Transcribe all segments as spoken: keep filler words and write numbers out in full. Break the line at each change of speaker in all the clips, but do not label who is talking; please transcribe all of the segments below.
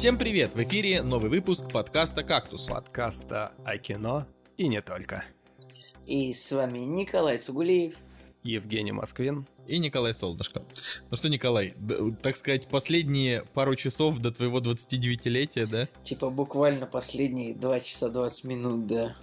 Всем привет! В эфире новый выпуск подкаста «Кактус».
Подкаста о кино и не только.
И с вами Николай Цугулиев,
Евгений Москвин
и Николай Солнышко. Ну что, Николай, д- так сказать, последние пару часов до твоего двадцатидевятилетия, да?
Типа буквально последние два часа двадцать минут, да.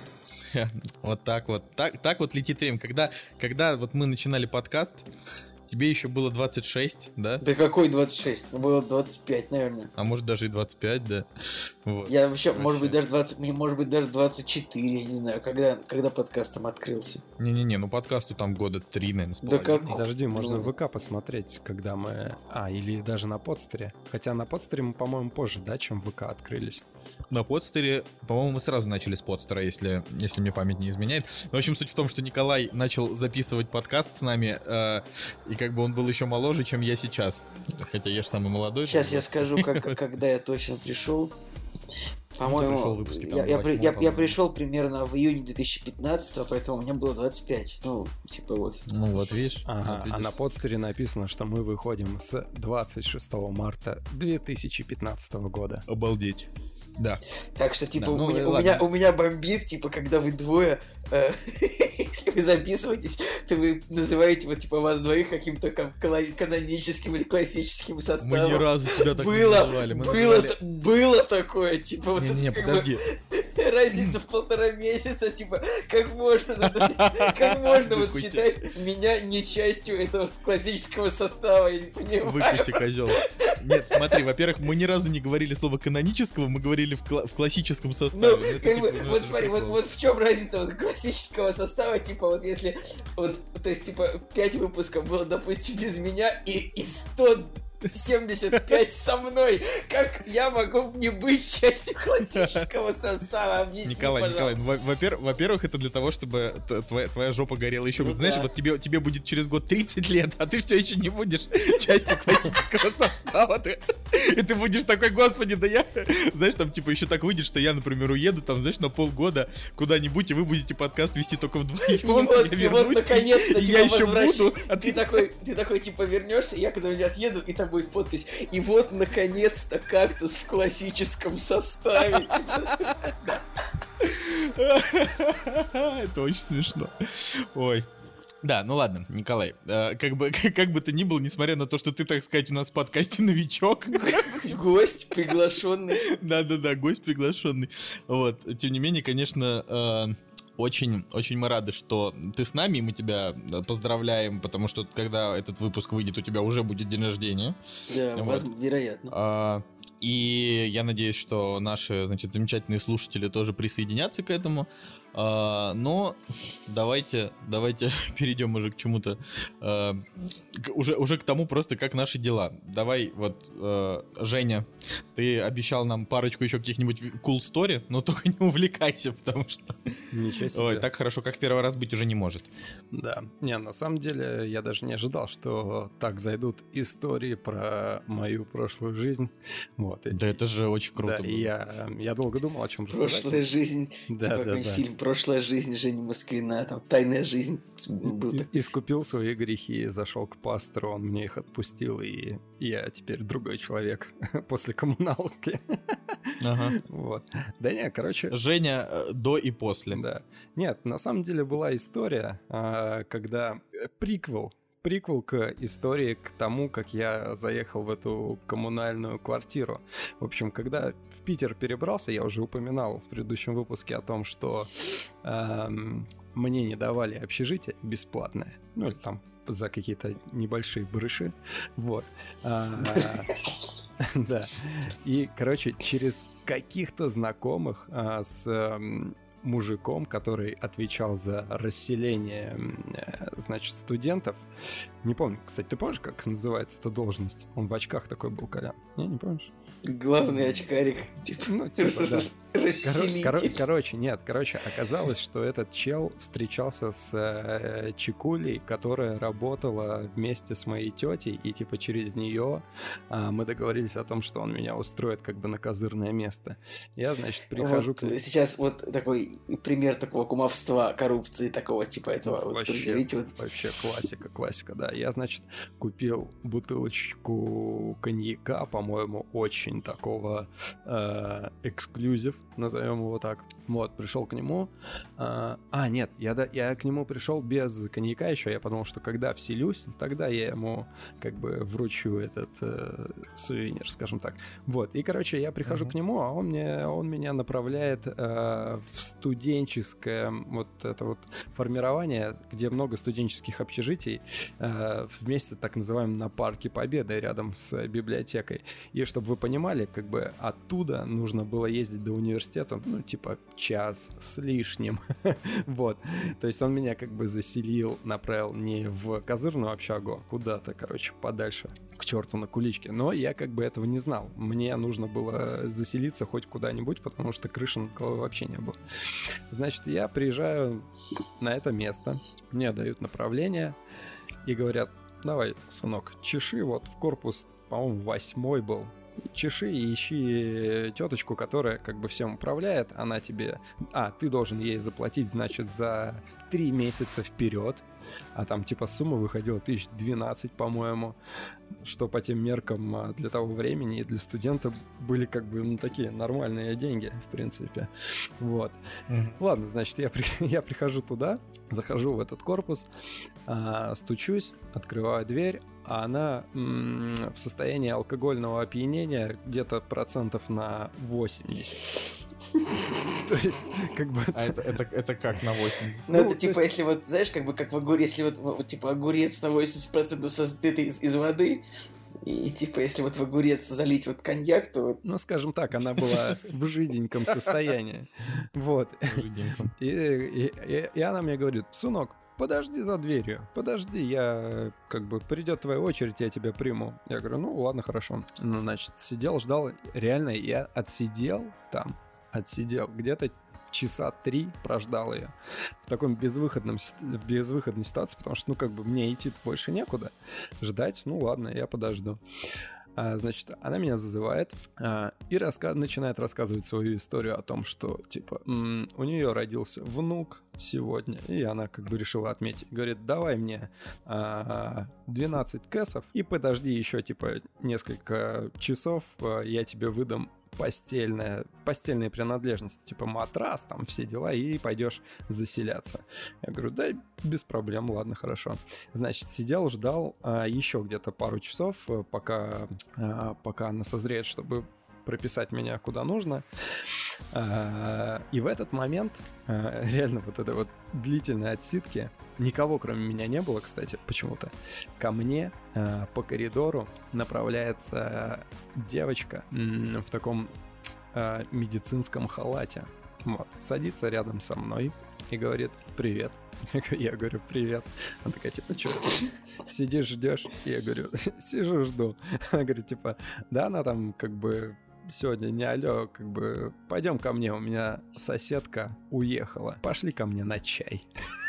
Вот так вот. Так, так вот летит время. Когда, когда вот мы начинали подкаст, тебе еще было двадцать шесть, да?
Да какой двадцать шесть? Ну, было двадцать пять, наверное.
А может даже и двадцать пять, да? Вот.
Я вообще,
Короче.
может быть, даже двадцать, мне может быть, даже двадцать четыре, я не знаю, когда, когда подкаст там открылся.
Не-не-не, ну подкасту там года три, наверное, с
Да
половиной.
как?
Подожди, можно
Ну.
в ВК посмотреть, когда мы... А, или даже на подстере. Хотя на подстере мы, по-моему, позже, да, чем в ВК открылись.
На подстере, по-моему, мы сразу начали с подстера, если, если мне память не изменяет. В общем, суть в том, что Николай начал записывать подкаст с нами, э, и как бы он был еще моложе, чем я сейчас. Хотя я же самый молодой.
Сейчас я скажу, как, когда я точно пришел. По-моему,
пришел в выпуске, там,
я, я, при-
восьмом,
я, я
по-моему.
пришел примерно в июне две тысячи пятнадцатого, поэтому мне было двадцать пять. Ну, типа вот.
Ну вот, видишь.
Ага,
вот видишь.
а на подстере написано, что мы выходим с двадцать шестого марта две тысячи пятнадцатого года.
Обалдеть. Да.
Так что, типа,
Да, ну,
у, меня,
ладно.
у, меня, у меня бомбит, типа, когда вы двое, э, если вы записываетесь, то вы называете, вот, типа, вас двоих каким-то кан- кала- каноническим или классическим
Мы
составом.
ни разу тебя так не
было,
называли. Мы
было,
называли-
та- было такое, типа, вот
Не-не-не,
это, как бы,
подожди.
разница в полтора месяца, типа, как можно, ну, то есть, как можно вот
Выкуси.
считать меня не частью этого классического состава, я не понимаю.
Выкуси, козел. Нет, смотри, во-первых, мы ни разу не говорили слово канонического, мы говорили в, кла- в классическом составе.
Ну,
Это
как
типа,
бы,
ну,
вот
это же
смотри, вот,
прикол.
вот в чем разница вот классического состава, типа, вот если, вот, то есть, типа, пять выпусков было, допустим, без меня, и, и сто семьдесят пять со мной, как я могу не быть частью классического состава? Объясни,
Николай, Николай,
пожалуйста.
ну, во- во-пер- во-первых, это для того, чтобы т- твоя, твоя жопа горела еще.
Ну
Вот знаешь,
да.
вот тебе, тебе будет через год тридцать лет, а ты все еще не будешь частью классического состава. Ты- и ты будешь такой, господи, да я... Знаешь, там типа еще так выйдет, что я, например, уеду там, знаешь, на полгода куда-нибудь, и вы будете подкаст вести только
И
вдвоем.
вот,
я
и вот
вернусь,
наконец-то,
и
типа,
я еще
возвращ-
буду, а
ты такой, ты такой, типа, вернешься, я когда-нибудь отъеду, и там будет подпись. И вот, наконец-то, кактус в классическом составе.
Это очень смешно. Ой. Да, ну ладно, Николай, э, как бы, как бы то ни было, несмотря на то, что ты, так сказать, у нас в подкасте новичок.
Гость приглашенный.
Да-да-да, гость приглашенный. Вот, тем не менее, конечно, э, очень, очень мы рады, что ты с нами, и мы тебя э, поздравляем, потому что когда этот выпуск выйдет, у тебя уже будет день рождения.
Да,
Вот.
воз- вероятно.
А, И я надеюсь, что наши, значит, замечательные слушатели тоже присоединятся к этому. А, Но давайте, давайте перейдем уже к чему-то, а, к- уже, уже к тому просто, как наши дела. Давай, вот, а, Женя, ты обещал нам парочку еще каких-нибудь cool story, но только не увлекайся, потому что
Ничего себе.
ой, так хорошо, как в первый раз быть, уже не может.
Да. Не, на самом деле, я даже не ожидал, что так зайдут истории про мою прошлую жизнь. Вот. И-
Да это же очень круто
да,
было.
и я, я долго думал, о чем рассказать.
Прошлая жизнь.
Да,
Типа
да,
какой-нибудь
да.
фильм «Прошлая жизнь» Жени Москвина, там «Тайная жизнь» был
И-
такой.
Искупил свои грехи, зашел к пастору, он мне их отпустил, и я теперь другой человек после коммуналки.
Ага.
Вот. Да не, короче,
Женя э, до и после.
да. Нет, на самом деле была история, а, когда э, приквел, приквел к истории, к тому, как я заехал в эту коммунальную квартиру. В общем, когда в Питер перебрался, я уже упоминал в предыдущем выпуске о том, что эм, мне не давали общежитие бесплатное. Ну, или там за какие-то небольшие брыши. Вот. А, Да. И, короче, через каких-то знакомых а, с м, мужиком, который отвечал за расселение, м, э, значит, студентов. Не помню, кстати, ты помнишь, как называется эта должность? Он в очках такой был, Колян. Не, не помнишь?
Главный очкарик. Типа,
Ну, типа, да. Коро-
расселитель.
коро- короче, нет, короче, оказалось, что этот чел встречался с э, Чикулей, которая работала вместе с моей тетей, и типа через нее а, мы договорились о том, что он меня устроит как бы на козырное место. Я, значит, прихожу
Вот
к нему.
сейчас вот такой пример такого кумовства, коррупции, такого типа этого. Вот,
Вообще,
вот.
вообще классика, классика, да. Я, значит, купил бутылочку коньяка, по-моему, очень такого э, эксклюзив, назовем его так. Вот, пришел к нему. Э, а, нет, я, да, я к нему пришел без коньяка еще. Я подумал, что когда вселюсь, тогда я ему как бы вручу этот э, сувенир, скажем так. Вот, и, короче, я прихожу mm-hmm. к нему, а он, мне, он меня направляет э, в студенческое вот это вот формирование, где много студенческих общежитий, э, вместе, так называемом, на Парке Победы, рядом с библиотекой. И чтобы вы понимали, как бы оттуда нужно было ездить до университета, ну, типа, час с лишним. Вот. То есть он меня как бы заселил, направил не в козырную общагу, а куда-то, короче, подальше, к черту на куличке. Но я как бы этого не знал. Мне нужно было заселиться хоть куда-нибудь, потому что крыши над головой вообще не было. Значит, я приезжаю на это место, мне дают направление и говорят: давай, сынок, чеши вот в корпус, по-моему, восьмой был. Чеши и ищи теточку, которая как бы всем управляет. Она тебе... А, ты должен ей заплатить, значит, за три месяца вперед. А там типа сумма выходила тысяч двенадцать, по-моему, что по тем меркам для того времени и для студента были как бы, ну, такие нормальные деньги, в принципе. Вот. Mm-hmm. Ладно, значит, я, при... я прихожу туда, захожу в этот корпус, а, стучусь, открываю дверь, а она м- в состоянии алкогольного опьянения где-то процентов на восемьдесят. То есть, как бы...
А это, это, это как на восемь?
Ну, это типа, есть... если вот, знаешь, как бы как в огурец, если вот, вот типа огурец на восемьдесят процентов состоит из, из воды, и типа, если вот в огурец залить вот коньяк, то вот...
Ну, скажем так, она была в жиденьком состоянии. Вот.
Жиденьком.
И, и, и, и она мне говорит: сынок, подожди за дверью, подожди, я, как бы, придет твоя очередь, я тебя приму. Я говорю: ну, ладно, хорошо. Ну, значит, сидел, ждал. Реально, я отсидел там, отсидел где-то часа три, прождал ее в таком безвыходном, в безвыходной ситуации, потому что, ну, как бы, мне идти больше некуда. Ждать, ну, ладно, я подожду. А, значит, она меня зазывает а, и раска- начинает рассказывать свою историю о том, что, типа, м- у нее родился внук сегодня, и она как бы решила отметить. Говорит: давай мне а, двенадцать кэсов и подожди еще, типа, несколько часов, а, я тебе выдам постельная, постельные принадлежности, типа матрас, там все дела, и пойдешь заселяться. Я говорю: да, без проблем, ладно, хорошо. Значит, сидел, ждал а, еще где-то пару часов, пока, а, пока она созреет, чтобы прописать меня куда нужно. А, и в этот момент, а, реально вот этой вот длительной отсидки, никого кроме меня не было, кстати, почему-то. Ко мне а, по коридору направляется девочка м- в таком а, медицинском халате. Вот. Садится рядом со мной и говорит: привет. Я говорю: привет. Она такая, типа: что, сидишь, ждешь? Я говорю: сижу, жду. Она говорит, типа: да, она там как бы сегодня не алё, как бы пойдем ко мне, у меня соседка уехала. Пошли ко мне на чай.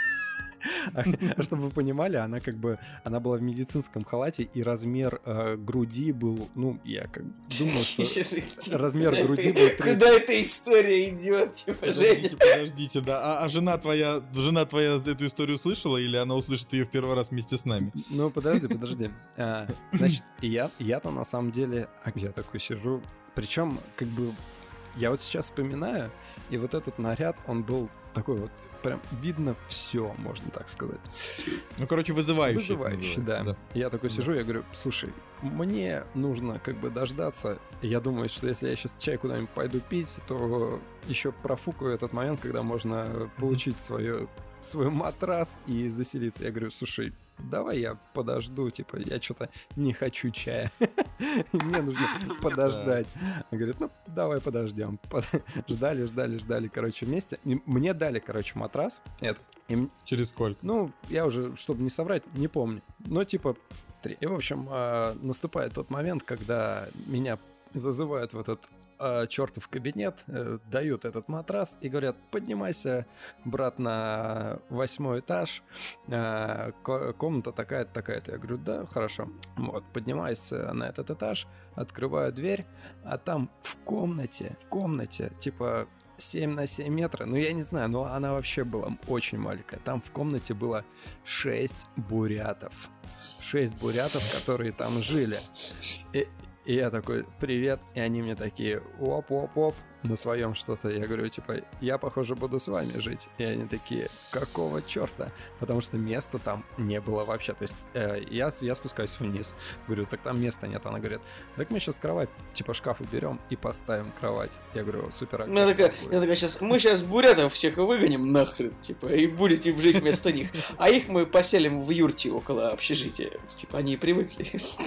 А чтобы вы понимали, она как бы, она была в медицинском халате, и размер э, груди был, ну, я как думаю, что размер груди был...
Куда эта история идет, типа, Женя?
Подождите, подождите, да. А, а жена твоя, жена твоя эту историю слышала, или она услышит ее в первый раз вместе с нами?
Ну, подожди, подожди. А, значит, я, я-то на самом деле, я такой сижу, причем, как бы, я вот сейчас вспоминаю, и вот этот наряд, он был такой вот, прям видно все, можно так сказать.
Ну, короче, вызывающий.
Вызывающий, да. да. Я такой сижу, да. Я говорю: слушай, мне нужно как бы дождаться. Я думаю, что если я сейчас чай куда-нибудь пойду пить, то еще профукаю этот момент, когда можно получить свое, свой матрас и заселиться. Я говорю: слушай, давай я подожду, типа, я что-то не хочу чая. Мне нужно подождать. Она говорит: ну, давай подождем. Ждали, ждали, ждали, короче, вместе. Мне дали, короче, матрас. Этот.
Через сколько?
Ну, я уже, чтобы не соврать, не помню. Но, типа, три. И, в общем, наступает тот момент, когда меня зазывают в этот э, чертов кабинет, э, дают этот матрас и говорят: поднимайся, брат, на восьмой этаж, э, комната такая-то, такая-то. Я говорю: да, хорошо. Вот, поднимаюсь на этот этаж, открываю дверь, а там в комнате, в комнате, типа, семь на семь метра, ну я не знаю, но она вообще была очень маленькая. Там в комнате было шесть бурятов. шесть бурятов, которые там жили. И, и я такой, привет, и они мне такие, оп-оп-оп, на своем что-то. Я говорю, типа, я, похоже, буду с вами жить. И они такие, какого черта? Потому что места там не было вообще. То есть э, я, я спускаюсь вниз. Говорю, так там места нет. Она говорит, так мы сейчас кровать, типа шкаф уберем и поставим кровать. Я говорю, супер.
Ну, я такая, я такая, сейчас, мы сейчас бурятов всех выгоним нахрен, типа, и будете жить вместо них. А их мы поселим в юрте около общежития. Типа, они и привыкли.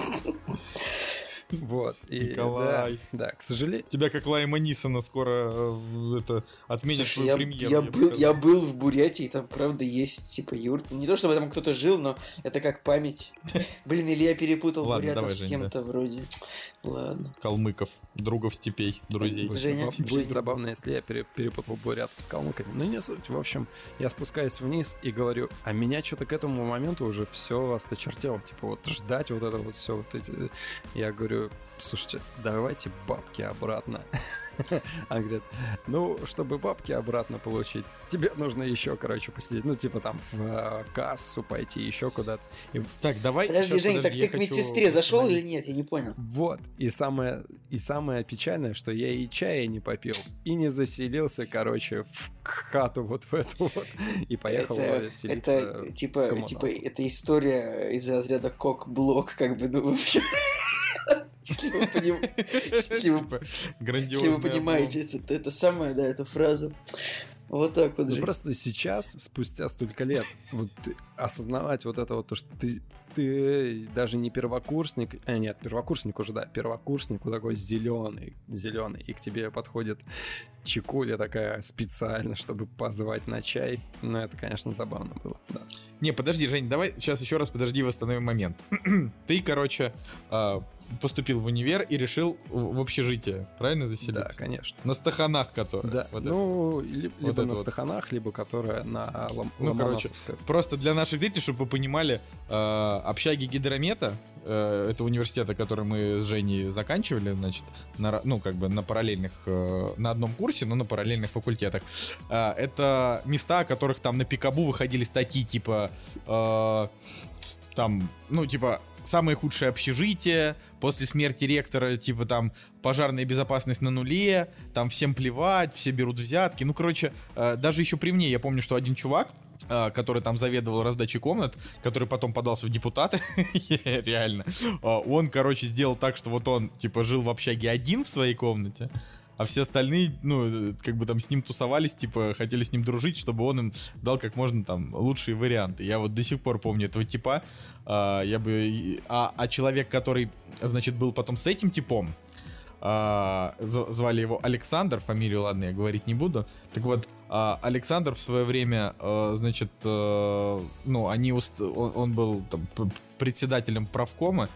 Вот. И,
Николай.
Да, да, к сожалению.
Тебя как Лайма Нисона скоро э, это, отменят
Слушай,
свою
я,
премьеру.
Я,
я
был, я был в Бурятии, там, правда, есть, типа, юрта. Не то, чтобы там кто-то жил, но это как память. Блин, или я перепутал
Ладно,
бурятов
давай,
с
Жень,
кем-то вроде. Ладно.
Калмыков, другов степей, друзей.
Будет,
Женя.
забав- будет забавно, если я пере- перепутал бурятов с калмыками. Ну, не суть. В общем, я спускаюсь вниз и говорю, а меня что-то к этому моменту уже все осточертело. Типа, вот ждать вот это вот все. Вот эти... Я говорю, слушайте, давайте бабки обратно. Она говорит, ну, чтобы бабки обратно получить, тебе нужно еще, короче, посидеть. Ну, типа там в э, кассу пойти, еще куда-то. И...
Так, давай.
Подожди,
сейчас,
Жень,
подожди,
так ты
я
к
хочу
медсестре зашел или
установить.
нет? Я не понял.
Вот. И самое, и самое печальное, что я и чая не попил, и не заселился, короче, в хату вот в эту вот. И поехал
это,
селиться.
это, типа,
коммуналку.
типа, это история из разряда кок-блок, как бы, ну, вообще. Если вы, поним... если вы...
Типа,
если
грандиозный
вы понимаете это, это самое, да, эту фразу. Вот так вот
Ну
же.
просто сейчас, спустя столько лет, вот ты- осознавать вот это вот, то, что ты, ты даже не первокурсник, э, нет, первокурсник уже, да, первокурсник вот такой зеленый, зеленый, и к тебе подходит чекуля такая специально, чтобы позвать на чай. Ну, это, конечно, забавно было, да.
Не, подожди, Жень, давай сейчас еще раз подожди, восстановим момент. Ты, короче, а, поступил в универ и решил в в общежитие, правильно,
Да,
заселиться?
конечно.
На стаханах, которые.
Да,
Вот это.
ну, ли-
Вот
либо
это
на
вот.
стаханах, либо которая на Лом-
Ну, короче,
Ломоносовской.
Просто для наших зрителей, чтобы вы понимали, э, общаги Гидромета, э, это университета, который мы с Женей заканчивали, значит, на, ра- ну, как бы на параллельных, э, на одном курсе, но на параллельных факультетах. Э, это места, о которых там на Пикабу выходили статьи, типа, э, там, ну, типа, самое худшее общежитие, после смерти ректора, типа, там, пожарная безопасность на нуле, там, всем плевать, все берут взятки. Ну, короче, э, даже еще при мне, я помню, что один чувак, э, который там заведовал раздачей комнат, который потом подался в депутаты, реально, э, он, короче, сделал так, что вот он, типа, жил в общаге один в своей комнате, а все остальные, ну, как бы там с ним тусовались, типа, хотели с ним дружить, чтобы он им дал как можно там лучшие варианты. Я вот до сих пор помню этого типа. А, я бы... А, а человек, который, значит, был потом с этим типом, а, з- звали его Александр, фамилию, ладно, я говорить не буду. Так вот, а, Александр в свое время, а, значит, а, ну, они уст... он, он был там п- председателем правкома,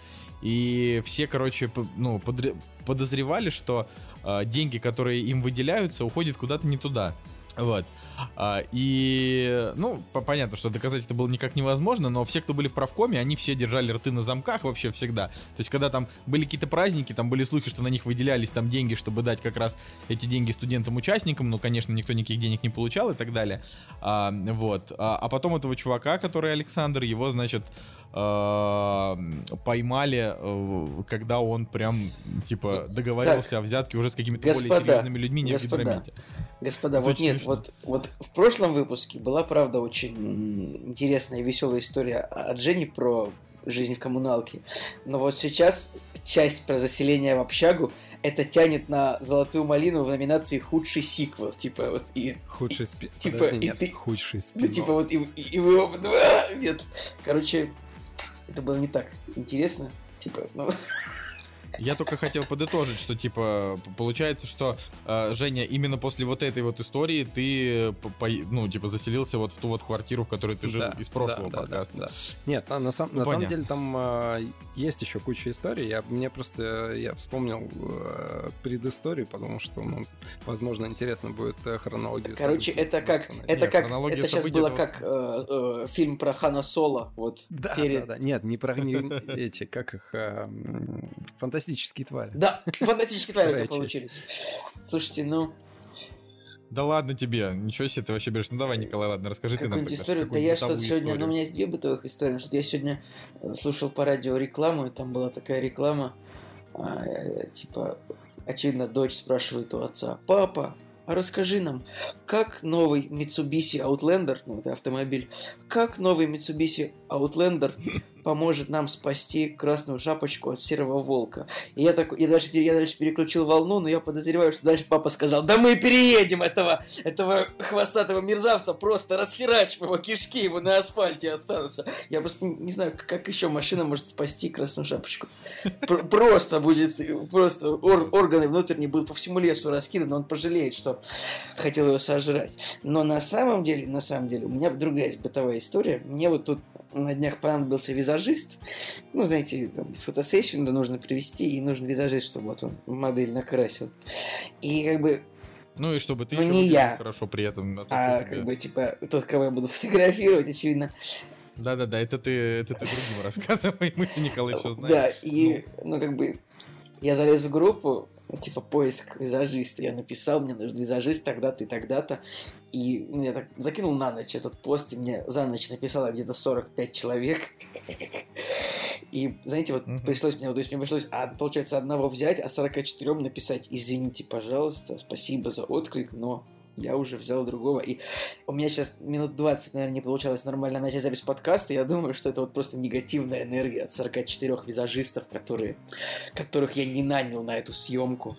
и все, короче, п- ну, подре- подозревали, что а, деньги, которые им выделяются, уходят куда-то не туда. Вот. А, и, ну, по- понятно, что доказать это было никак невозможно, но все, кто были в правкоме, они все держали рты на замках вообще всегда. То есть, когда там были какие-то праздники, там были слухи, что на них выделялись там деньги, чтобы дать как раз эти деньги студентам-участникам, ну, конечно, никто никаких денег не получал и так далее. А, вот. А, а потом этого чувака, который Александр, его, значит, а, поймали, э, когда он прям, типа, договаривался
Так,
о взятке уже с какими-то более
господа,
серьезными людьми, не в
господа,
Гидромете.
Господа,
Это
вот
очень
нет,
смешно.
вот, вот в прошлом выпуске была, правда, очень м, интересная и веселая история от Жени про жизнь в коммуналке. Но вот сейчас часть про заселение в общагу, это тянет на «Золотую малину» в номинации «Худший сиквел». Типа вот и...
Худший спи...
Типа,
Подожди,
и
нет,
ты-
худший
Ну,
спин.
типа вот и, и- и вы оба... ну, а, нет. Короче, это было не так интересно. Типа, ну...
Я только хотел подытожить, что, типа, п- получается, что, э, Женя, именно после вот этой вот истории ты, п- по- ну, типа, заселился вот в ту вот квартиру, в которой ты жил
Да,
из прошлого
да, да,
подкаста.
да, да. Нет, на, на, сам-
Ну,
на самом
понятно.
деле там а, есть еще куча историй. Я, мне просто я вспомнил э, предысторию, потому что, ну, возможно, интересно будет э, хронологию.
Короче,
событий
это как...
восстановить.
Это
Нет,
как...
хронология
Это сейчас
событий
было
это
как э, э, фильм про Хана Соло. Вот
Да,
перед...
да, да. Нет, не про не эти, как их, а, м, фантастические твари.
Да, фантастические твари у тебя
Вторая часть.
получились. Слушайте, ну...
Да ладно тебе, ничего себе ты вообще берешь. Ну давай, Николай, ладно, расскажи ты нам.
Какую-нибудь историю? Да я что-то сегодня, ну у меня есть две бытовых истории, что я сегодня слушал по радио рекламу, и там была такая реклама, а, типа, очевидно, дочь спрашивает у отца: папа, а расскажи нам, как новый Mitsubishi Outlander, ну это автомобиль, как новый Mitsubishi Outlander поможет нам спасти Красную Шапочку от Серого Волка. И я, так, я, дальше, я дальше переключил волну, но я подозреваю, что дальше папа сказал: да мы переедем этого, этого хвостатого мерзавца, просто расхерачим его кишки, его на асфальте останутся. Я просто не, не знаю, как еще машина может спасти Красную Шапочку. Просто будет, просто органы внутренние будут по всему лесу раскиданы, он пожалеет, что хотел его сожрать. Но на самом деле, на самом деле, у меня другая есть бытовая история. Мне вот тут на днях понадобился визажист. Ну, знаете, там, фотосессию нужно привести, и нужен визажист, чтобы вот он модель накрасил. И как бы...
Ну и чтобы ты
ну,
еще
не я,
хорошо при этом. А,
а как бы, типа, тот, кого я буду фотографировать, очевидно.
Да-да-да, это ты, это ты другим рассказывай, мы Николай все знаем.
Да, и, ну. ну, как бы, я залез в группу, типа, поиск визажиста. Я написал, мне нужен визажист тогда-то и тогда-то. И ну, я так закинул на ночь этот пост, и мне за ночь написало где-то сорок пять человек. И, знаете, вот uh-huh. пришлось мне, то есть мне пришлось, а, получается, одного взять, а сорок четыре написать: извините, пожалуйста, спасибо за отклик, но я уже взял другого. И у меня сейчас минут двадцать, наверное, не получалось нормально начать запись подкаста. Я думаю, что это вот просто негативная энергия от сорока четырёх визажистов, которые, которых я не нанял на эту съемку.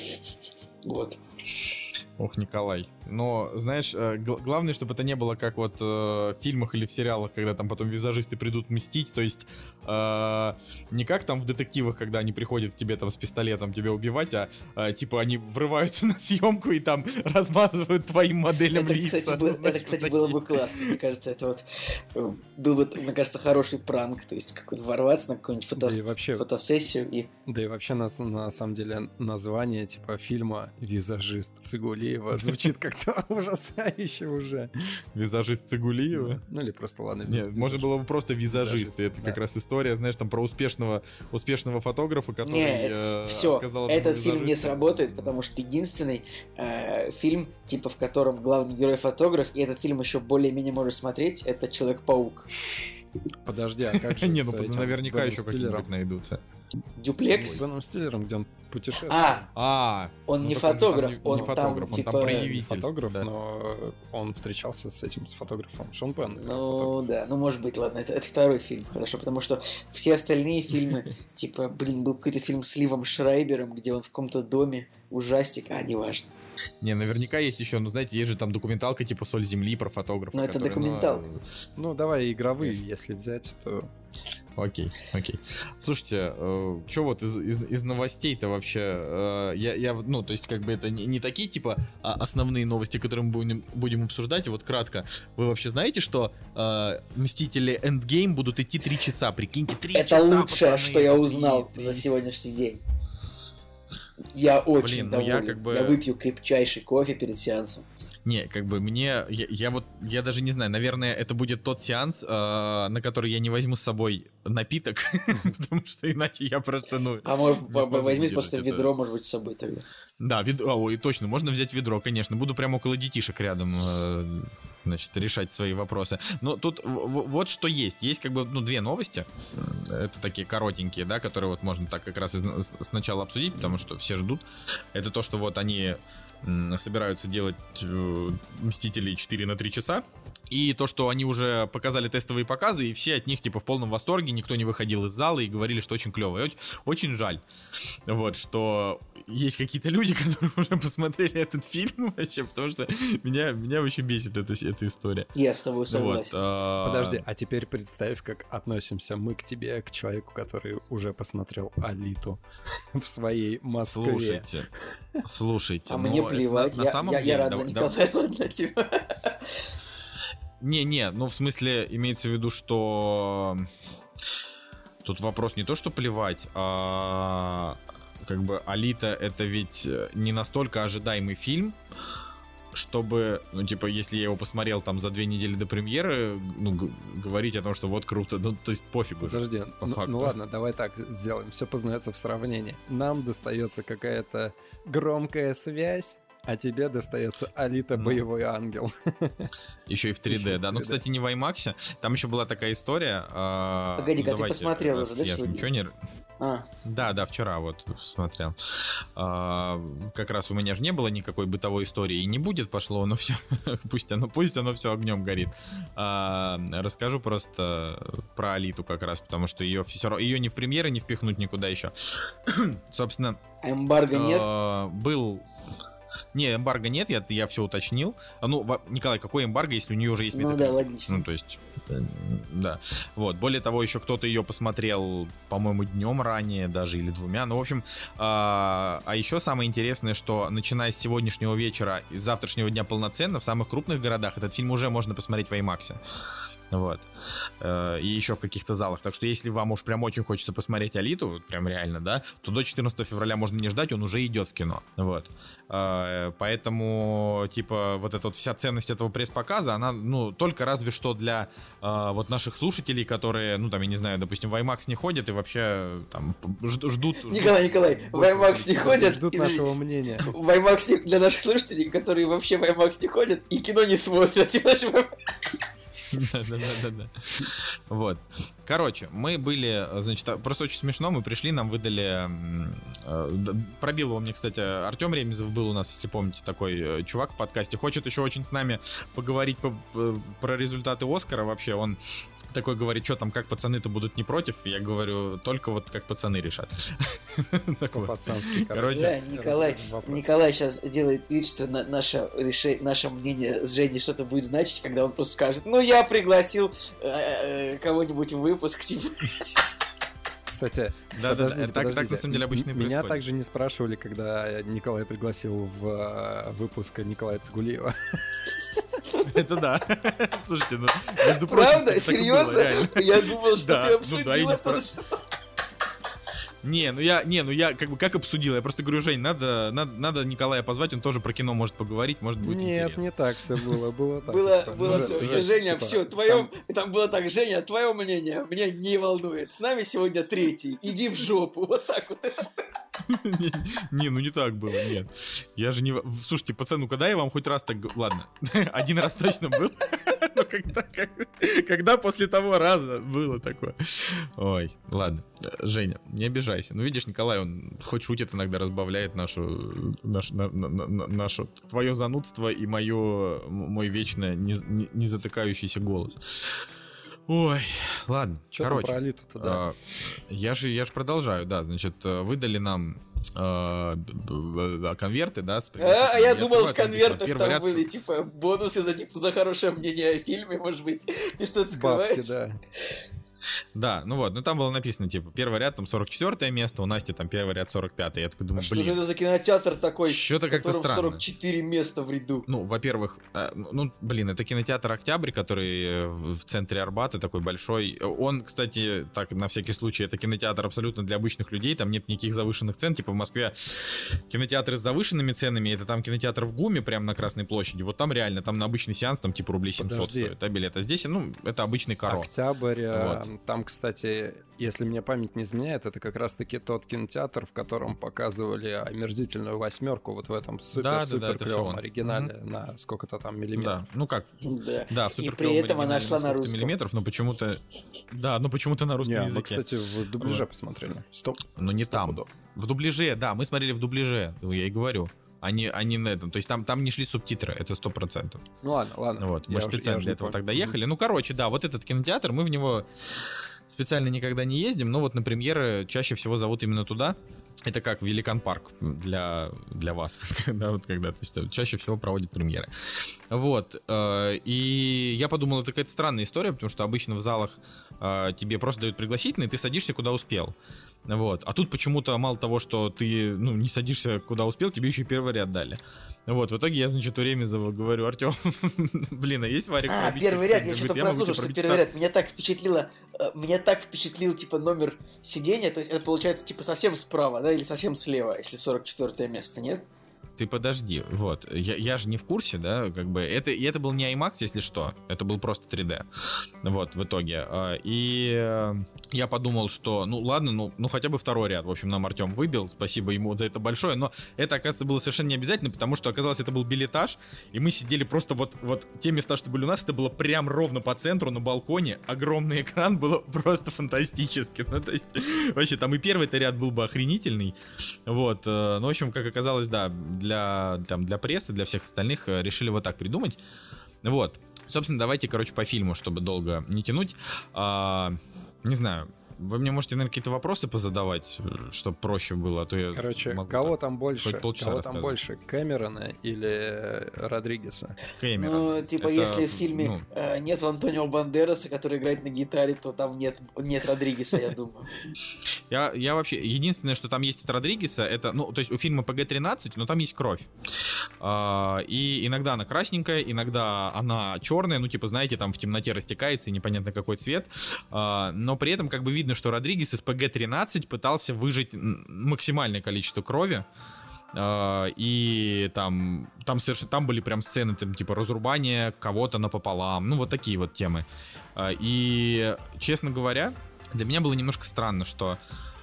Вот.
Ох, Николай. Но, знаешь, г- главное, чтобы это не было как вот э, в фильмах или в сериалах, когда там потом визажисты придут мстить. То есть э, не как там в детективах, когда они приходят к тебе там с пистолетом тебя убивать, а э, типа они врываются на съемку и там размазывают твоим моделям
это,
лица.
Кстати, был,
знаешь,
это, кстати,
вот
было бы классно. Мне кажется, это вот был бы, мне кажется, хороший пранк. То есть какой-то ворваться на какую-нибудь фото... да вообще, фотосессию. И...
Да и вообще, на, на самом деле, название типа фильма «Визажист Цигулиева» звучит как-то ужасающе уже.
Визажист Цигулиева?
Ну или просто, ладно.
Нет, можно было бы просто визажист. Это как раз история, знаешь, там про успешного успешного фотографа, который
не, все, этот фильм не сработает, потому что единственный э, фильм, типа в котором главный герой фотограф, и этот фильм еще более-менее можно смотреть, это Человек-паук.
Подожди, а как же
не, ну наверняка еще какие-нибудь найдутся.
Дюплекс?
С Беном Стиллером, где он путешествует.
А,
а
он ну, не фотограф, он, он
фотограф,
там,
он
типа...
там проявитель.
Фотограф,
да.
Но он встречался с этим, с фотографом. Шон Пенн.
Ну, да, ну, может быть, ладно, это, это второй фильм, хорошо, потому что все остальные фильмы, типа, блин, был какой-то фильм с Ливом Шрайбером, где он в каком-то доме, ужастик, а, неважно.
Не, наверняка есть еще, ну, знаете, есть же там документалка типа «Соль земли» про фотографа.
Ну, это
который,
документалка.
Ну, ну, давай игровые, если взять, то...
Окей, окей. Слушайте, э, что вот из, из, из новостей-то вообще? Э, я, я, ну, то есть, как бы это не, не такие, типа, а основные новости, которые мы будем, будем обсуждать. И вот кратко, вы вообще знаете, что э, Мстители Endgame будут идти три часа? Прикиньте, три часа,
это лучшее,
пацаны,
что я узнал
три,
за сегодняшний день. Я очень
Блин, ну
доволен.
я, как бы...
я выпью крепчайший кофе перед сеансом.
Не, как бы мне... Я, я вот... Я даже не знаю, наверное, это будет тот сеанс, э, на который я не возьму с собой напиток, потому что иначе я просто, ну...
А может, возьми просто ведро, может быть, с собой тогда.
Да, ведро, ой, точно, можно взять ведро, конечно. Буду прямо около детишек рядом, э, значит, решать свои вопросы. Но тут в- вот что есть. Есть как бы, ну, две новости. Это такие коротенькие, да, которые вот можно так как раз из- сначала обсудить, потому что все ждут. Это то, что вот они м, собираются делать э, Мстители четыре на три часа. И то, что они уже показали тестовые показы, и все от них, типа, в полном восторге, никто не выходил из зала и говорили, что очень клево. И очень, очень жаль, вот, что есть какие-то люди, которые уже посмотрели этот фильм вообще, потому что меня, меня очень бесит эта, эта история.
Я с тобой согласен.
Вот, а...
Подожди, а теперь представь, как относимся мы к тебе, к человеку, который уже посмотрел Алиту в своей Москве.
Слушайте, слушайте.
А мне плевать,
на,
я,
на самом
я,
деле,
я рад
давай,
за Николая, ладно, типа...
Не-не, ну в смысле имеется в виду, что тут вопрос не то, что плевать, а как бы Алита это ведь не настолько ожидаемый фильм, чтобы, ну типа, если я его посмотрел там за две недели до премьеры, ну г- говорить о том, что вот круто, ну то есть пофигу.
Подожди,
же, по
ну,
факту.
ну ладно, давай так сделаем, все познается в сравнении. Нам достается какая-то громкая связь, А тебе достается Алита
Ну.
Боевой Ангел.
Еще и в три дэ,
Еще и в
да. Ну,
три дэ.
кстати, не в IMAX. Там еще была такая история. а,
Погоди-ка,
ну,
ты
давайте,
посмотрел
раз
уже, да,
я ж
сегодня?
ничего не...
А,
Да, да, вчера вот смотрел. А, как раз у меня же не было никакой бытовой истории и не будет, пошло, но все, пусть оно, пусть оно все огнем горит. А, расскажу просто про Алиту как раз, потому что ее все равно, ее ни в премьеры не впихнуть никуда еще. Собственно,
а эмбарго нет?
а, был... Не, эмбарго нет, я, я все уточнил. А, Ну, во- Николай, какой эмбарго, если у нее уже есть
Ну да,
метакритик?
логично.
Ну, то есть, э, да. Вот. Более того, еще кто-то ее посмотрел, по-моему, днем ранее даже, или двумя. Ну, в общем, а, а еще самое интересное, что начиная с сегодняшнего вечера и с завтрашнего дня полноценно в самых крупных городах этот фильм уже можно посмотреть в IMAX. Вот. Э, И еще в каких-то залах. Так что если вам уж прям очень хочется посмотреть Алиту, вот прям реально, да, то до четырнадцатого февраля можно не ждать, он уже идет в кино. Вот. Э, Поэтому, типа, вот эта вот вся ценность этого пресс-показа, она, ну, только разве что для э, вот наших слушателей, которые, ну, там, я не знаю, допустим, в IMAX не ходят и вообще там жд- ждут... ждут
Николай, Николай, в
больше
IMAX не ходят.
Ждут
и-
нашего мнения.
В IMAX не- для наших слушателей, которые вообще в IMAX не ходят и кино не смотрят. Типа, что-
Да-да-да-да. Вот. Короче, мы были, значит, а, просто очень смешно, мы пришли, нам выдали... м, э, д- Пробил его мне, кстати, Артем Ремезов был у нас, если помните, такой э, чувак в подкасте. Хочет еще очень с нами поговорить по- э, про результаты Оскара вообще. Он такой говорит, что там, как пацаны-то будут не против? Я говорю, только вот как пацаны решат. Так вот.
По-пацански,
Короче,
Да, Николай,
Вопрос.
Николай сейчас делает вид, что на- наше, реше- наше мнение с Женей что-то будет значить, когда он просто скажет, ну я пригласил э, э, кого-нибудь в выпуск, типа.
Кстати,
Да-да-да,
подождите,
так- так на
подождите.
самом деле обычно и
М- Меня
происходит.
также не спрашивали, когда Николай пригласил в э, выпуск Николая Цигулиева.
это да. Слушайте, ну, между прочим,
Правда?
кстати, так и было,
Серьезно?
реально.
Я думал, что
Да,
ты
ну
обсудил
да, и не
это.
спра- Не, ну я, не, ну я как бы как обсудил, я просто говорю, Жень, надо, надо, надо Николая позвать, он тоже про кино может поговорить, может будет
Нет,
интересно.
не так все было, было так.
Было,
Типа,
было
ну,
все.
да,
Женя,
типа,
все, твое...
там-
Там было так, Женя, твое мнение меня не волнует. С нами сегодня третий. Иди в жопу. Вот так вот. Это...
Не, не, ну не так было, нет. Я же не... в- Слушайте, пацаны, ну когда я вам хоть раз так... г- Ладно, один раз точно был. Но когда, как- когда после того раза было такое? Ой, ладно. Женя, не обижайся. Ну видишь, Николай, он хоть шутит, иногда разбавляет нашу... наш- на- на- на- наше... Твое занудство и мое... мой вечно не, не- не затыкающийся голос. Ой, ладно.
Чё там
Короче,
про Алиту-то, да?
а, я же я же продолжаю, да, значит, э, выдали нам э, б- б- конверты, да, с
А, а я думал,
открываю,
в
там написано,
конвертах
первый
там
ряд с-
были, типа, бонусы за, типа, за хорошее мнение о фильме, может быть. Ты что-то скрываешь?
Бабки, да.
Да, ну вот, ну там было написано, типа, первый ряд там сорок четвёртое место, у Насти там первый ряд сорок пятое. Я такой думаю,
А что же
блин.
это за кинотеатр такой,
Чё-то
в
как-то
котором
странно.
сорок четыре места в ряду?
Ну, во-первых, э, ну, блин, это кинотеатр «Октябрь», который э, в в центре Арбата, такой большой. Он, кстати, так, на всякий случай, это кинотеатр абсолютно для обычных людей, там нет никаких завышенных цен, типа в Москве кинотеатры с завышенными ценами, это там кинотеатр в ГУМе, прямо на Красной площади, вот там реально, там на обычный сеанс, там типа рублей семьсот
Подожди.
стоит, а билет, а здесь, ну, это обычный коро.
Октябрь, э,
Вот.
там, кстати, если мне память не изменяет, это как раз-таки тот кинотеатр, в котором показывали омерзительную восьмерку вот в этом
Да, да, да,
супер-супер
это всё
клевом
он.
оригинале на сколько-то там
Да,
миллиметров.
ну как,
Да.
да, в
И
супер
при этом она шла на русском.
миллиметров, но почему-то, да, но почему-то на русском
Не,
языке.
мы, кстати, в дубляже
Вот.
посмотрели. Стоп.
Но не там.
Стопудово.
В дубляже, да, мы смотрели в дубляже, ну, я и говорю. Они, они на этом. То есть там, там не шли субтитры, это сто процентов.
Ну ладно, ладно.
Вот, мы
Я
же
уже-
специально
я уже
для
не
этого
помню.
тогда ехали. Ну, короче, да, вот этот кинотеатр, мы в него специально никогда не ездим, но вот на премьеры чаще всего зовут именно туда. Это как Великан Парк для, для вас, да, вот когда, то есть чаще всего проводят премьеры. Вот, э, и я подумал, это какая-то странная история, потому что обычно в залах э, тебе просто дают пригласительный, ты садишься куда успел. Вот, а тут почему-то мало того, что ты, ну, не садишься куда успел, тебе еще и первый ряд дали. Вот, в итоге я, значит, у Ремезова говорю, Артем, блин, а есть варик?
А,
по
первый ряд, я
объективу?
что-то
Говорит, могу
прослушал,
тебе
что
пробить
первый ряд. Меня так впечатлило, э, меня так впечатлил, типа, номер сидения, то есть это получается, типа, совсем справа, да, или совсем слева, если сорок четвёртое место, нет?
ты подожди, вот, я, я же не в курсе, да, как бы, это, и это был не IMAX, если что, это был просто три дэ, вот, в итоге, и я подумал, что, ну, ладно, ну, ну, хотя бы второй ряд, в общем, нам Артем выбил, спасибо ему за это большое, но это, оказывается, было совершенно не обязательно, потому что, оказалось, это был билетаж, и мы сидели просто вот, вот те места, что были у нас, это было прям ровно по центру, на балконе, огромный экран, было просто фантастически, ну, то есть, вообще, там и первый-то ряд был бы охренительный, вот, ну, в общем, как оказалось, да, для, там, для прессы, для всех остальных решили вот так придумать, вот, собственно, давайте, короче, по фильму, чтобы долго не тянуть, а, не знаю, вы мне можете, наверное, какие-то вопросы позадавать, чтобы проще было, а то я
Короче,
могу
кого
так
там больше? Кого там больше, Кэмерона или Родригеса?
Кэмерон.
Ну, типа,
Это,
если в фильме
ну...
э, нет Антонио Бандераса, который играет на гитаре, то там нет, нет Родригеса, я думаю.
Я, я вообще... Единственное, что там есть от Родригеса, это... Ну, то есть у фильма Пэ Гэ тринадцать, но там есть кровь. А, и иногда она красненькая, иногда она черная, ну, типа, знаете, там в темноте растекается и непонятно какой цвет. А, но при этом как бы видно, что Родригес из Пэ Гэ тринадцать пытался выжать максимальное количество крови. Uh, и там, там, совершенно, там были прям сцены, там, типа, разрубания кого-то напополам, ну, вот такие вот темы. Uh, и, честно говоря, для меня было немножко странно, что,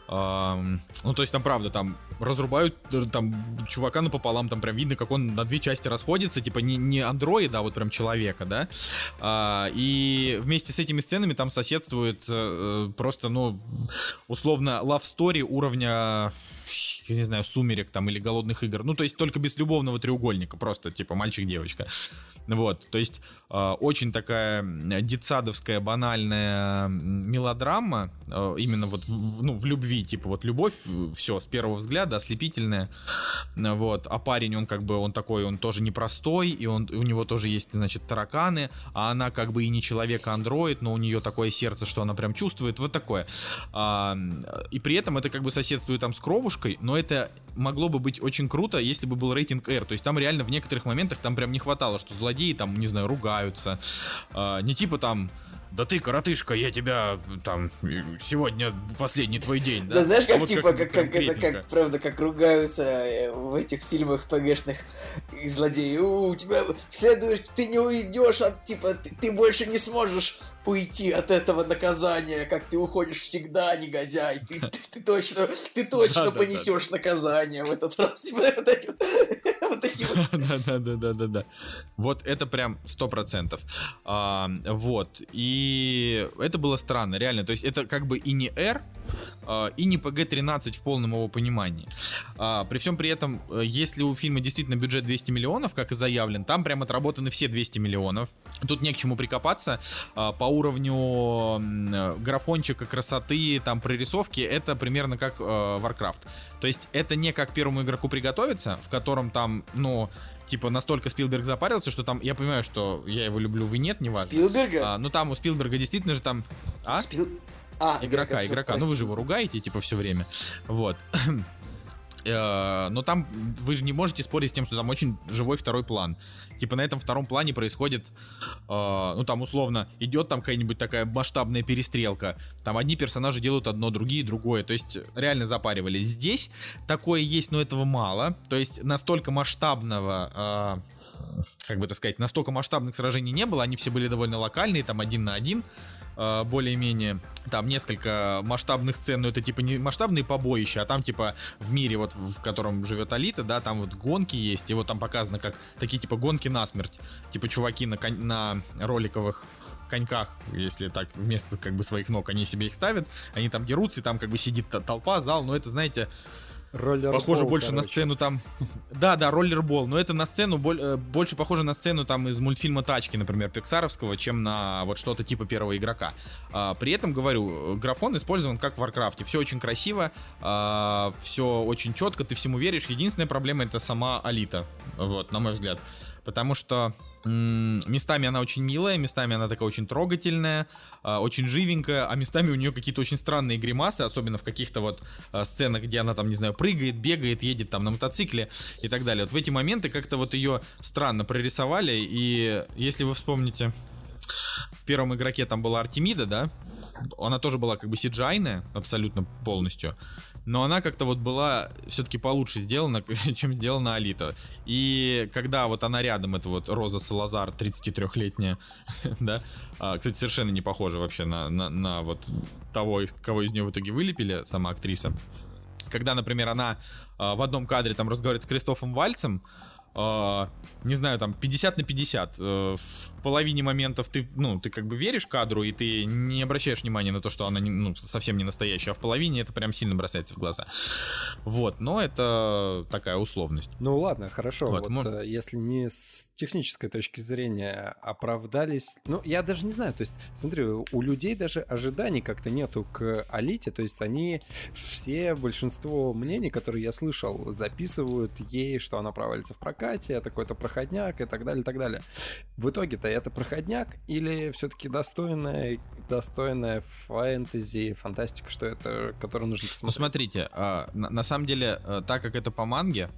uh, ну, то есть там, правда, там разрубают там чувака напополам, там прям видно, как он на две части расходится, типа, не, не андроида, а вот прям человека, да, uh, и вместе с этими сценами там соседствует uh, просто, ну, условно, love story уровня... я не знаю, «Сумерек» там или «Голодных игр». Ну, то есть только без любовного треугольника, просто типа мальчик-девочка. Вот, то есть э, очень такая детсадовская банальная мелодрама, э, именно вот в, ну, в любви, типа вот любовь, все, с первого взгляда, ослепительная. Вот, а парень, он как бы, он такой, он тоже непростой, и он, у него тоже есть, значит, тараканы, а она как бы и не человек, а андроид, но у нее такое сердце, что она прям чувствует, вот такое. А, и при этом это как бы соседствует там с «Кровушкой», но это могло бы быть очень круто, если бы был рейтинг R. То есть там реально в некоторых моментах там прям не хватало, что злодеи там, не знаю, ругаются. А, не типа там: да ты, коротышка, я тебя там сегодня последний твой день. Да,
да знаешь, как
а вот
типа, как, как это, как, правда, как ругаются в этих фильмах ПГшных злодеи. У, у тебя следуешь, ты не уйдешь от, типа, ты, ты больше не сможешь уйти от этого наказания, как ты уходишь всегда, негодяй. Ты, ты, ты точно, ты точно да, понесешь да, да. наказание в этот раз. Типа, вот эти вот, вот такие вот.
Да-да-да-да-да. Вот это прям сто процентов. А, вот. И это было странно, реально. То есть это как бы и не R, и не Пэ Гэ тринадцать в полном его понимании. А, при всем при этом, если у фильма действительно бюджет двести миллионов, как и заявлен, там прям отработаны все двести миллионов. Тут не к чему прикопаться. А, по уровню графончика, красоты, там, прорисовки, это примерно как э, Warcraft. То есть это не как первому игроку приготовиться, в котором там, ну, типа, настолько Спилберг запарился, что там, я понимаю, что я его люблю, вы нет, не важно.
Спилберга?
А, ну там у Спилберга действительно же там... А?
Спил... а
игрока, игрока. Ну вы же его ругаете, типа, все время. Вот. Но там вы же не можете спорить с тем, что там очень живой второй план. Типа на этом втором плане происходит, э, ну там условно идет там какая-нибудь такая масштабная перестрелка. Там одни персонажи делают одно, другие другое. То есть реально запаривались. Здесь такое есть, но этого мало. То есть настолько масштабного, э, как бы так сказать, настолько масштабных сражений не было. Они все были довольно локальные, там один на один. Более-менее там несколько масштабных сцен, но это типа не масштабные побоища, а там типа в мире, вот в котором живет Алита, да, там вот гонки есть, и вот там показано как такие типа гонки насмерть, типа чуваки на, кон- на роликовых коньках, если так, вместо как бы своих ног они себе их ставят, они там дерутся, и там как бы сидит толпа, зал, но это, знаете...
Роллербол,
похоже больше
короче.
на сцену там... Да, да, роллербол, но это на сцену, больше похоже на сцену там из мультфильма «Тачки», например, пиксаровского, чем на вот что-то типа первого игрока. А, при этом, говорю, графон использован как в Warcraft. Все очень красиво, а, все очень четко, ты всему веришь. Единственная проблема — это сама Алита, вот, на мой взгляд. Потому что м- местами она очень милая, местами она такая очень трогательная, э, очень живенькая, а местами у нее какие-то очень странные гримасы, особенно в каких-то вот э, сценах, где она там, не знаю, прыгает, бегает, едет там на мотоцикле и так далее. Вот в эти моменты как-то вот ее странно прорисовали, и если вы вспомните, в первом игроке там была Артемида, да? она тоже была как бы си джи ай-ная абсолютно полностью, но она как-то вот была все-таки получше сделана, чем сделана Алита. И когда вот она рядом, это вот Роза Салазар, тридцатитрёхлетняя, да, а, кстати, совершенно не похожа вообще на, на, на вот того, кого из нее в итоге вылепили, сама актриса. Когда, например, она а, в одном кадре там разговаривает с Кристофом Вальцем, Uh, не знаю, там пятьдесят на пятьдесят. Uh, в половине моментов ты, ну, ты как бы веришь кадру, и ты не обращаешь внимания на то, что она не, ну, совсем не настоящая, а в половине это прям сильно бросается в глаза. Вот, но это такая условность.
Ну ладно, хорошо.
Вот,
вот,
может...
если не с технической точки зрения оправдались... Ну, я даже не знаю, то есть, смотри, у людей даже ожиданий как-то нету к Алите, то есть они все, большинство мнений, которые я слышал, записывают ей, что она провалится в прокат, это какой-то проходняк и так далее, и так далее. В итоге-то это проходняк или все-таки достойная, достойная фэнтези, фантастика, что это, которую нужно посмотреть?
Ну, смотрите, на, на самом деле, так как это по манге,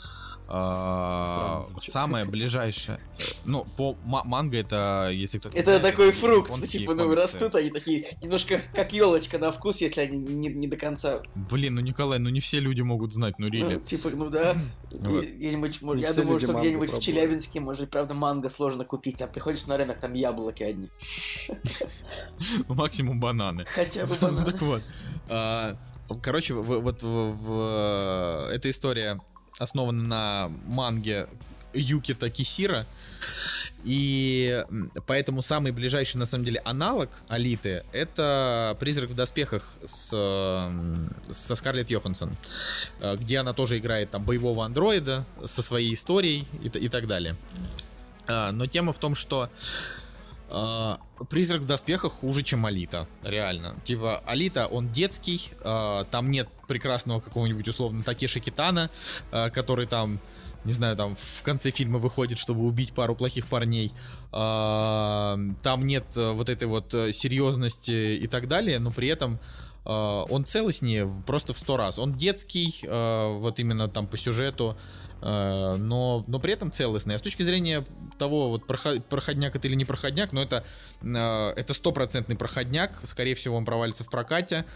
самое ближайшее, ну, по манго это, если кто-то...
Это знает, такой фрукт, типа, ну, комиксы. Растут они такие, немножко как елочка на вкус, если они не, не до конца.
Блин, ну, Николай, ну не все люди могут знать, ну, рили.
Ну, типа, ну да, вот. Я думаю, что где-нибудь в Челябинске, может быть, правда, манго сложно купить, там приходишь на рынок, там яблоки одни.
Максимум бананы.
Хотя бы бананы.
Так вот, короче, вот эта история основана на манге Юкита Кисира, и поэтому самый ближайший, на самом деле, аналог Алиты — это «Призрак в доспехах» с, со Скарлетт Йоханссон, где она тоже играет там боевого андроида со своей историей и, и так далее. Но тема в том, что Uh, «Призрак в доспехах» хуже, чем Алита, реально. Типа, Алита, он детский, uh, там нет прекрасного какого-нибудь условно Такеши Китана, uh, который там, не знаю, там в конце фильма выходит, чтобы убить пару плохих парней. Uh, там нет uh, вот этой вот uh, серьезности и так далее, но при этом uh, он целостнее просто в сто раз. Он детский, uh, вот именно там по сюжету, Но, но при этом целостная. А с точки зрения того, вот проходняк это или не проходняк, но это это стопроцентный проходняк. Скорее всего, он провалится в прокате.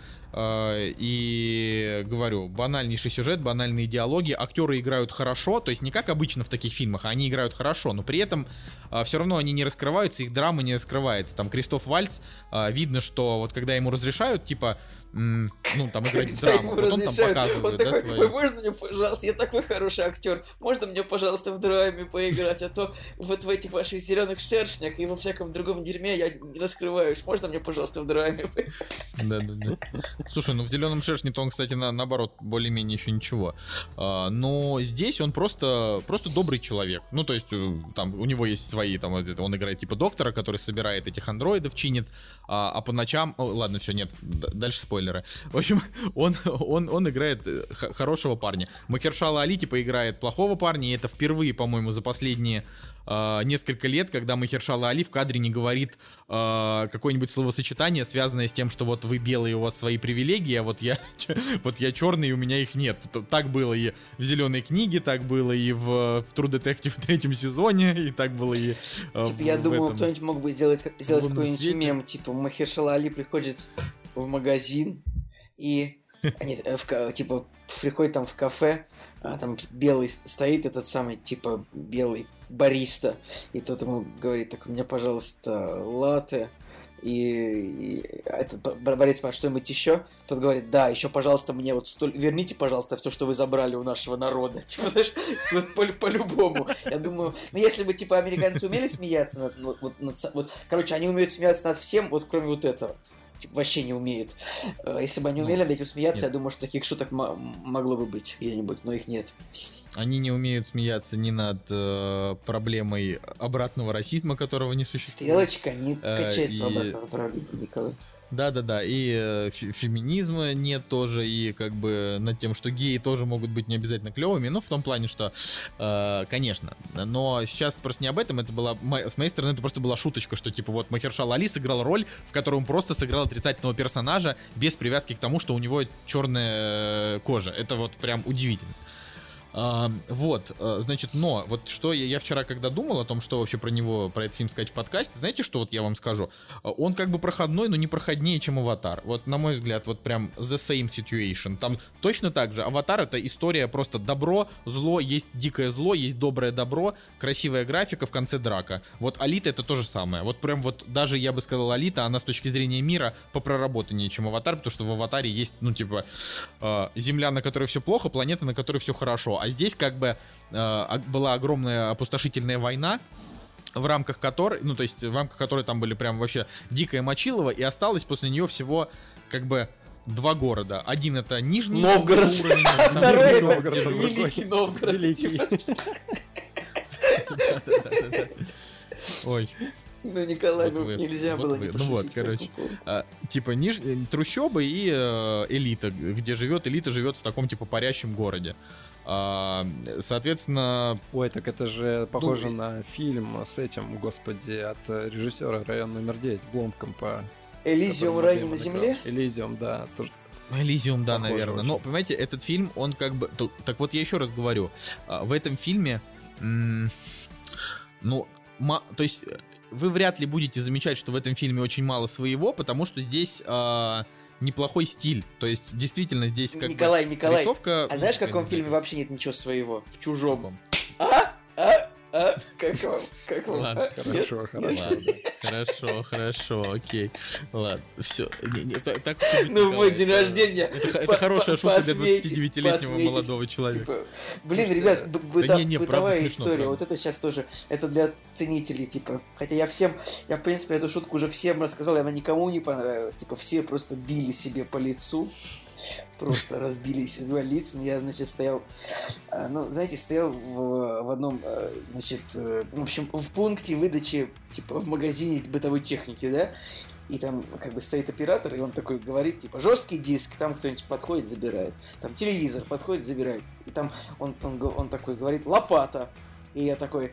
И говорю, банальнейший сюжет, банальные диалоги. Актеры играют хорошо, то есть не как обычно в таких фильмах, а они играют хорошо, но при этом все равно они не раскрываются, их драма не раскрывается. Там Кристоф Вальц, видно, что вот когда ему разрешают, типа, ну, там играть в драму, вот он там показывает,
он
да,
такой,
свои...
Ой, можно мне, пожалуйста, я такой хороший актер, можно мне, пожалуйста, в драме поиграть, а то вот в этих ваших зеленых шершнях и во всяком другом дерьме я не раскрываюсь, можно мне, пожалуйста, в драме поиграть?
Да-да-да. Слушай, ну в зеленом шершне-то он, кстати, на, наоборот, более-менее еще ничего. А, но здесь он просто, просто добрый человек. Ну, то есть, там, у него есть свои, там, он играет типа доктора, который собирает этих андроидов, чинит, а, а по ночам... О, ладно, все, нет, дальше спойлеры. В общем, он, он, он играет х- хорошего парня. Махершала Али типа играет плохого парня, и это впервые, по-моему, за последние э, несколько лет, когда Махершала Али в кадре не говорит э, какое-нибудь словосочетание, связанное с тем, что вот вы белые, у вас свои привилегии, а вот я, вот я черный, и у меня их нет. Так было и в «Зеленой книге», так было и в, в True Detective в третьем сезоне, и так было и э,
типа,
в,
я
в
думаю,
этом...
кто-нибудь мог бы сделать, сделать какой-нибудь
свете.
мем, типа Махершала Али приходит в магазин, и они, в, типа, приходит там в кафе, а там белый стоит этот самый, типа, белый бариста, и тот ему говорит, так, у меня, пожалуйста, латте, и, и этот борец спрашивает, что-нибудь еще? Тот говорит, да, еще, пожалуйста, мне вот столь... верните, пожалуйста, все, что вы забрали у нашего народа. Типа, знаешь, вот по- по-любому. Я думаю, ну, если бы, типа, американцы умели смеяться над, вот, вот, над, вот, короче, они умеют смеяться над всем, вот, кроме вот этого. Типа, вообще не умеют. Если бы они умели над этим смеяться, нет. Я думаю, что таких шуток м- могло бы быть где-нибудь, но их нет.
Они не умеют смеяться ни над э, проблемой обратного расизма, которого не существует.
Стрелочка не качается
э,
в обратном направлении, Николай.
Да-да-да, и э, феминизма нет тоже, и как бы над тем, что геи тоже могут быть не обязательно клевыми, ну, в том плане, что, э, конечно, но сейчас просто не об этом, это была, с моей стороны, это просто была шуточка, что, типа, вот Махершала Али сыграл роль, в которой он просто сыграл отрицательного персонажа без привязки к тому, что у него черная кожа, это вот прям удивительно. А, вот, значит, но вот что я, я вчера, когда думал о том, что вообще про него, про этот фильм сказать в подкасте, знаете, что вот я вам скажу? Он как бы проходной, но не проходнее, чем «Аватар». Вот, на мой взгляд, вот прям the same situation. Там точно так же. «Аватар» — это история просто добро, зло, есть дикое зло, есть доброе добро, красивая графика, в конце драка. Вот «Алита» — это то же самое. Вот прям вот даже, я бы сказал, «Алита», она с точки зрения мира попроработаннее, чем «Аватар», потому что в «Аватаре» есть, ну, типа, земля, на которой все плохо, планета, на которой все хорошо. А здесь как бы э, была огромная опустошительная война, в рамках которой, ну то есть в рамках которой там были прям вообще дикая мочилова, и осталось после нее всего как бы два города. Один это Нижний
Новгород,
уровень,
а второй это
Новгород,
Великий Новгород.
Великий.
Ой.
Ну, Николай,
Вот
ну
вы,
нельзя
вот
было
вы.
не
Ну
пошутить.
вот,
по
короче,
этому поводу.
а, типа ниж... трущобы и э, элита, где живет элита, живет в таком типа парящем городе. А, соответственно,
Ой, так это же похоже
Ну,
на фильм с этим, господи, от э, режиссера «Район номер девять» Бломкомпа.
Элизиум
который
рай
Дэймон
на
играл.
земле?
Элизиум, да. Тоже.
Элизиум, да,
Похоже
наверное.
очень.
Но, понимаете, этот фильм, он как бы... то- Так вот, я еще раз говорю. а, В этом фильме... м, Ну, ма- то есть... э, Вы вряд ли будете замечать, что в этом фильме очень мало своего, потому что здесь а, неплохой стиль. То есть, действительно, здесь как
Николай,
бы
Николай,
рисовка...
а
ну,
знаешь, в
такая,
каком
не
фильме
знаю,
вообще нет ничего своего? В «Чужом».
каком.
А? А? А? Как вам? Как вам?
Ладно,
А? Нет?
Хорошо, хорошо.
Ладно, хорошо, хорошо, окей. Ладно, все. Так, так уж и быть,
Ну, в мой
Николай,
день
это-
рождения.
Это, х- это
По-
хорошая
по-
шутка для
посмейтесь,
двадцатидевятилетнего
посмейтесь.
молодого человека.
Типа, блин,
Слушайте,
ребят, б-
да
быта-
не, не, правда
бытовая
смешно,
история,
правда.
вот это сейчас тоже, это для ценителей, типа. Хотя я всем, я, в принципе, эту шутку уже всем рассказал, и она никому не понравилась. Типа, все просто били себе по лицу. Просто разбили себе лица. Я, значит, стоял, а, ну, знаете, стоял в, в одном, а, значит, э, в общем, в пункте выдачи, типа, в магазине бытовой техники, да, и там, как бы, стоит оператор, и он такой говорит, типа, жесткий диск, там кто-нибудь подходит, забирает. Там телевизор подходит, забирает. И там он, он, го- он такой говорит, лопата. И я такой,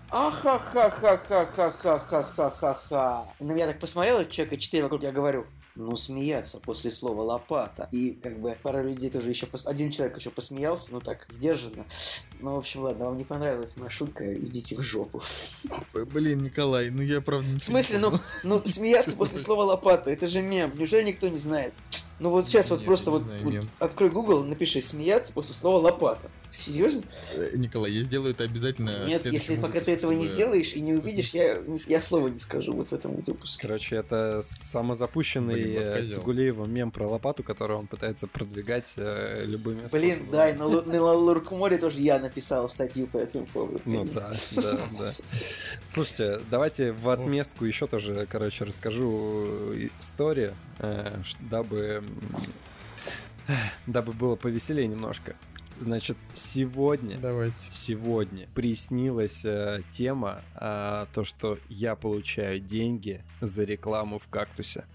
ахахахахахахахахахаха. И на меня так посмотрел, этот человек, четыре вокруг, я говорю, ну, смеяться после слова лопата. И, как бы, пара людей тоже еще... Пос... Один человек еще посмеялся, ну, так, сдержанно. Ну, в общем, ладно, вам не понравилась моя шутка, идите в жопу.
Блин, Николай, ну я правда не
В смысле, ну, ну смеяться после слова лопата, это же мем, неужели никто не знает? Ну вот сейчас вот
Нет,
просто
я не
вот,
знаю,
вот
мем.
открой Google, напиши смеяться после слова лопата. Серьезно?
Николай, я сделаю это обязательно. в
Нет,
следующем
если пока
выпуске,
ты этого не
чтобы-
сделаешь и не увидишь, я, я слова не скажу вот в этом выпуске.
Короче, это самозапущенный
Блин, вот
э,
козёл.
Цигулеевым мем про лопату, который он пытается продвигать э, любыми
Блин,
способами.
да, и на, Лу- на Луркморе тоже я написал статью по этому поводу.
Ну да, да, да. Слушайте, давайте в отместку еще тоже, короче, расскажу историю, э, ш- дабы, м, дабы было повеселее немножко. Значит, сегодня,
Давайте.
сегодня приснилась э, тема, э, то, что я получаю деньги за рекламу в «Кактусе».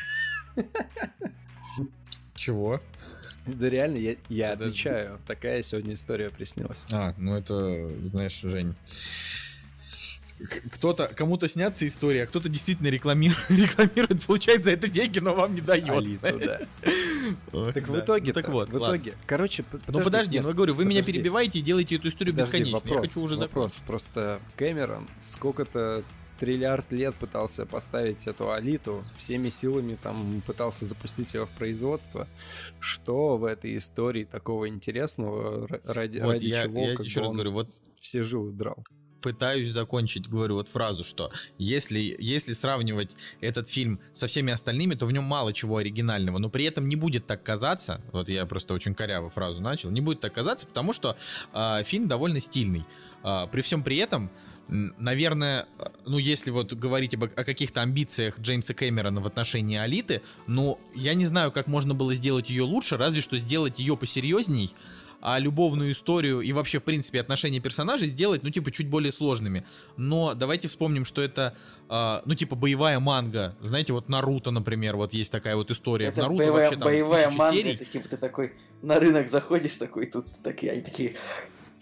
Чего?
Да реально, я, я
Подожди.
отвечаю. Такая сегодня история приснилась.
А, ну это, знаешь, Жень. К- Кто-то, кому-то снятся истории, а кто-то действительно рекламирует, рекламирует, получает за это деньги, но вам не дает.
Алиту,
знаете.
да.
Ой,
Так в
да.
итоге,
Ну, так вот,
в
ладно.
итоге, короче, п-
Ну подожди,
нет,
ну я говорю, вы меня
подожди.
перебиваете и делаете эту историю
Подожди,
бесконечной.
вопрос,
Я хочу уже
вопрос.
закончить.
Просто Кэмерон сколько-то триллиард лет пытался поставить эту Алиту, всеми силами там пытался запустить ее в производство. Что в этой истории такого интересного, р- ради,
Вот,
ради
я,
чего
я
как
еще
бы
раз
он
говорю, вот
все жилы драл?
пытаюсь закончить, говорю вот фразу, что если, если сравнивать этот фильм со всеми остальными, то в нем мало чего оригинального, но при этом не будет так казаться, вот я просто очень коряво фразу начал, не будет так казаться, потому что э, фильм довольно стильный. Э, при всем при этом, м, наверное, э, ну если вот говорить об, о каких-то амбициях Джеймса Кэмерона в отношении Алиты, ну я не знаю, как можно было сделать ее лучше, разве что сделать ее посерьезней, а любовную историю и вообще, в принципе, отношения персонажей сделать, ну, типа, чуть более сложными. Но давайте вспомним, что это, э, ну, типа, боевая манга. Знаете, вот Наруто, например, вот есть такая вот история. В
Это
Наруто
боевая,
вообще там
боевая
тысячи
манга,
серий.
это типа ты такой на рынок заходишь такой, тут такие, они такие,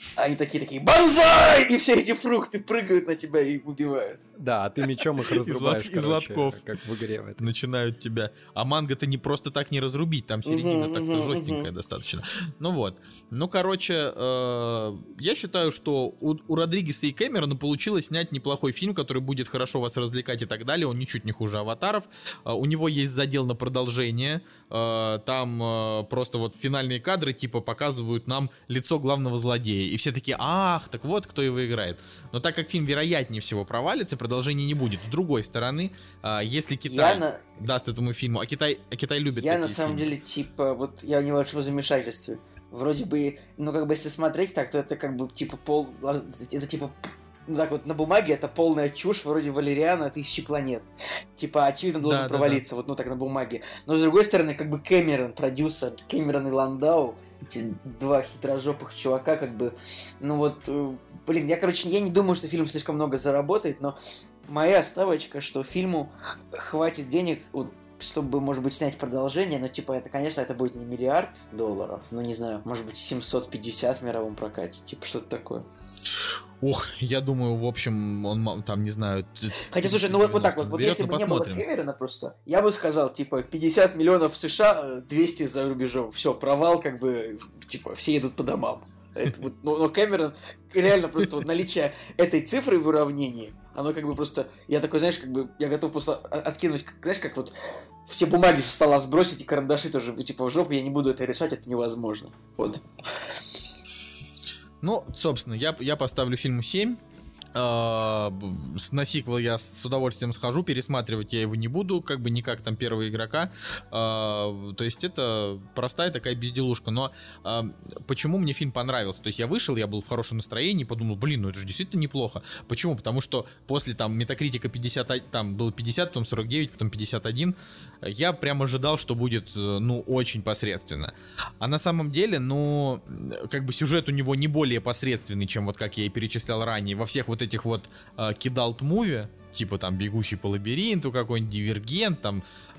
они такие-такие «Бонзай!» И все эти фрукты прыгают на тебя и убивают.
Да, а ты мечом их разрубаешь,
из лотков
как в игре. В этой.
Начинают тебя. А манго-то не просто так не разрубить, там середина
Мгм,
так-то
мгм,
жестенькая
мгм.
достаточно. Ну вот. Ну, короче, э, я считаю, что у, у Родригеса и Кэмерона получилось снять неплохой фильм, который будет хорошо вас развлекать и так далее. Он ничуть не хуже «Аватаров». Э, у него есть задел на продолжение. Э, там э, просто вот финальные кадры типа показывают нам лицо главного злодея. И все такие: ах, так вот кто его играет. Но так как фильм вероятнее всего провалится, продолжения не будет. С другой стороны, э, если Китай
Я на,
даст этому фильму, а Китай, а Китай любит
я
такие
на самом
фильмы.
деле, типа, вот я в небольшом замешательстве. Вроде бы, ну, как бы, если смотреть так, то это как бы, типа, пол... Это, типа, ну, так вот, на бумаге это полная чушь, вроде Валериана «Тысячи планет». Типа, очевидно, должен
Да, да,
провалиться, вот, ну, так, на бумаге. Но, с другой стороны, как бы, Кэмерон, продюсер, Кэмерон и Ландау, эти два хитрожопых чувака, как бы, ну, вот, э, блин, я, короче, я не думаю, что фильм слишком много заработает, но моя ставочка, что фильму хватит денег, вот, чтобы, может быть, снять продолжение, но, типа, это, конечно, это будет не миллиард долларов, ну, не знаю, может быть, семьсот пятьдесят в мировом прокате, типа, что-то такое.
Ох, я думаю, в общем, он ма- там, не знаю... т-
Хотя, слушай, ну вот, вот так вот, вот
берет,
если
ну,
бы не было
посмотрим.
Кэмерона просто, я бы сказал, типа, пятьдесят миллионов в США, двести за рубежом, все, провал, как бы, типа, все едут по домам. Это вот, но, но Кэмерон, реально просто вот наличие этой цифры в уравнении, оно как бы просто, я такой, знаешь, как бы, я готов просто о- откинуть, как- знаешь, как вот все бумаги со стола сбросить и карандаши тоже, типа, в жопу, я не буду это решать, это невозможно. Вот.
Ну, собственно, я, я поставлю фильму семь. А, б- с- на сиквел я с удовольствием схожу, пересматривать я его не буду, как бы не как там первого игрока. А, то есть это простая такая безделушка. Но а, почему мне фильм понравился? То есть я вышел, я был в хорошем настроении, подумал, блин, ну это же действительно неплохо. Почему? Потому что после там метакритика пятьдесят, там было пятьдесят, потом сорок девять, потом пятьдесят один, я прям ожидал, что будет, э, ну, очень посредственно. А на самом деле, ну, как бы сюжет у него не более посредственный, чем вот как я и перечислял ранее, во всех вот этих вот э, кидалт-муви, типа там «Бегущий по лабиринту», какой-нибудь «Дивергент», там,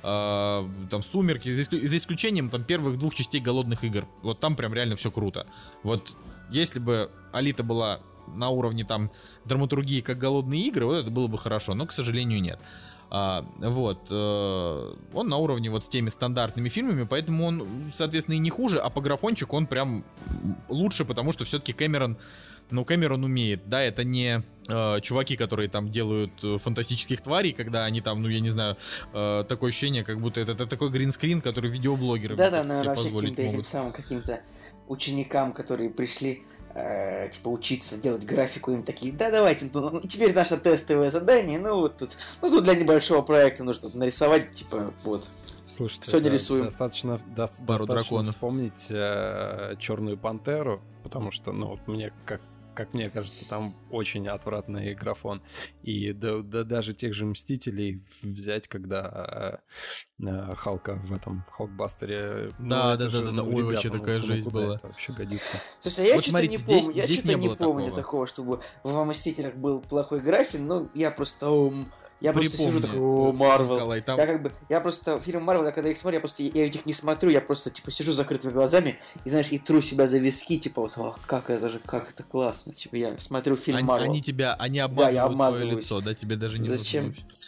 э, там «Сумерки», за, исклю- за исключением там первых двух частей «Голодных игр». Вот там прям реально все круто. Вот если бы Алита была на уровне там драматургии как «Голодные игры», вот это было бы хорошо, но, к сожалению, нет. А, вот, э, он на уровне вот с теми стандартными фильмами, поэтому он, соответственно, и не хуже, а по графончику он прям лучше, потому что все-таки Кэмерон, ну, Кэмерон умеет, да, это не э, чуваки, которые там делают э, фантастических тварей, когда они там, ну, я не знаю, э, такое ощущение, как будто это, это такой гринскрин, который видеоблогеры
Да-да,
себе
наверное, вообще
позволить
каким-то этим
могут.
самым каким-то ученикам, которые пришли э, типа учиться делать графику, им такие, да, давайте, ну, ну, теперь наше тестовое задание, ну вот тут, ну тут для небольшого проекта нужно нарисовать, типа, вот.
Слушайте,
Сегодня
да,
рисуем.
достаточно, до-
Пару
достаточно
драконов.
вспомнить э, Черную пантеру, потому что, ну, вот мне как как мне кажется, там очень отвратный графон. И да, да, даже тех же Мстителей взять, когда э, э, Халка в этом Халкбастере...
Да,
ну,
да,
это
да,
же,
да,
ну,
ой,
ребята,
вообще
ну,
такая
ну,
жесть
куда
была.
это вообще годится?
Слушай, я
Вот
что-то
смотрите,
не
здесь-
помню, я
здесь
что-то
не
не,
было
помню
такого.
такого, чтобы во Мстителях был плохой графин, ну, я просто... ум, Я просто сижу
Припомни,
такой, о,
э,
Марвел.
Николай, там-
Я как бы, я просто, фильм Марвел, я когда их смотрю, я просто, я этих не смотрю, я просто, типа, сижу с закрытыми глазами и, знаешь, и тру себя за виски, типа, вот, о, как это же, как это классно, типа, я смотрю фильм
Они,
Марвел.
они тебя, они
я
обмазывают твое
обмазываюсь.
лицо, да, тебе даже не
Зачем?
нужно вообще.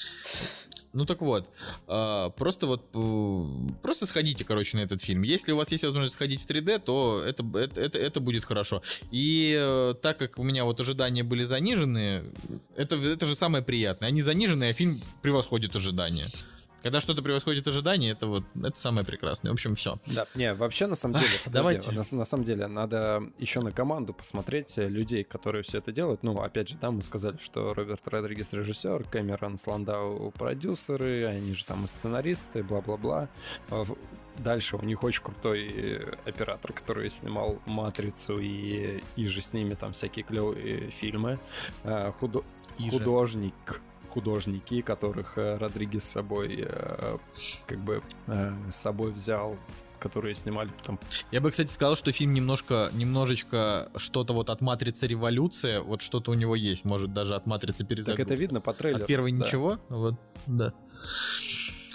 Ну так вот, а, просто вот, э, просто сходите, короче, на этот фильм. Если у вас есть возможность сходить в три дэ, то это, это, это, это будет хорошо. И э, так как у меня вот ожидания были занижены, это, это же самое приятное. Они занижены, а фильм превосходит ожидания. Когда что-то превосходит ожидания, это вот, это самое прекрасное. В общем, все.
Да, не, вообще, на самом деле,
Ах,
подожди,
давайте.
на, на самом деле, надо еще на команду посмотреть э, людей, которые все это делают. Ну, опять же, да, мы сказали, что Роберт Родригес режиссер, Кэмерон с Ландау продюсеры, они же там и сценаристы, бла-бла-бла. А в- Дальше у них очень крутой э, оператор, который снимал «Матрицу» и, и же с ними там всякие клевые фильмы. А, худо-
И же.
художник художники, которых э, Родригес с собой э, как бы э, с собой взял, которые снимали там.
Я бы, кстати, сказал, что фильм немножко, немножечко что-то вот от «Матрицы. Революция», вот что-то у него есть, может, даже от «Матрицы.
Так
Перезагрузка».
это видно по трейлеру.
От первой
да.
ничего? Вот, да.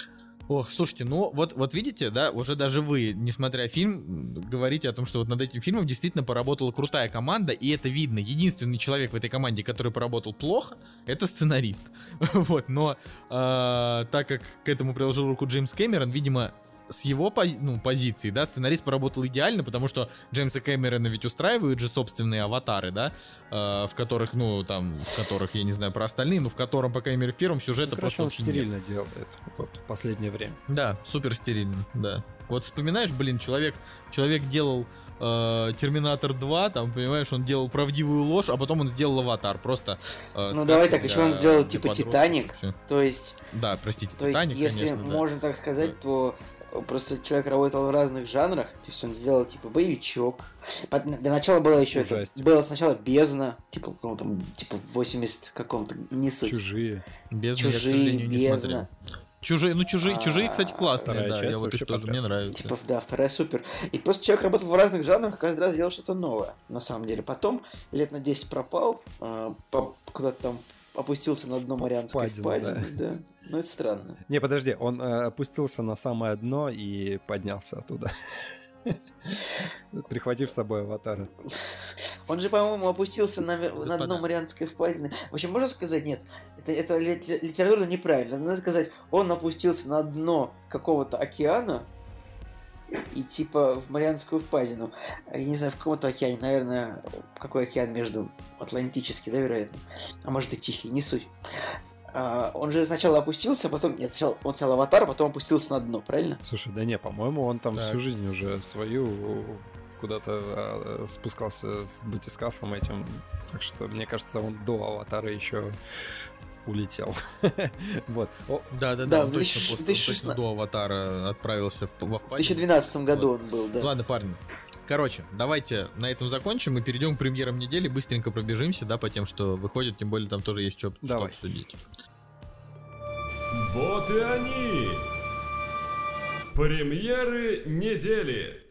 Ох, слушайте, ну вот, вот видите, да, уже даже вы, несмотря фильм, говорите о том, что вот над этим фильмом действительно поработала крутая команда, и это видно. Единственный человек в этой команде, который поработал плохо, это сценарист. Вот, но э, так как к этому приложил руку Джеймс Кэмерон, видимо, с его пози- ну, позиции, да, сценарист поработал идеально, потому что Джеймса Кэмерона ведь устраивают же собственные аватары, да, э, в которых, ну, там, в которых, я не знаю про остальные, но в котором, по крайней мере, в первом сюжета
Ну,
просто
он
очень
стерильно
нет.
делает вот, в последнее время.
Да, супер стерильно, да. Вот вспоминаешь, блин, человек, человек делал э, Терминатор два, там, понимаешь, он делал правдивую ложь, а потом он сделал Аватар, просто... Э,
Ну давай так,
для-
еще он сделал
для
типа
подростков,
Титаник,
всё.
то есть,
Да, простите,
то есть,
Титаник,
если
конечно, да.
можно так сказать, то просто человек работал в разных жанрах, то есть он сделал типа боевичок. Под- Для начала было еще это,
Ужастик.
было сначала Бездна, типа, ну, там, типа в восемьдесят каком-то, не суть.
Чужие.
Без я, к
Чужие,
сожалению, не
Бездна.
смотрел. Чужие, ну чужие, чужие, кстати,
А,
классные,
вторая
да,
часть
я вот
вообще
их тоже, мне
потрясна.
нравится.
Типа, да, вторая супер. И просто человек работал в разных жанрах, каждый раз делал что-то новое, на самом деле. Потом лет на десять пропал, э, по- куда-то там опустился на дно Марианской
Впадину,
впадины, да. Ну, это странно.
Не, подожди, он э, опустился на самое дно и поднялся оттуда. Прихватив с собой аватара.
Он же, по-моему, опустился на, на
Господа.
дно Марианской впадины. В общем, можно сказать, нет, это, это ли- ли- литературно неправильно. Надо сказать, он опустился на дно какого-то океана и типа в Марианскую впадину. Я не знаю, в каком-то океане, наверное, какой океан между Атлантический, да, вероятно. А может и Тихий, не суть. А, он же сначала опустился, потом... Нет, сначала он снял аватар, потом опустился на дно, правильно?
Слушай, да не, по-моему, он там
Так.
всю жизнь уже свою куда-то а, спускался с батискафом этим. Так что, мне кажется, он до аватара еще улетел. Вот. О,
Да, да,
Да,
да, он
в
точно,
две тысячи-
после-
две тысячи
точно
шестнадцатом
до Аватара отправился в, во
В
впадину.
две тысячи двенадцатом году
Вот.
он был, да.
Ладно, парни. Короче, давайте на этом закончим и перейдем к премьерам недели, быстренько пробежимся, да, по тем, что выходит, тем более там тоже есть что, что
Давай.
обсудить.
Вот и они! Премьеры недели!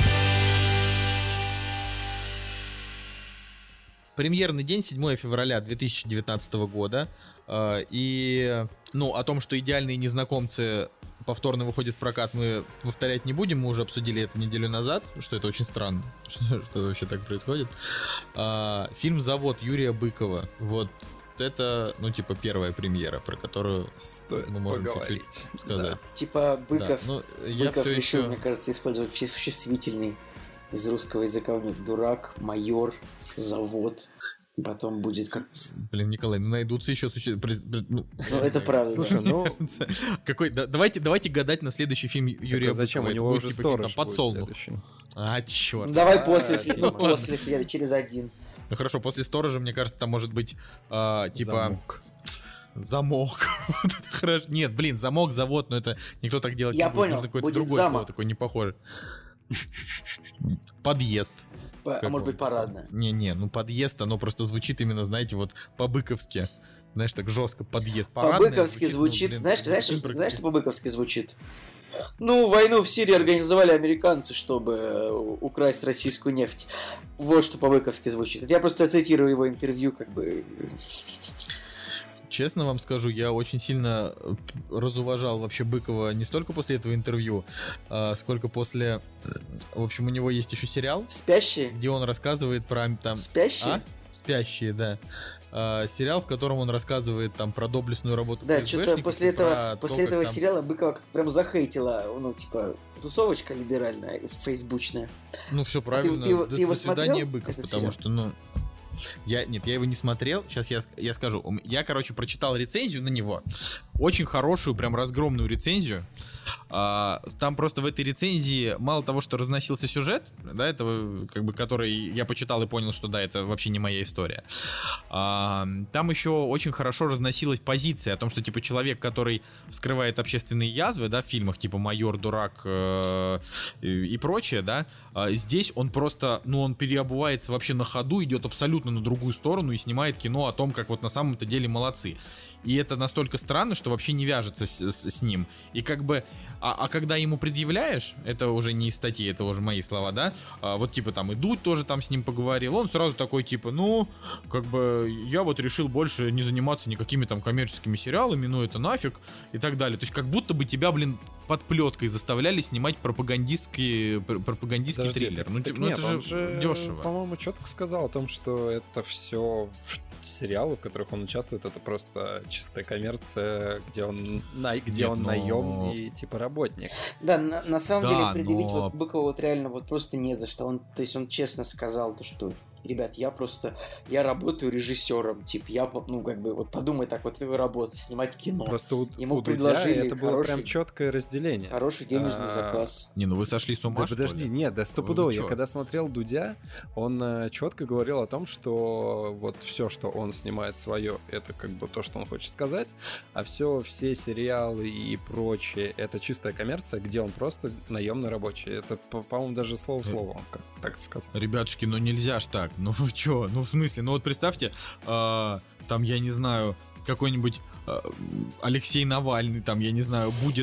Премьерный день седьмого февраля две тысячи девятнадцатого года. э, И, ну, о том, что «Идеальные незнакомцы» повторно выходит в прокат, мы повторять не будем. Мы уже обсудили это неделю назад, что это очень странно, что, что вообще так происходит. А, фильм «Завод» Юрия Быкова. Вот это, ну, типа, первая премьера, про которую
стоит
мы можем
поговорить.
чуть-чуть сказать.
Типа Быков,
Да, ну, я
Быков
все
решил,
еще...
мне кажется, использовать все существительные из русского языка. У них дурак, майор, завод. Потом будет как...
Блин, Николай, ну найдутся еще суще... през- Ну,
Ну, это правда.
Слушай, ну,
Какой, да, давайте, давайте гадать на следующий фильм Юрия
так а зачем?
Быкова.
У
Это
него
будет,
уже
типа, фильм,
сторож
там,
будет
«Подсолнух».
следующий.
А, черт.
Ну, давай
А,
после, след- ну,
ну ладно.
после следа, через один.
Ну хорошо, после сторожа, мне кажется, там может быть, а, типа...
Замок.
Замок. Вот это хорошо. Нет, блин, замок, завод, но это никто так делать
Я
не будет.
понял,
Нужно какое-то
будет
другое
замок.
слово, такое не похоже. Подъезд.
По-
Как
а может
он?
быть, парадно.
Не-не, ну подъезд, оно просто звучит именно, знаете, вот по-быковски. Знаешь, так жестко, подъезд. Парадное
По-быковски
ну,
звучит...
блин,
знаешь, знаешь,
фильм про-
знаешь, что по-быковски звучит? Ну, войну в Сирии организовали американцы, чтобы э, украсть российскую нефть. Вот что по-быковски звучит. Это я просто цитирую его интервью, как бы...
Честно вам скажу, я очень сильно э, разуважал вообще Быкова не столько после этого интервью, а сколько после... э, В общем, у него есть еще сериал,
Спящие?
где он рассказывает про там...
Спящие?
А? Спящие, да. А, сериал, в котором он рассказывает там про доблестную работу
Да, что-то
ФСБшников
после
и про
этого,
то,
после
как
этого
там-
сериала Быкова как-то прям захейтила, ну, типа, тусовочка либеральная, фейсбучная.
Ну, все правильно.
ты его-
До,
ты его
до свидания,
смотрел,
Быков,
этот
потому
сериал?
что, ну... Я, нет, я его не смотрел. Сейчас я, ск- я скажу. У м- Я, короче, прочитал рецензию на него. Очень хорошую, прям разгромную рецензию. А, там просто в этой рецензии мало того, что разносился сюжет, да, этого, как бы, который я почитал и понял, что да, это вообще не моя история. А, там еще очень хорошо разносилась позиция о том, что, типа, человек, который вскрывает общественные язвы, да, в фильмах, типа «Майор», «Дурак» э, и, и прочее, да, а здесь он просто, ну, он переобувается вообще на ходу, идет абсолютно на другую сторону и снимает кино о том, как вот на самом-то деле молодцы. И это настолько странно, что вообще не вяжется с, с- с ним. И как бы, а, а когда ему предъявляешь, это уже не из статьи, это уже мои слова, да, а, вот типа там и Дудь тоже там с ним поговорил, он сразу такой типа, ну, как бы я вот решил больше не заниматься никакими там коммерческими сериалами, ну это нафиг и так далее. То есть как будто бы тебя, блин, подплеткой заставляли снимать пропагандистский, пропагандистский
Подожди,
трейлер. Ну,
так
ну
нет,
это же,
он же,
дешево.
по-моему, четко сказал о том, что это все сериалы, в которых он участвует, это просто чистая коммерция, где он, на, где
Нет,
он
но...
наемный типа работник.
Да, на, на самом
Да,
деле предъявить
но-
вот Быкову вот реально вот просто не за что. Он, то есть он честно сказал то, что ребят, я просто, я работаю режиссером, типа, я, ну, как бы, вот подумай так, вот его работа, снимать кино.
Просто у,
Ему
у Дудя
предложили
это было
хороший-
прям четкое разделение.
Хороший денежный
А,
заказ.
Не, ну вы сошли с ума,
Да
что
подожди,
ли?
нет, да стопудово.
Вы
Я
чё?
когда смотрел Дудя, он э, четко говорил о том, что вот все, что он снимает свое, это как бы то, что он хочет сказать, а все, все сериалы и прочее, это чистая коммерция, где он просто наемный рабочий. Это, по- по-моему, даже слово в слово он как- так сказал.
Ребятушки, ну нельзя ж так. Ну вы чё? Ну в смысле? Ну вот представьте, а, там, я не знаю, какой-нибудь а, Алексей Навальный, там, я не знаю, будет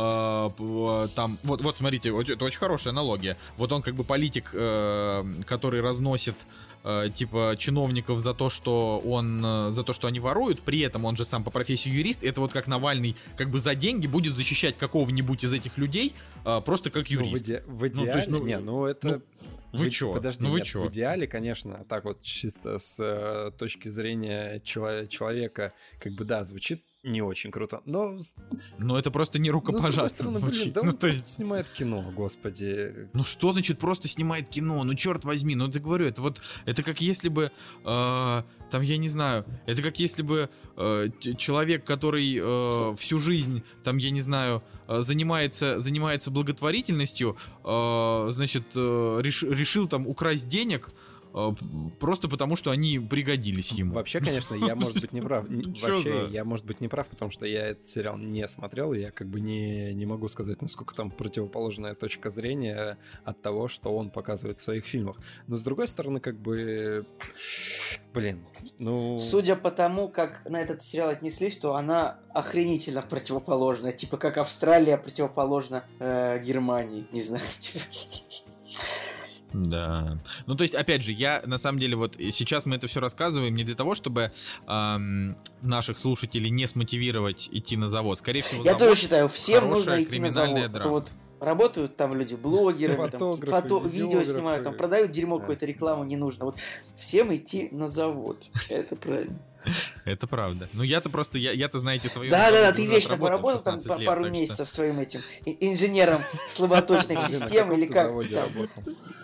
а, п- там... Вот, вот смотрите, вот это очень хорошая аналогия. Вот он как бы политик, э, который разносит э, типа чиновников за то, что он э, за то, что они воруют, при этом он же сам по профессии юрист. Это вот как Навальный как бы за деньги будет защищать какого-нибудь из этих людей э, просто как
Ну, в,
юрист.
иде- в
Ну, то
идеале,
есть, ну,
не, ну это...
Вы
в-
чё?
Подожди,
Ну вы
нет,
чё?
в идеале, конечно, так вот чисто с э, точки зрения чело- человека, как бы, да, звучит не очень круто, но...
Но это просто не
но, с другой
рукопожатно
стороны, блин,
звучит.
да он
Ну, то
просто
есть...
снимает кино, господи.
Ну что значит просто снимает кино? Ну черт возьми, ну ты говорю, это вот, это как если бы, э, там я не знаю, это как если бы э, ч- человек, который э, всю жизнь, там я не знаю, э, занимается, занимается благотворительностью, э, значит, э, реш- решил там украсть денег, э, просто потому что они пригодились ему.
Вообще, конечно, я, может быть, не прав. Н-
Ну, чё
Вообще,
за-
я, может быть, не прав, потому что я этот сериал не смотрел, и я как бы не, не могу сказать, насколько там противоположная точка зрения от того, что он показывает в своих фильмах. Но, с другой стороны, как бы... Блин, ну...
Судя по тому, как на этот сериал отнеслись, то она охренительно противоположная. Типа как Австралия противоположна э, Германии. Не знаю, типа.
Да. Ну, то есть, опять же, я, на самом деле, вот сейчас мы это все рассказываем не для того, чтобы эм, наших слушателей не смотивировать идти на завод. Скорее всего,
Я
завод
тоже считаю, всем
хорошая
нужно идти на
криминальная
завод. А то
драма.
вот работают там люди блогерами, там,
Фотографы,
фото, видео
видеографы.
снимают, там продают дерьмо
Да.
какое-то, рекламу не нужно. Вот всем идти на завод. Это правильно.
Это правда. Ну, я-то просто, я, я-то, знаете, свое...
Да-да-да, ты вечно поработал там по- пару месяцев своим этим и- инженером слаботочных
Блин, на
систем
каком
или
ты
как
заводе
там.
работал?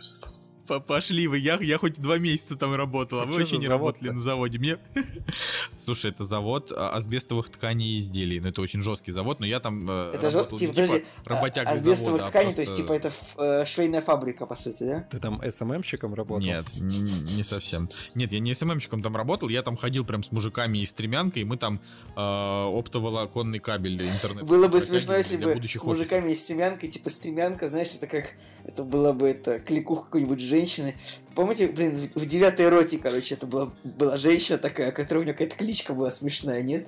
Пошли вы, я, я хоть два месяца там работал, а
Так
вы
чё
вообще
за
не
завод-то?
работали на заводе. Мне... Слушай, это завод а, асбестовых тканей и изделий. Ну, это очень жесткий завод, но я там э,
Это же,
работал
типа,
не типа
подожди,
работяга
а- асбестовых
завода, а
тканей, то есть,
просто-
типа, это ф- э, швейная фабрика, по сути, да?
Ты там эс эм эм-щиком работал?
Нет, не, не совсем. Нет, я не эс эм эм-щиком там работал, я там ходил прям с мужиками и стремянкой, и мы там э, оптоволоконный кабель интернет.
Было бы
протягивали
смешно, если
для
бы
будущих
с мужиками и стремянкой, типа, стремянка, знаешь, это как... Это была бы, это, кликуха какой-нибудь женщины. Помните, блин, в, в девятой роте, короче, это была, была женщина такая, у которой у нее какая-то кличка была смешная, нет?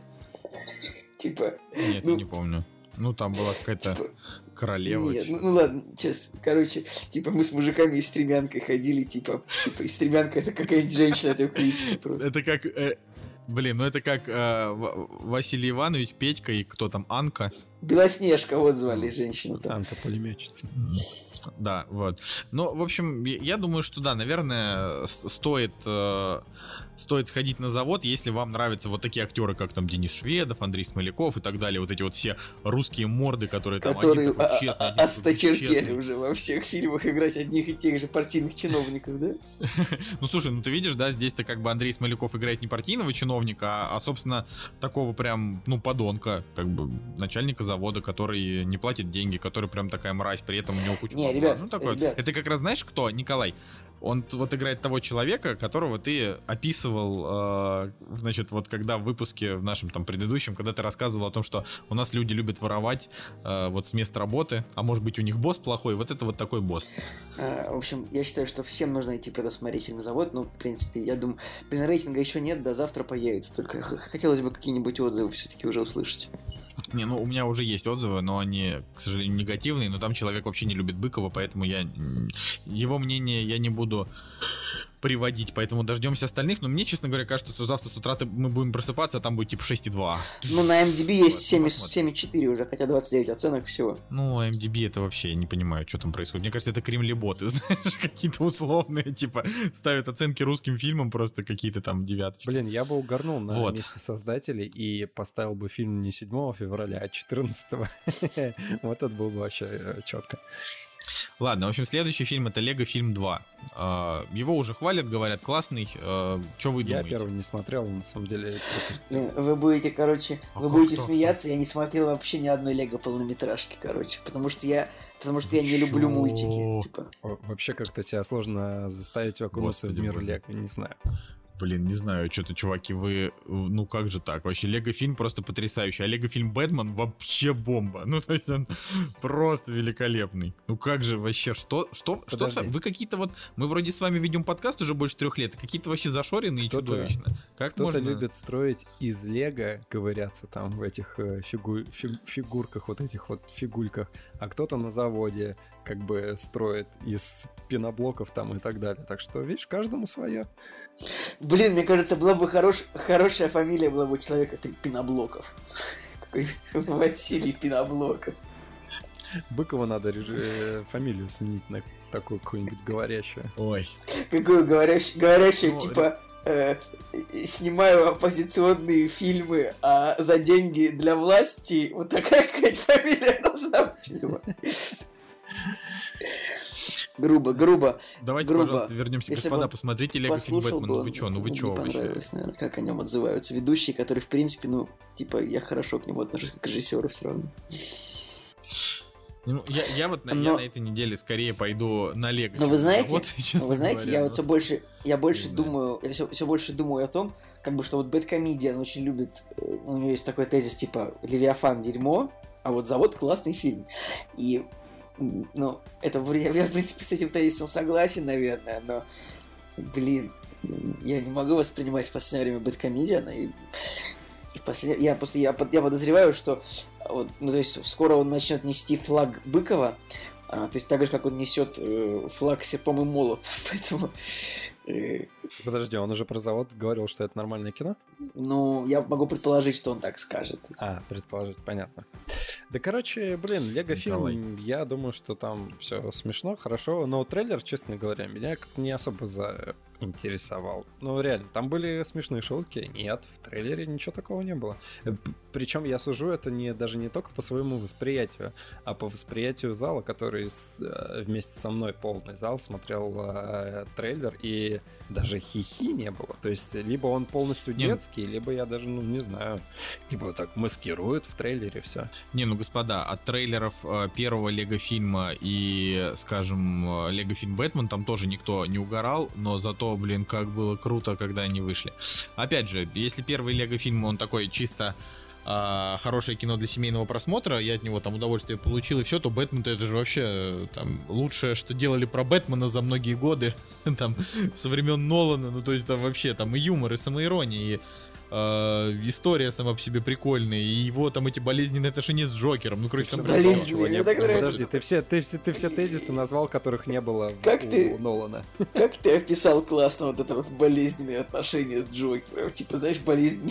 Типа...
офисов. Нет,
ну,
я не помню. Ну, там была какая-то
типа,
королева.
Нет, ну, ну ладно, сейчас, короче, типа мы с мужиками и стремянкой ходили, типа, типа, и стремянка это какая-нибудь женщина, это кличка просто.
Это как... э, блин, ну это как э, В- Василий Иванович, Петька и кто там, Анка.
Белоснежка, вот звали женщину там.
Танка-пулеметчица.
Да, вот. Ну, в общем, я я думаю, что да, наверное, с- стоит, э, стоит сходить на завод, если вам нравятся вот такие актеры, как там Денис Шведов, Андрей Смоляков и так далее. Вот эти вот все русские морды, которые там
Которые
один такой
а-
честный,
а-
один такой
осточертели
бесчестный.
уже во всех фильмах играть одних и тех же партийных чиновников, да?
Ну, слушай, ну ты видишь, да, здесь-то как бы Андрей Смоляков играет не партийного чиновника, а, а, собственно, такого прям, ну, подонка, как бы начальника завода, который не платит деньги, который прям такая мразь, при этом у него куча
Не,
бабла.
ребят,
ну, такой.
ребят.
Это как раз знаешь кто, Николай? Он т- вот играет того человека, которого ты описывал, э, значит, вот когда в выпуске в нашем там предыдущем, когда ты рассказывал о том, что у нас люди любят воровать э, вот с места работы, а может быть у них босс плохой, вот это вот такой босс.
А, в общем, я считаю, что всем нужно идти предосмотреть фильм «Завод». Ну, в принципе, я думаю, блин, рейтинга еще нет, до завтра появится. Только х- хотелось бы какие-нибудь отзывы все-таки уже услышать.
Не, ну у меня уже есть отзывы, но они, к сожалению, негативные, но там человек вообще не любит Быкова, поэтому я м, его мнение я не буду приводить, поэтому дождемся остальных. Но мне, честно говоря, кажется, что завтра с утра мы будем просыпаться, а там будет типа шесть и два.
Ну, на эм ди би есть семь и четыре уже, хотя двадцать девять оценок всего.
Ну, эм ди би это вообще, я не понимаю, что там происходит. Мне кажется, это кремлеботы, знаешь, какие-то условные, типа, ставят оценки русским фильмам, просто какие-то там девяточки.
Блин, я бы угорнул на
Вот.
месте создателей и поставил бы фильм не седьмого февраля, а четырнадцатого. Вот это было бы вообще четко.
Ладно, в общем, следующий фильм — это «Лего Фильм два». А, Его уже хвалят, говорят, классный. А, Что вы
Я
думаете?
первый не смотрел, на самом деле.
Блин, Вы будете, короче,
А
вы
как
будете
так?
смеяться, я не смотрел вообще ни одной Лего полнометражки, короче, потому что я, потому что я не
Чё?
люблю мультики, типа.
О, вообще как-то себя сложно заставить окунуться
Господи
в мир
боже.
Лего, не знаю.
Блин, не знаю, что-то, чуваки, вы... Ну как же так? Вообще, Лего-фильм просто потрясающий. А Лего-фильм «Бэтмен» вообще бомба. Ну, то есть он просто великолепный. Ну как же вообще, что? Что? Что с...
Подожди.
Вы какие-то вот... Мы вроде с вами ведем подкаст уже больше трех лет, а какие-то вообще зашоренные и
Кто-то-
чудовищно. Как
Кто-то
можно...
любит строить из Лего, ковыряться там в этих э, фигу- фи- фигурках, вот этих вот фигульках, а кто-то на заводе как бы строит из пеноблоков там и так далее. Так что, видишь, каждому свое.
Блин, мне кажется, была бы хорош... хорошая фамилия была бы у человека, это Пеноблоков. Какой Василий Пеноблоков.
Быкова надо реж- э, фамилию сменить на такую какую-нибудь говорящую.
Ой.
Какую говорящую, говорящую
Ну,
типа, э, снимаю оппозиционные фильмы, а за деньги для власти, вот такая какая-то фамилия должна быть у него. Грубо, грубо.
Давайте,
Грубо.
пожалуйста, вернемся,
Если
господа,
бы
посмотрите «Лего Фильм
Послушал
Бэтмен».
бы
Ну
он,
вы чё, ну вы
мне
чё вообще?
понравилось, наверное, как о нем отзываются ведущие, которые, в принципе, ну, типа, я хорошо к нему отношусь, как к режиссеру все равно.
Ну, я, я вот на, я
Но-
на этой неделе скорее пойду на Лего.
Но
чем
вы
на
знаете,
завод, честно
Вы знаете,
говоря,
я
но-
вот все больше, я больше
Не знаю.
думаю, я все, все больше думаю о том, как бы, что вот Бэдкомедиан очень любит, э, у него есть такой тезис, типа, Левиафан дерьмо, а вот Завод классный фильм. И, м, ну, это, в- я, я, в принципе, с этим тезисом согласен, наверное, но, блин, м, я не могу воспринимать в последнее время Бэдкомедиана, и, и в послед- я просто, я, под- я подозреваю, что, вот, ну, то есть, скоро он начнет нести флаг Быкова, а, то есть так же, как он несет э, флаг серпом и молот. Поэтому, э,
Подожди, он уже про завод говорил, что это нормальное кино?
ну, я могу предположить, что он так скажет.
А, предположить, понятно. Да, короче, блин,
Николай.
Лего-фильм, я думаю, что там все смешно, хорошо, но трейлер, честно говоря, меня как-то не особо заинтересовал. Ну, реально, там были смешные шутки, нет, в трейлере ничего такого не было. Причем я сужу это не, даже не только по своему восприятию, а по восприятию зала, который с- э, вместе со мной полный зал смотрел э, трейлер, и даже хихи не было. То есть, либо он полностью
Не,
детский, либо я даже, ну, не знаю, либо так маскируют в трейлере все.
Не, ну, господа, от трейлеров э, первого Лего-фильма и, скажем, э, Лего-фильм «Бэтмен» там тоже никто не угорал, но зато, блин, как было круто, когда они вышли. Опять же, если первый Лего-фильм, он такой чисто э, хорошее кино для семейного просмотра, я от него там удовольствие получил и все, то «Бэтмен»-то это же вообще э, там лучшее, что делали про Бэтмена за многие годы, там, со времен Нолана, ну, то есть там вообще там и юмор, и самоирония, и э, история сама по себе прикольная, и его там эти болезненные отношения с Джокером, ну, короче, там прям
Болезненные,
всего, чего не
мне так
было.
нравится.
Подожди, ты все, ты, все, ты все тезисы назвал, которых не было в-
Как
у
ты?
Нолана.
Как ты описал классно вот это вот болезненные отношения с Джокером? Типа, знаешь, болезненные...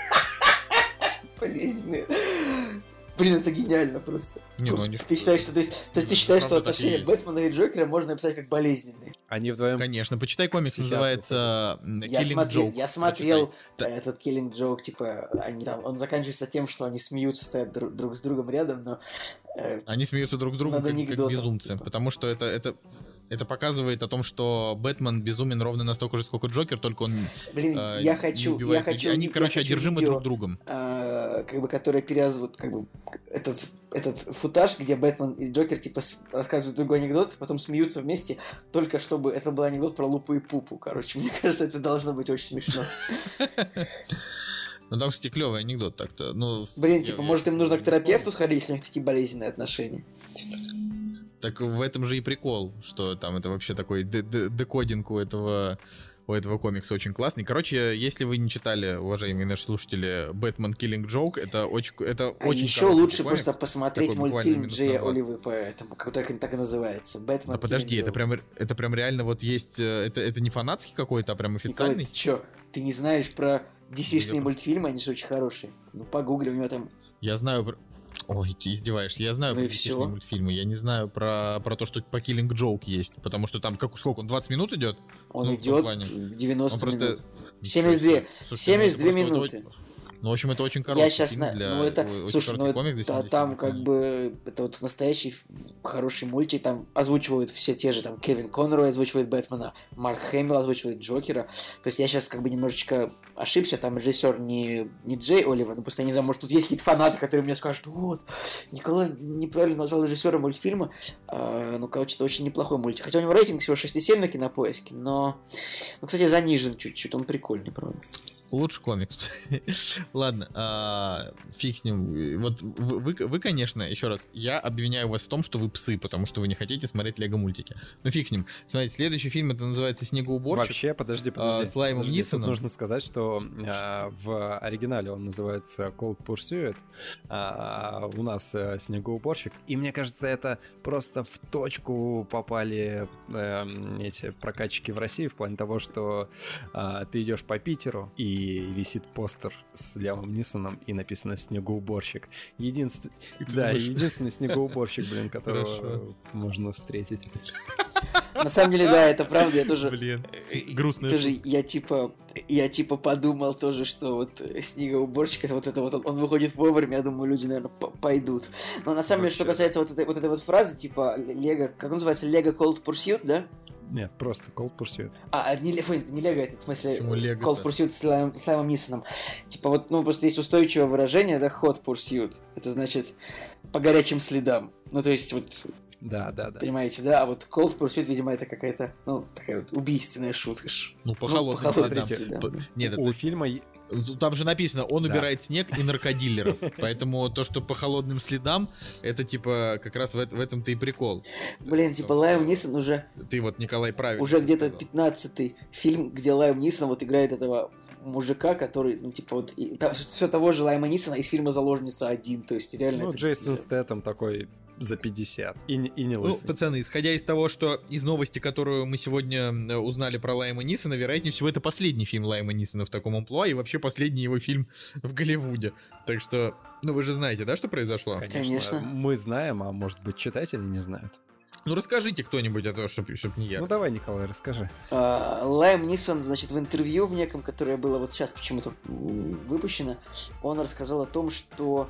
Болезненные... Блин, это гениально просто.
Не, ну они ж-
Ты считаешь, что, то есть, то есть ты считаешь, что
Правда, так и
отношения
есть.
Бэтмена и Джокера можно описать как болезненные?
Они вдвоем...
Конечно, почитай комикс,
Психиатру
называется м,
Я
Killing
смотрел,
Joke.
я смотрел
Почитай.
э, этот Killing Joke, типа, они там, он заканчивается тем, что они смеются, стоят дру- друг с другом рядом, но э,
Они смеются друг с другом
Над
как, как
анекдотом,
безумцы,
типа.
потому что это, это, это показывает о том, что Бэтмен безумен ровно настолько же, сколько Джокер, только он
блин,
э,
я
не
хочу, я
убивает
хочу,
людей. Они,
я
короче,
хочу
одержимы
видео,
друг другом.
а, как бы, которые перевязывают, как бы, этот, этот футаж, где Бэтмен и Джокер, типа, с- рассказывают другой анекдот, потом смеются вместе, только чтобы это был анекдот про Лупу и Пупу, короче, мне кажется, это должно быть очень смешно.
Ну там, кстати, клевый анекдот так-то. Ну,
Блин,
я-
типа,
я
может, им нужно к
не
терапевту
помню.
сходить, если у них такие болезненные отношения?
Так в этом же и прикол, что там это вообще такой д- д- декодинг у этого у этого комикса очень классный. Короче, если вы не читали, уважаемые наши слушатели, «Бэтмен Killing Joke», это очень, это
а
очень
еще лучше
комикс,
просто посмотреть
такой
мультфильм Джея
минут на
Оливы, поэтому как так, так и называется. «Бэтмен
Да подожди,
Killing
это
Joke».
прям, это прям реально вот есть... э, Это, это не фанатский какой-то, а прям официальный?
Николай, ты чё? Ты не знаешь про ди си-шные
Я про-
мультфильмы? Они же очень хорошие. Ну, погугли, у него там...
Я знаю про... Ой, ты издеваешься. Я знаю
Ну и
про
всё.
десятичные мультфильмы. Я не знаю про, про то, что по Killing Joke есть. Потому что там, как, сколько он, двадцать минут идет?
Он
Ну, в том
идет
плане.
девяносто
Он просто...
минут. семьдесят две.
Слушайте,
семьдесят две
ну, это просто
минуты.
вот- Ну, в общем, это очень короткий
Я сейчас
фильм
знаю,
для...
ну это,
очень
слушай,
короткий
ну
комикс
это,
для
та-
семидесятых
там как
минут.
бы, это вот настоящий ф- хороший мультик, там озвучивают все те же, там, Кевин Конрой озвучивает Бэтмена, Марк Хэмилл озвучивает Джокера, то есть я сейчас как бы немножечко ошибся, там режиссер не, не Джей Оливер, ну просто я не знаю, может тут есть какие-то фанаты, которые мне скажут, вот, Николай неправильно назвал режиссера мультфильма, а, ну, короче, это очень неплохой мультик, хотя у него рейтинг всего шесть и семь на Кинопоиске, но, ну, кстати, занижен чуть-чуть, он прикольный, правда.
Лучше комикс. Ладно, а, фиг с ним. Вот вы, вы, вы, конечно, еще раз, я обвиняю вас в том, что вы псы, потому что вы не хотите смотреть лего-мультики. Ну фиг с ним. Смотрите, следующий фильм, это называется «Снегоуборщик».
Вообще, подожди, подожди.
а, с Лаймом
подожди, тут
Нисоном.
нужно сказать, что а, в оригинале он называется Cold Pursuit, а у нас а, Снегоуборщик. И мне кажется, это просто в точку попали э, эти прокатчики в России в плане того, что а, ты идешь по Питеру, и висит постер с Лямом Нисоном, и написано «Снегоуборщик». Единственный, да,
думаешь?
единственный снегоуборщик, блин, которого
Хорошо.
можно встретить.
На самом деле, да, это правда, я тоже...
Блин, грустная
Тоже
шутка.
я типа, я типа подумал тоже, что вот снегоуборщик, это вот это вот, он, он выходит вовремя, я думаю, люди, наверное, пойдут. Но на самом деле, что
Вообще.
касается вот этой вот, этой вот фразы, типа, Лего, как он называется, Лего Cold Pursuit, да?
Нет, просто Cold Pursuit.
А, не, фу, не Лего, это в смысле
Почему Лего-то?
Cold Pursuit с Лаймом, с Лаймом Нисоном. Типа вот, ну, просто есть устойчивое выражение, да, Hot Pursuit. Это значит по горячим следам. Ну, то есть, вот,
Да, да, да.
понимаете, да, а вот Cold Pursuit, видимо, это какая-то, ну, такая вот убийственная шутка. ж.
Ну, по
Ну,
холодным
по холодным
следам.
следам,
По-
да.
Нет,
У
это-
фильма е-
там же написано, он
Да.
убирает снег и наркодилеров. Поэтому то, что по холодным следам, это типа как раз в, эт- в этом-то и прикол.
Блин,
Что,
типа Лайм Нисон уже...
Ты вот, Николай, правильно
Уже
всё
где-то
сказал.
пятнадцатый фильм, где Лайм Нисон вот играет этого мужика, который, ну, типа, вот, все того же Лайма Нисона из фильма «Заложница один», то есть реально...
Ну,
это-
Джейсон Стэттем такой за пятьдесят. И, не- и не
Ну,
лысый.
пацаны, исходя из того, что из новости, которую мы сегодня э, узнали про Лайма Нисона, вероятнее всего, это последний фильм Лайма Нисона в таком амплуа, и вообще последний его фильм в Голливуде. Так что, ну вы же знаете, да, что произошло?
Конечно,
Конечно.
мы знаем, а может быть читатели не знают.
Ну расскажите кто-нибудь, а то, чтоб, чтоб не я.
Ну давай, Николай, расскажи.
А, Лайм Нисон, значит, в интервью в неком, которое было вот сейчас почему-то м, выпущено, он рассказал о том, что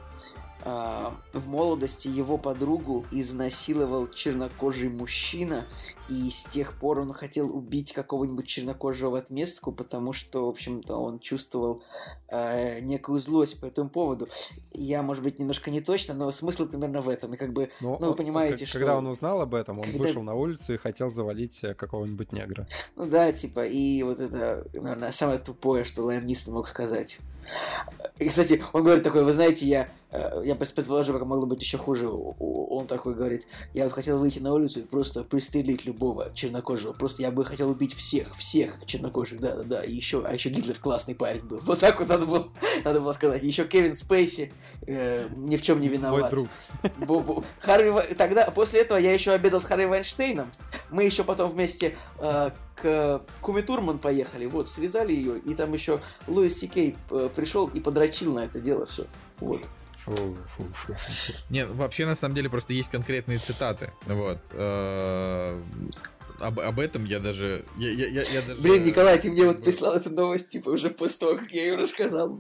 а, в молодости его подругу изнасиловал чернокожий мужчина, и с тех пор он хотел убить какого-нибудь чернокожего в отместку, потому что, в общем-то, он чувствовал э, некую злость по этому поводу. Я, может быть, немножко не точно, но смысл примерно в этом. И как бы,
Ну,
ну, вы
он-
понимаете,
к-
что...
Когда он узнал об этом, он
Когда-
вышел на улицу и хотел завалить э, какого-нибудь негра.
Ну да, типа, и вот это, наверное, самое тупое, что Лайм Нисон мог сказать. И, кстати, он говорит такой, вы знаете, я, э, я предположу, как могло быть еще хуже. У- у- Он такой говорит, я вот хотел выйти на улицу и просто пристрелить любого чернокожего. Просто я бы хотел убить всех, всех чернокожих, да-да-да. И еще, а еще Гитлер классный парень был. Вот так вот надо было, надо было сказать. Еще Кевин Спейси э, ни в чем не виноват.
Мой друг.
Бу-бу. Харви Ва- Тогда, после этого я еще обедал с Харви Вайнштейном. Мы еще потом вместе э, к Куми Турман поехали. Вот, связали ее. И там еще Луис Си Кей э, пришел и подрочил на это дело все. Вот.
Фу, фу, фу, фу.
Нет, вообще, на самом деле, просто есть конкретные цитаты. Вот. Э, Об, об этом я даже... Я, я, я, я даже...
Блин, Николай, ты мне вот прислал эту новость, типа, уже после того, как я ее рассказал.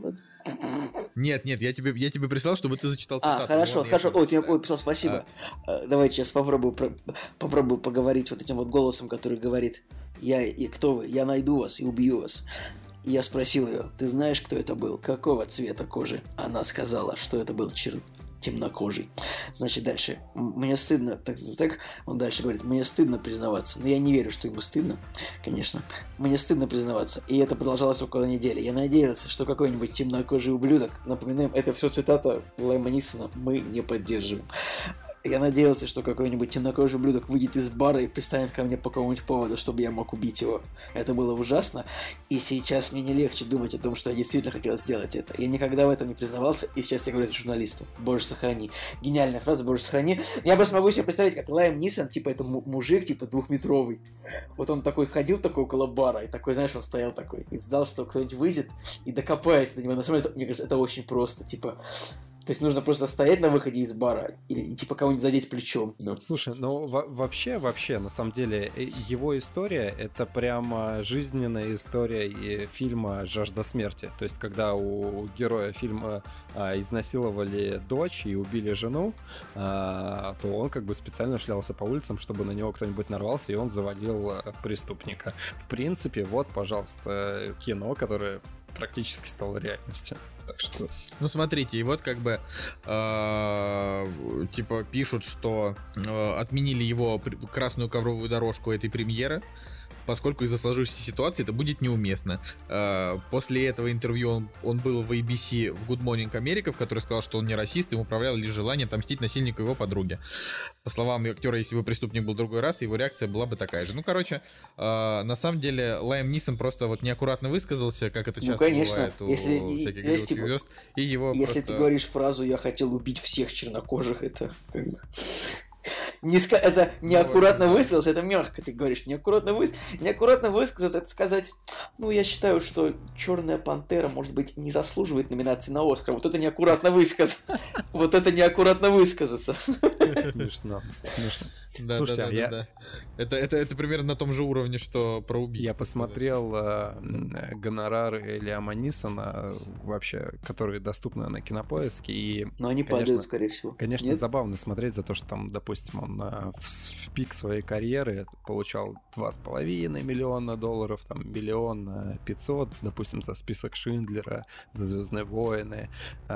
Нет, нет, я тебе, я тебе прислал, чтобы ты зачитал
А,
цитату.
хорошо,
Ладно, я
хорошо.
тоже
О, ты мне
читаю.
ой, писал, спасибо. Э, Давайте сейчас попробую, про- попробую поговорить вот этим вот голосом, который говорит, я и кто вы? Я найду вас и убью вас. И я спросил ее, ты знаешь, кто это был? Какого цвета кожи? Она сказала, что это был чер... темнокожий. Значит, дальше. М, Мне стыдно. Так, так, так. Он дальше говорит, мне стыдно признаваться. Но я не верю, что ему стыдно, конечно. Мне стыдно признаваться. И это продолжалось около недели. Я надеялся, что какой-нибудь темнокожий ублюдок, напоминаем, это все цитата Лайма Нисона, мы не поддерживаем. Я надеялся, что какой-нибудь темнокожий ублюдок выйдет из бара и пристанет ко мне по какому-нибудь поводу, чтобы я мог убить его. Это было ужасно, и сейчас мне не легче думать о том, что я действительно хотел сделать это. Я никогда в этом не признавался, и сейчас я говорю это журналисту. Боже, сохрани. Гениальная фраза, боже, сохрани. Я просто могу себе представить, как Лайм Нисон, типа, это мужик, типа, двухметровый. Вот он такой ходил такой около бара, и такой, знаешь, он стоял такой, и ждал, что кто-нибудь выйдет и докопается до него. На самом деле, мне кажется, это очень просто, типа... То есть нужно просто стоять на выходе из бара или и, типа кого-нибудь задеть плечом. Ну.
Слушай, ну во- вообще, вообще, на самом деле, его история — это прямо жизненная история и фильма «Жажда смерти». То есть когда у героя фильма а, изнасиловали дочь и убили жену, а, то он как бы специально шлялся по улицам, чтобы на него кто-нибудь нарвался, и он завалил а, преступника. В принципе, вот, пожалуйста, кино, которое практически стало реальностью. Так что...
Ну, смотрите, и вот как бы э, типа пишут, что э, отменили его красную ковровую дорожку этой премьеры, поскольку из-за сложившейся ситуации это будет неуместно. Э, после этого интервью он, он был в эй би си в Good Morning America, в которой сказал, что он не расист, ему управляло лишь желание отомстить насильнику его подруги. По словам актера, если бы преступник был другой расы, его реакция была бы такая же. Ну, короче, э, на самом деле Лайм Нисон просто вот неаккуратно высказался, как это часто ну, конечно. бывает у если, всяких голливудских типа, звезд, и его
Если
просто...
ты говоришь фразу «я хотел убить всех чернокожих», это... Не ска... Это неаккуратно высказался, это мягко ты говоришь. Неаккуратно, выс... неаккуратно высказаться, это сказать, ну, я считаю, что «Черная пантера», может быть, не заслуживает номинации на Оскар. Вот это неаккуратно высказаться. Вот это неаккуратно высказаться.
Смешно, смешно.
Да,
Слушайте,
да, да,
я...
да, да. Это, это, это примерно на том же уровне, что про убийство.
Я посмотрел э, гонорары Лиама Нисона, вообще, которые доступны на Кинопоиске. И,
но они
конечно,
падают, скорее всего.
Конечно,
Нет?
забавно смотреть за то, что там, допустим, он э, в, в пик своей карьеры получал два с половиной миллиона долларов, там, миллион пятьсот, допустим, за список Шиндлера, за «Звездные войны»,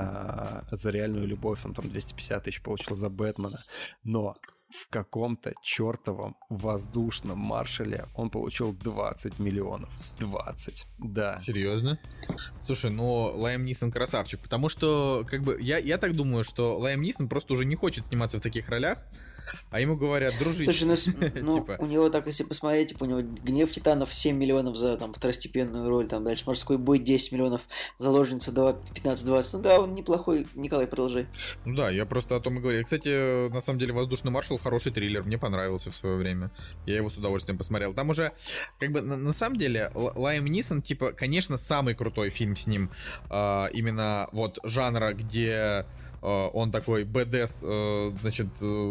э, за «Реальную любовь» он там двести пятьдесят тысяч получил за «Бэтмена». Но в каком-то чертовом воздушном маршале он получил двадцать миллионов. двадцать, да.
Серьезно? Слушай, ну Лайм Нисон красавчик, потому что, как бы, я, я так думаю, что Лайм Нисон просто уже не хочет сниматься в таких ролях, а ему говорят, дружище.
Слушай, ну, ну типа... у него так, если посмотреть, типа, у него «Гнев титанов» семь миллионов за там второстепенную роль, там дальше «Морской бой» десять миллионов, «Заложница» пятнадцать-двадцать. Ну да, он неплохой. Николай, продолжай.
Ну да, я просто о том и говорю. Кстати, на самом деле «Воздушный маршал» хороший триллер, мне понравился в свое время. Я его с удовольствием посмотрел. Там уже, как бы, на, на самом деле, Лайм Нисон, типа, конечно, самый крутой фильм с ним, э, именно вот жанра, где Uh, он такой БДС, uh, значит,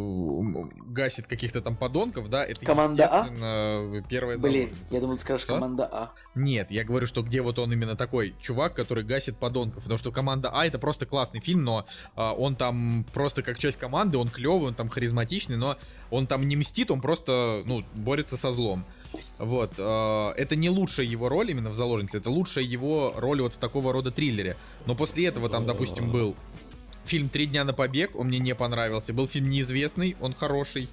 uh, гасит каких-то там подонков, да, это,
команда
естественно,
А?
первая
Блин,
заложница.
я думал, ты скажешь, что? Команда А.
Нет, я говорю, что где вот он именно такой чувак, который гасит подонков, потому что команда А — это просто классный фильм, но uh, он там просто как часть команды, он клевый, он там харизматичный, но он там не мстит, он просто, ну, борется со злом. Вот, uh, это не лучшая его роль именно в «Заложнице», это лучшая его роль вот в такого рода триллере, но после этого там, допустим, был фильм «Три дня на побег», он мне не понравился. Был фильм «Неизвестный», он хороший.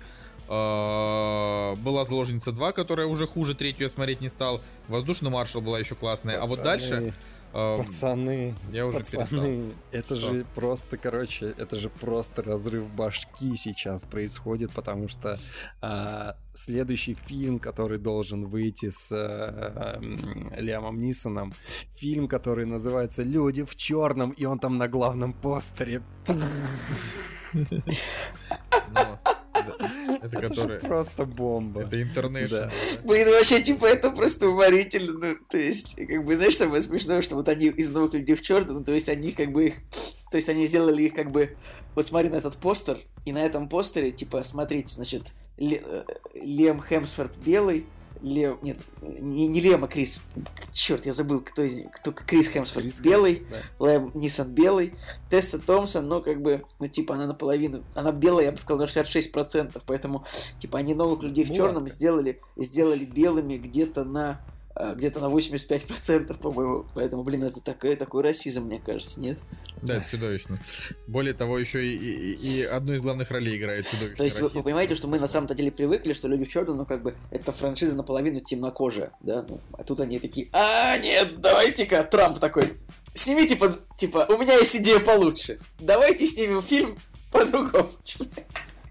Была «Заложница два», которая уже хуже, третью я смотреть не стал. «Воздушный маршал» была еще классная. Пацаны, а вот дальше...
Пацаны,
я уже
пацаны,
перестал.
это Что? же просто, короче, это же просто разрыв башки сейчас происходит, потому что а, следующий фильм, который должен выйти с а, а, Лиамом Нисоном, фильм, который называется «Люди в черном», и он там на главном постере.
Это, это который...
просто бомба.
Это International. Да.
Блин, вообще, типа, это просто уморительно. Ну, то есть, как бы, знаешь, самое смешное, что вот они из «Новых людей в черном», ну, то есть, они как бы их... То есть, они сделали их как бы... Вот смотри на этот постер, и на этом постере, типа, смотрите, значит, Ли... Лиам Хемсворт белый, Лем... Нет, не, не Лем, а Крис. Черт, я забыл, кто из них. Кто Крис Хемсворт Крис, белый, да. Лайм Нисон белый, Тесса Томпсон, ну, как бы, ну, типа, она наполовину. Она белая, я бы сказал, на шестьдесят шесть процентов. Поэтому, типа, они «Новых людей в черном» сделали, сделали белыми где-то на где-то на восемьдесят пять процентов, по-моему. Поэтому, блин, это такой, такой расизм, мне кажется, нет?
Да, это чудовищно. Более того, еще и, и, и одну из главных ролей играет чудовищный
То есть
расист.
Вы, вы понимаете, что мы на самом-то деле привыкли, что «Люди в черном», ну, как бы, это франшиза наполовину темнокожая, да? Ну, а тут они такие: а, нет, давайте-ка, Трамп такой: снимите, под, типа, у меня есть идея получше. Давайте снимем фильм по-другому.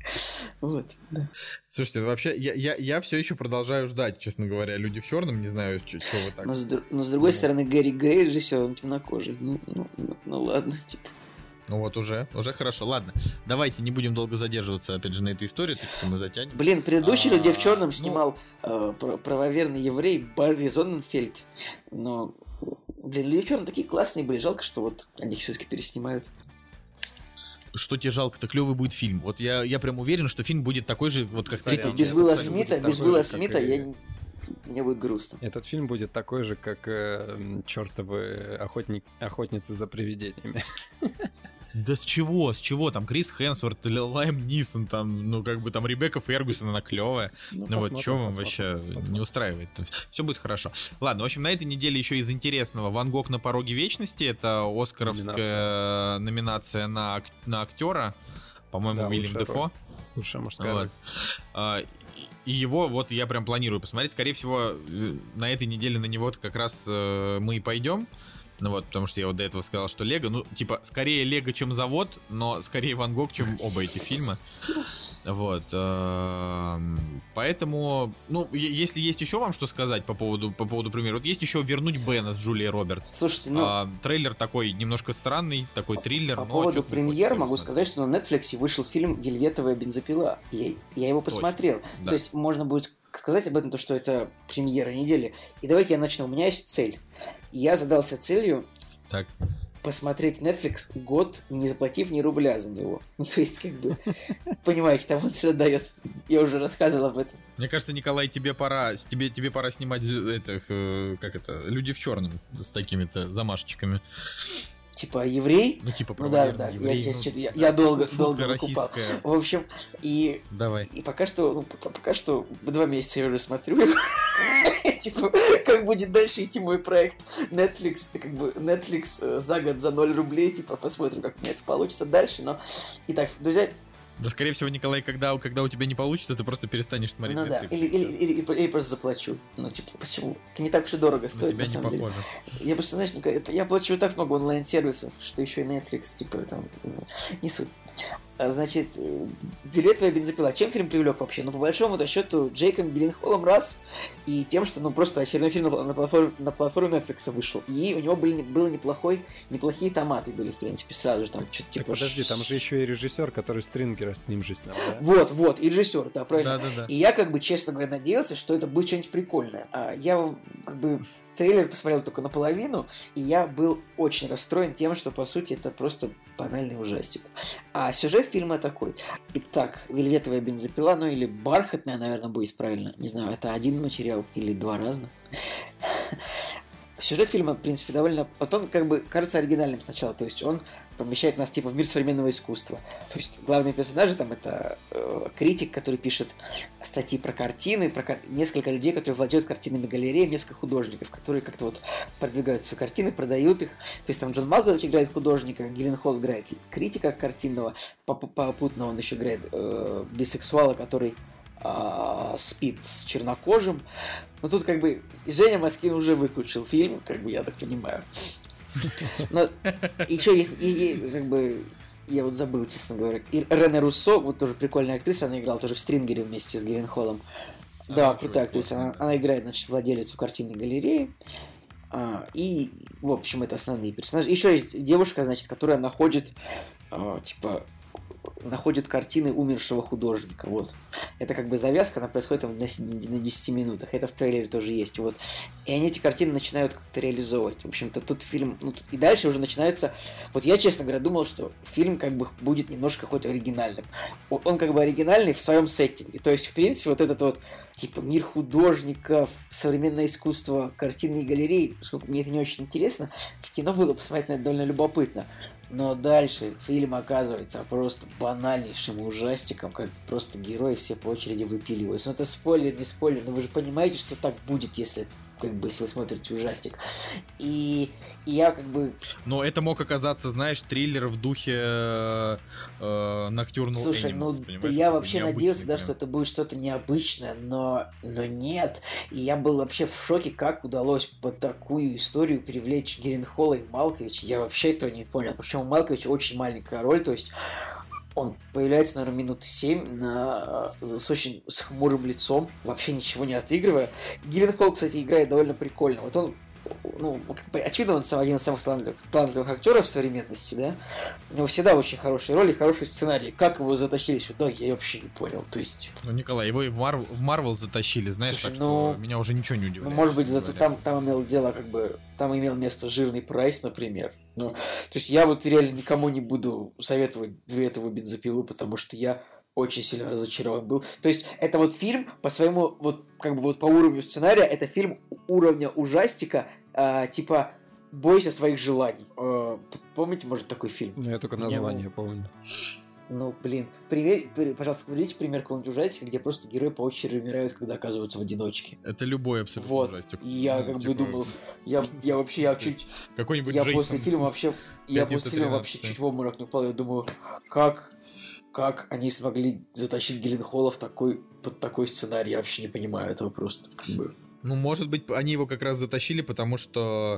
Вот, да.
Слушайте, ну вообще, я, я, я все еще продолжаю ждать, честно говоря. Люди в черном, не знаю, что вы так.
Но с, но с другой ну. стороны, Гэри Грей режиссер, он темнокожий. Ну, ну, ну, ну ладно, типа.
Ну вот уже, уже хорошо. Ладно, давайте не будем долго задерживаться, опять же, на этой истории, так что мы затянем.
Блин, предыдущий «Люди в черном» снимал ну... э, правоверный еврей Барри Зонненфельд. Но, блин, «Люди в черном» такие классные были. Жалко, что вот они все-таки переснимают.
Что тебе жалко-то, клевый будет фильм. Вот я, я прям уверен, что фильм будет такой же, вот как
типа, без Уилла Смита, без Уилла Смита я не... Мне будет грустно.
Этот фильм будет такой же, как э, чертовы охотник... охотницы за привидениями.
Да с чего, с чего? Там Крис Хемсворт, Лайм Нисон, там, ну, как бы там Ребекка Фергюсон, она клевая. Ну, ну вот, что вам вообще посмотрим. Не устраивает? Все будет хорошо. Ладно, в общем, на этой неделе еще из интересного «Ван Гог на пороге вечности». Это оскаровская номинация, номинация на, на актера, по-моему, да, Уильям Дефо.
Лучшая мужская роль.
Вот. И его вот я прям планирую посмотреть. Скорее всего, на этой неделе на него как раз мы и пойдем. Ну вот, потому что я вот до этого сказал, что Лего, ну, типа, скорее Лего, чем завод, но скорее Ван Гог, чем оба эти фильма. Вот. Поэтому, ну, если есть еще вам что сказать по поводу, по поводу примера, вот есть еще «Вернуть Бена» с Джулией Робертс.
Слушайте, ну...
А, трейлер такой немножко странный, такой триллер.
По поводу премьер могу сказать, что на Netflix вышел фильм «Вельветовая бензопила». Я, я его посмотрел. Да. То есть можно будет сказать об этом, то, что это премьера недели. И давайте я начну. У меня есть цель. Я задался целью
так.
посмотреть Netflix год, не заплатив ни рубля за него. Ну, то есть, как бы, понимаете, там он всегда дает. Я уже рассказывал об этом.
Мне кажется, Николай, тебе пора, тебе, тебе пора снимать этих, как это, «Люди в черном» с такими-то замашечками.
Типа еврей?
Ну, типа,
ну да, да, еврей, я, ну, я, я, я долго, долго выкупал. В общем, и,
Давай.
и пока что, ну, пока что два месяца я уже смотрю. Типа, как будет дальше идти мой проект Netflix, как бы Netflix за год за ноль рублей, типа, посмотрим, как у меня это получится дальше. Но, итак, друзья.
Да, скорее всего, Николай, когда, когда у тебя не получится, ты просто перестанешь смотреть
ну,
Netflix.
Да, или, или, или, или, или просто заплачу. Ну, типа, почему? Это не так уж и дорого стоит, на,
на тебя не похоже.
Деле. Я просто, знаешь, Николай, это, я плачу так много онлайн-сервисов, что еще и Netflix, типа, там, не суть. Значит, «Вельветовая бензопила». Чем фильм привлек вообще? Ну, по большому-то счету, Джейком Гилленхолом раз, и тем, что, ну, просто очередной фильм на, на, платформе, на платформе Netflix вышел. И у него были, было неплохой, неплохие томаты были, в принципе, сразу же там что-то типа...
Так, подожди, там же еще и режиссер, который Стрингера с ним же снял, да?
Вот, вот, и режиссер, да, правильно.
Да, да, да.
И я, как бы, честно говоря, надеялся, что это будет что-нибудь прикольное. А я, как бы... Трейлер посмотрел только наполовину, и я был очень расстроен тем, что, по сути, это просто банальный ужастик. А сюжет фильма такой. Итак, «Вельветовая бензопила», ну или «Бархатная», наверное, будет правильно. Не знаю, это один материал или два разных. Сюжет фильма, в принципе, довольно... Вот он, как бы, кажется оригинальным сначала. То есть он помещает нас, типа, в мир современного искусства. То есть главные персонажи там это э, критик, который пишет статьи про картины, про кар... несколько людей, которые владеют картинами галереи, несколько художников, которые как-то вот продвигают свои картины, продают их. То есть там Джон Малкович играет художника, Гилленхол играет критика картинного, попутно он еще играет э, бисексуала, который э, спит с чернокожим. Но тут как бы Женя Москвин уже выключил фильм, как бы я так понимаю. Но еще есть, и, и, как бы, я вот забыл, честно говоря, и Рене Руссо, вот тоже прикольная актриса, она играла тоже в «Стрингере» вместе с Гилленхолом. А, да, крутая актриса, она, она играет, значит, владелицу картинной галереи. А, и, в общем, это основные персонажи. Еще есть девушка, значит, которая находит, а, типа, находит картины умершего художника. Вот. Это как бы завязка, она происходит там, на, на десяти минутах. Это в трейлере тоже есть. Вот. И они эти картины начинают как-то реализовывать. В общем-то, тут фильм... Ну, тут... И дальше уже начинается... Вот я, честно говоря, думал, что фильм как бы будет немножко хоть оригинальным. Он как бы оригинальный в своем сеттинге. То есть, в принципе, вот этот вот типа мир художников, современное искусство, картинные галереи, поскольку мне это не очень интересно, в кино было посмотреть на это довольно любопытно. Но дальше фильм оказывается просто банальнейшим ужастиком, как просто герои все по очереди выпиливаются. Ну это спойлер, не спойлер, но вы же понимаете, что так будет, если, как бы, если вы смотрите ужастик. И, и я как бы...
Но это мог оказаться, знаешь, триллер в духе э, э, Nocturnal
Слушай,
Animals,
ну да я вообще надеялся, да, что это будет что-то необычное, но, но нет. И я был вообще в шоке, как удалось под такую историю привлечь Гилленхола и Малковича. Я вообще этого не понял. Причем у Малковича очень маленькая роль, то есть Он появляется, наверное, минут семь на... с очень с хмурым лицом, вообще ничего не отыгрывая. Гилленхол, кстати, играет довольно прикольно. Вот он, ну, как бы, очевидно, он сам один из самых талантливых, талантливых актеров современности, да? У него всегда очень хорошие роли, хороший сценарий. Как его затащили сюда, я вообще не понял. То есть...
Ну, Николай, его и в Марвел, в Марвел затащили, знаешь,
Слушай,
так
ну,
что меня уже ничего не удивляет.
Ну, может быть, зато
говоря.
там, там имел дело, как бы, там имел место жирный прайс, например. Ну, то есть я вот реально никому не буду советовать этого бензопилу, потому что я очень сильно разочарован был. То есть это вот фильм по своему, вот как бы вот по уровню сценария, это фильм уровня ужастика, э, типа «Бойся своих желаний». Э, помните, может, такой фильм?
Ну, я только название помню.
Ну, блин, пример, пожалуйста, приведите пример какого-нибудь ужастика, где просто герои по очереди умирают, когда оказываются в одиночке.
Это любой абсолютно
Вот.
ужастик.
И я
Ну,
как
типа,
бы думал, я, я вообще, я чуть...
Какой-нибудь
Я
Джейсон.
после фильма вообще... Я
пятница
после фильма вообще
тринадцатое.
чуть в обморок не упал. Я думаю, как... Как они смогли затащить Гилленхола в такой... под такой сценарий? Я вообще не понимаю этого просто. Как бы.
Ну, может быть, они его как раз затащили, потому что,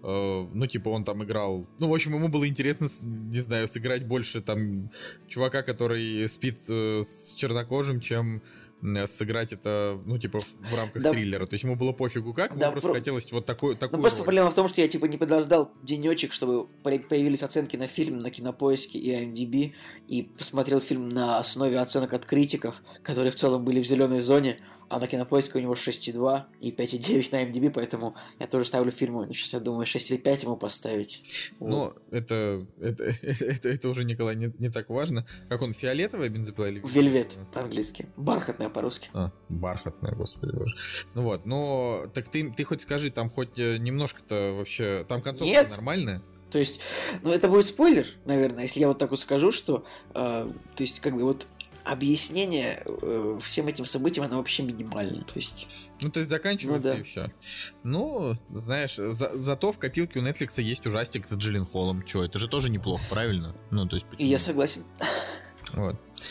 э, ну, типа, он там играл... Ну, в общем, ему было интересно, с- не знаю, сыграть больше там чувака, который спит э, с чернокожим, чем э, сыграть это, ну, типа, в, в рамках
Да.
триллера. То есть ему было пофигу как, ему
Да,
просто
про-
хотелось вот такой, такую
Ну, просто
роль.
проблема в том, что я типа не подождал денечек, чтобы по- появились оценки на фильм на Кинопоиске и ай эм ди би, и посмотрел фильм на основе оценок от критиков, которые в целом были в зеленой зоне, а на Кинопоиске у него шесть и два и пять и девять на ай эм ди би, поэтому я тоже ставлю фильму, ну, сейчас я думаю, шесть или пять ему поставить. Вот.
Ну, это, это, это, это уже, Николай, не, не так важно. Как он, фиолетовая бензопила или...
Вельвет по-английски, бархатная по-русски.
А, бархатная, господи боже. Ну вот, но так ты, ты хоть скажи, там хоть э, немножко-то вообще... Там концовка
Нет.
нормальная?
То есть, ну это будет спойлер, наверное, если я вот так вот скажу, что, э, то есть, как бы вот объяснение э, всем этим событиям, оно вообще минимально, то есть...
Ну, то есть заканчивается
Ну да.
и все. Ну, знаешь, за- зато в копилке у Netflix есть ужастик с Джилленхолом. Чё, это же тоже неплохо, правильно? Ну, то есть
И
почему?
я согласен.
Вот.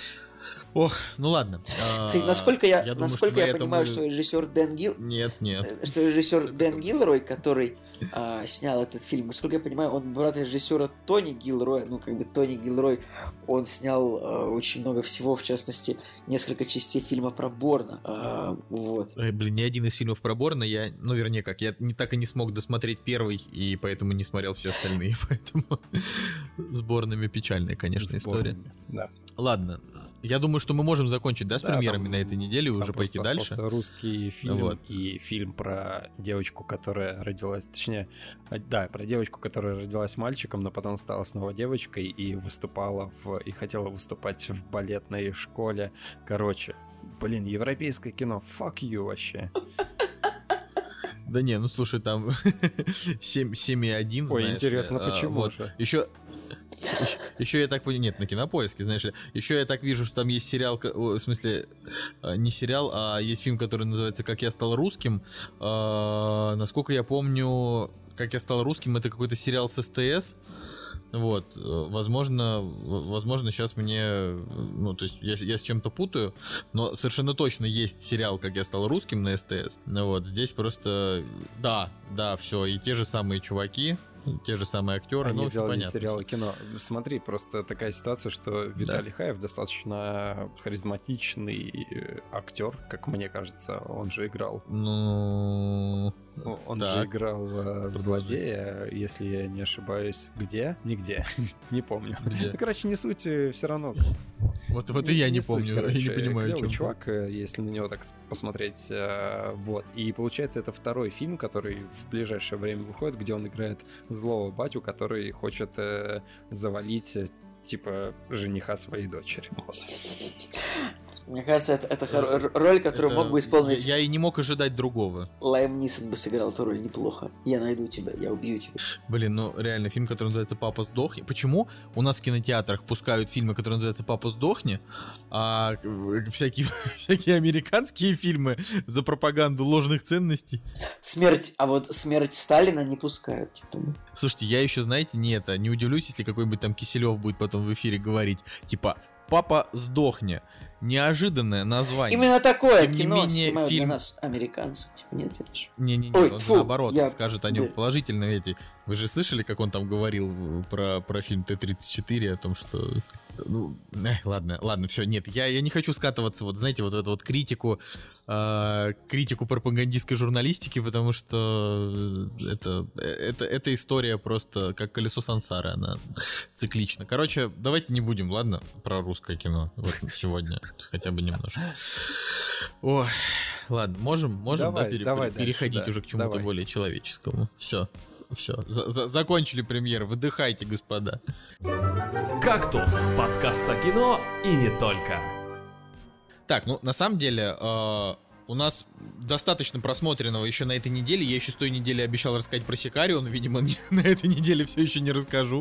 Ох, ну ладно.
Кстати,
А,
насколько я,
думаю,
насколько
что на
я
этом
понимаю,
мы-
что режиссер Дэн Гил...
Нет, нет.
э, что режиссер Дэн Гилрой, который а, снял этот фильм, насколько я понимаю, он брат режиссера Тони Гилроя, ну, как бы Тони Гилрой, он снял а, очень много всего, в частности, несколько частей фильма про Борна, а, вот.
Ой, блин, ни один из фильмов про Борна я, ну, вернее, как, я не так и не смог досмотреть первый, и поэтому не смотрел все остальные, поэтому с Борнами печальная, конечно, история.
Сборными, Да.
Ладно, я думаю, что мы можем закончить, да, с
Да,
премьерами
там-
на этой неделе и
Там
уже пойти
просто
дальше.
остался русский фильм
Вот.
и фильм про девочку, которая родилась, точнее, а, да, про девочку, которая родилась мальчиком, но потом стала снова девочкой и выступала в и хотела выступать в балетной школе. Короче, блин, европейское кино, fuck you вообще.
Да не, ну слушай, там семь и один,
Ой,
знаешь
интересно,
ли. А,
почему
вот.
же?
Еще, еще я так понял, нет, на Кинопоиске, знаешь ли. Еще я так вижу, что там есть сериал, ко- о, в смысле, а, не сериал, а есть фильм, который называется «Как я стал русским». А, насколько я помню, «Как я стал русским» — это какой-то сериал с СТС. Вот, э, возможно, в- возможно, сейчас мне, э, ну, то есть я, я с чем-то путаю, но совершенно точно есть сериал «Как я стал русским» на СТС. Ну вот, здесь просто, да, да, все, и те же самые чуваки, те же самые актеры,
Они
ну, в общем,
сделали
понятно.
сериал и кино. Смотри, просто такая ситуация, что Виталий Хаев достаточно харизматичный э, актер, как мне кажется, он же играл.
Ну,
Ну, Он
так.
же играл э, злодея, если я не ошибаюсь. Где? Нигде. Не помню.
Где?
Ну, короче, не суть, все равно.
Вот, вот и я не,
суть,
помню, я
короче.
не понимаю, о
Клёвый
чем.
чувак, э, если на него так с- посмотреть. э, Вот. И получается, это второй фильм, который в ближайшее время выходит, где он играет злого батю, который хочет э, завалить, э, типа, жениха своей дочери. Вот.
Мне кажется, это, это хоро- р- роль, которую
Это-
мог бы исполнить
Я, я и не мог ожидать другого.
Лайм Нисон бы сыграл эту роль неплохо. Я найду тебя, я убью тебя.
Блин, ну реально, фильм, который называется «Папа, сдохни». Почему у нас в кинотеатрах пускают фильмы, которые называются «Папа, сдохни», а э, всякие, всякие американские фильмы за пропаганду ложных ценностей?
Смерть, а вот смерть Сталина не пускают. Типа.
Слушайте, я еще, знаете, не это, не удивлюсь, если какой-нибудь там Киселев будет потом в эфире говорить, типа «Папа, сдохни». Неожиданное название.
Именно такое
Тем не
кино
менее,
снимают
фильм-
для нас американцы. Типа, нет, видишь?
Не-не-не,
Ой,
он
тьфу,
наоборот,
я-
он скажет о нем
да.
положительно эти. Вы же слышали, как он там говорил про, про фильм Т тридцать четыре, о том, что... Ну, э, ладно, ладно, все, нет, я, я не хочу скатываться, вот, знаете, вот эту вот критику, э, критику пропагандистской журналистики, потому что это, это, эта история просто как колесо сансары, она циклична. Короче, давайте не будем, ладно, про русское кино вот сегодня, хотя бы немножко. Ой, ладно, можем, можем,
давай,
да, пере,
давай
переходить
дальше,
уже
да,
к чему-то
давай.
более человеческому. Все. Все, за- за- закончили премьеру, выдыхайте, господа.
«Кактус» — подкаст о кино и не только.
Так, ну, на самом деле, э, у нас достаточно просмотренного еще на этой неделе. Я еще с той недели обещал рассказать про Сикарио, но, видимо, на этой неделе все еще не расскажу.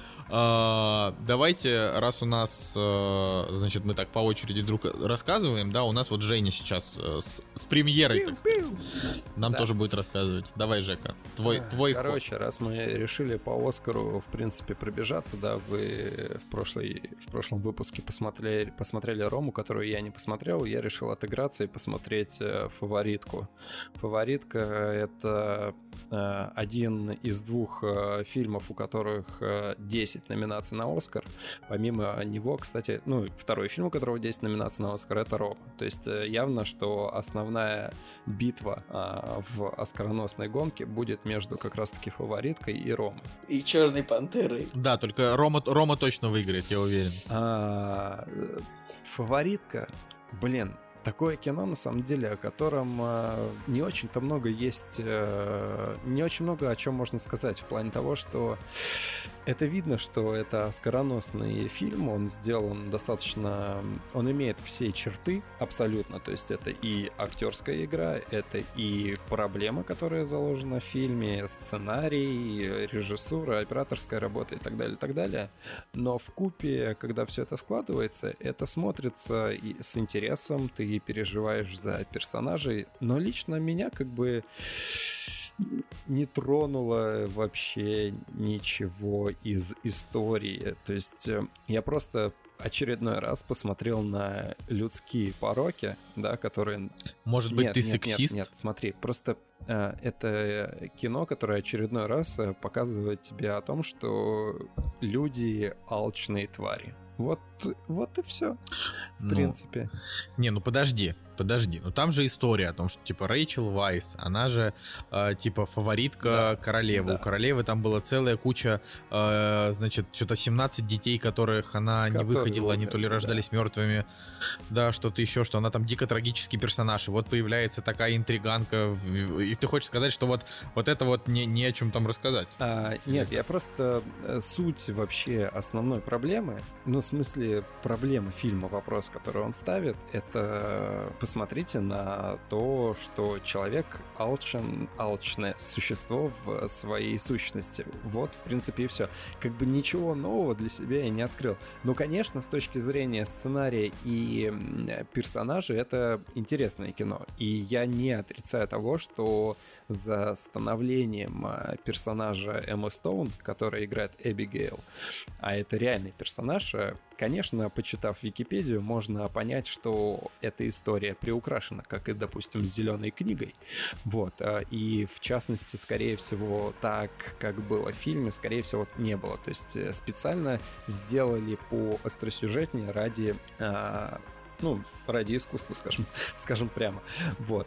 Э, давайте, раз у нас, э, значит, мы так по очереди друг рассказываем, да, у нас вот Женя сейчас э, с, с премьерой, так сказать, нам
Да.
тоже будет рассказывать. Давай, Жека, твой, твой ход.
Короче, раз мы решили по Оскару, в принципе, пробежаться, да, вы в, прошлой, в прошлом выпуске посмотрели, посмотрели Рому, которую я не посмотрел, я решил отыграться и посмотреть э, «Фаворитку». «Фаворитка» — это э, один из двух э, фильмов, у которых э, десять номинаций на Оскар. Помимо него, кстати, ну, второй фильм, у которого десять номинаций на Оскар, это «Рома». То есть э, явно, что основная битва э, в оскароносной гонке будет между как раз-таки «Фавориткой» и «Ромой».
И Черной Пантерой.
Да, только Рома, Рома точно выиграет, я уверен.
А, э, «Фаворитка», блин, такое кино, на самом деле, о котором э, не очень-то много есть, э, не очень много о чем можно сказать, в плане того, что это видно, что это оскароносный фильм, он сделан достаточно... Он имеет все черты абсолютно, то есть это и актерская игра, это и проблема, которая заложена в фильме, сценарий, режиссура, операторская работа и так далее, и так далее. Но вкупе, когда все это складывается, это смотрится и с интересом, ты переживаешь за персонажей, но лично меня как бы не тронуло вообще ничего из истории. То есть э, я просто очередной раз посмотрел на людские пороки, да, которые...
Может быть,
нет,
ты
нет,
сексист?
Нет, нет, смотри, просто э, это кино, которое очередной раз э, показывает тебе о том, что люди алчные твари. Вот, вот и все, в
Ну,
принципе.
Не, ну подожди, подожди. Ну там же история о том, что типа Рэйчел Вайс, она же э, типа фаворитка
Да,
королевы.
да.
У королевы там была целая куча, э, значит, что-то семнадцать детей, которых она не
Которые
выходила, они то ли
умерли,
рождались мертвыми, да, что-то еще, что она там дико трагический персонаж. И вот появляется такая интриганка, в- и ты хочешь сказать, что вот, вот это вот не, не о чем там рассказать.
А, нет, я просто э, суть вообще основной проблемы, ну, в смысле, проблема фильма, вопрос, который он ставит, это посмотрите на то, что человек алчен, алчное существо в своей сущности. Вот, в принципе, и все. Как бы ничего нового для себя я не открыл. Но, конечно, с точки зрения сценария и м, персонажей, это интересное кино. И я не отрицаю того, что за становлением а, персонажа Эммы Стоун, которая играет Эбигейл, а это реальный персонаж, а, конечно, почитав Википедию, можно понять, что эта история приукрашена, как и, допустим, с «Зеленой книгой». Вот. а, И, в частности, скорее всего, так, как было в фильме, скорее всего, не было. То есть э, специально сделали по остросюжетнее ради... а, ну, ради искусства, скажем, скажем прямо. Вот.